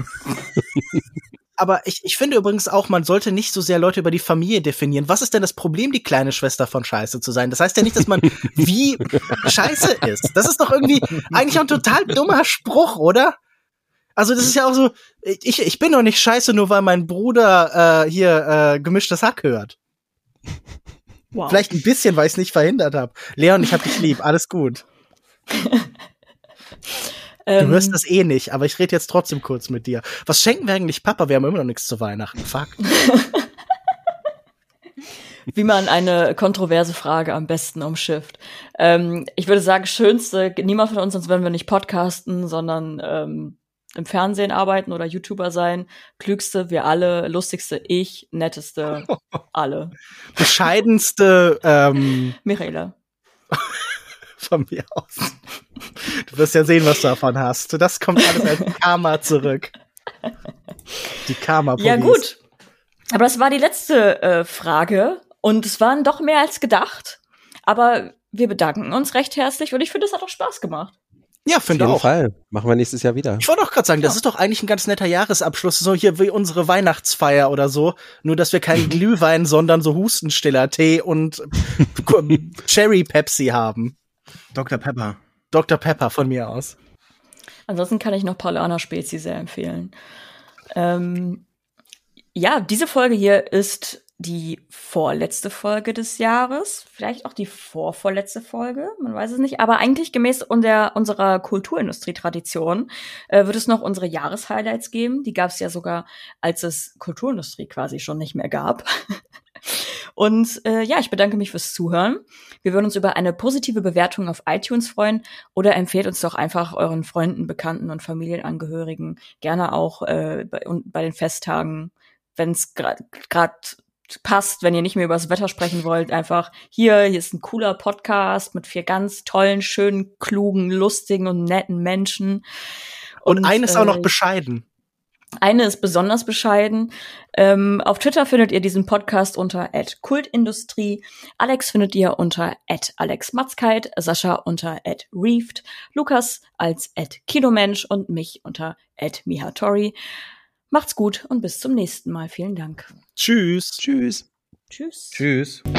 Aber ich finde übrigens auch, man sollte nicht so sehr Leute über die Familie definieren. Was ist denn das Problem, die kleine Schwester von Scheiße zu sein? Das heißt ja nicht, dass man wie Scheiße ist. Das ist doch irgendwie eigentlich auch ein total dummer Spruch, oder? Also das ist ja auch so, ich bin doch nicht scheiße, nur weil mein Bruder Gemischtes Hack hört. Wow. Vielleicht ein bisschen, weil ich es nicht verhindert habe. Leon, ich hab dich lieb, alles gut. Du hörst das eh nicht, aber ich rede jetzt trotzdem kurz mit dir. Was schenken wir eigentlich Papa? Wir haben immer noch nichts zu Weihnachten. Fuck. Wie man eine kontroverse Frage am besten umschifft. Ich würde sagen, schönste, niemand von uns, sonst würden wir nicht podcasten, sondern im Fernsehen arbeiten oder YouTuber sein. Klügste, wir alle. Lustigste, ich. Netteste, alle. Bescheidenste, Michaela. Von mir aus. Du wirst ja sehen, was du davon hast. Das kommt alles als Karma zurück. Die Karma-Police. Ja, gut. Aber das war die letzte Frage. Und es waren doch mehr als gedacht. Aber wir bedanken uns recht herzlich. Und ich finde, es hat auch Spaß gemacht. Ja, finde auch. Auf jeden Fall. Machen wir nächstes Jahr wieder. Ich wollte auch gerade sagen, das ist doch eigentlich ein ganz netter Jahresabschluss. So hier wie unsere Weihnachtsfeier oder so. Nur, dass wir keinen Glühwein, sondern so Hustenstiller-Tee und Cherry-Pepsi haben. Dr. Pepper. Dr. Pepper von mir aus. Ansonsten kann ich noch Paulaner Spezi sehr empfehlen. Ja, diese Folge hier ist die vorletzte Folge des Jahres. Vielleicht auch die vorvorletzte Folge, man weiß es nicht. Aber eigentlich gemäß unserer Kulturindustrie-Tradition wird es noch unsere Jahreshighlights geben. Die gab es ja sogar, als es Kulturindustrie quasi schon nicht mehr gab. Und ja, ich bedanke mich fürs Zuhören. Wir würden uns über eine positive Bewertung auf iTunes freuen oder empfehlt uns doch einfach euren Freunden, Bekannten und Familienangehörigen gerne auch bei den Festtagen, wenn es gerade passt, wenn ihr nicht mehr über das Wetter sprechen wollt, einfach hier ist ein cooler Podcast mit 4 ganz tollen, schönen, klugen, lustigen und netten Menschen. Und eines auch noch bescheiden. Eine ist besonders bescheiden. Auf Twitter findet ihr diesen Podcast unter @kultindustrie. Alex findet ihr unter @alexmatzkeit, Sascha unter @reeft, Lukas als @kinomensch und mich unter @mihatori. Macht's gut und bis zum nächsten Mal. Vielen Dank. Tschüss. Tschüss. Tschüss. Tschüss.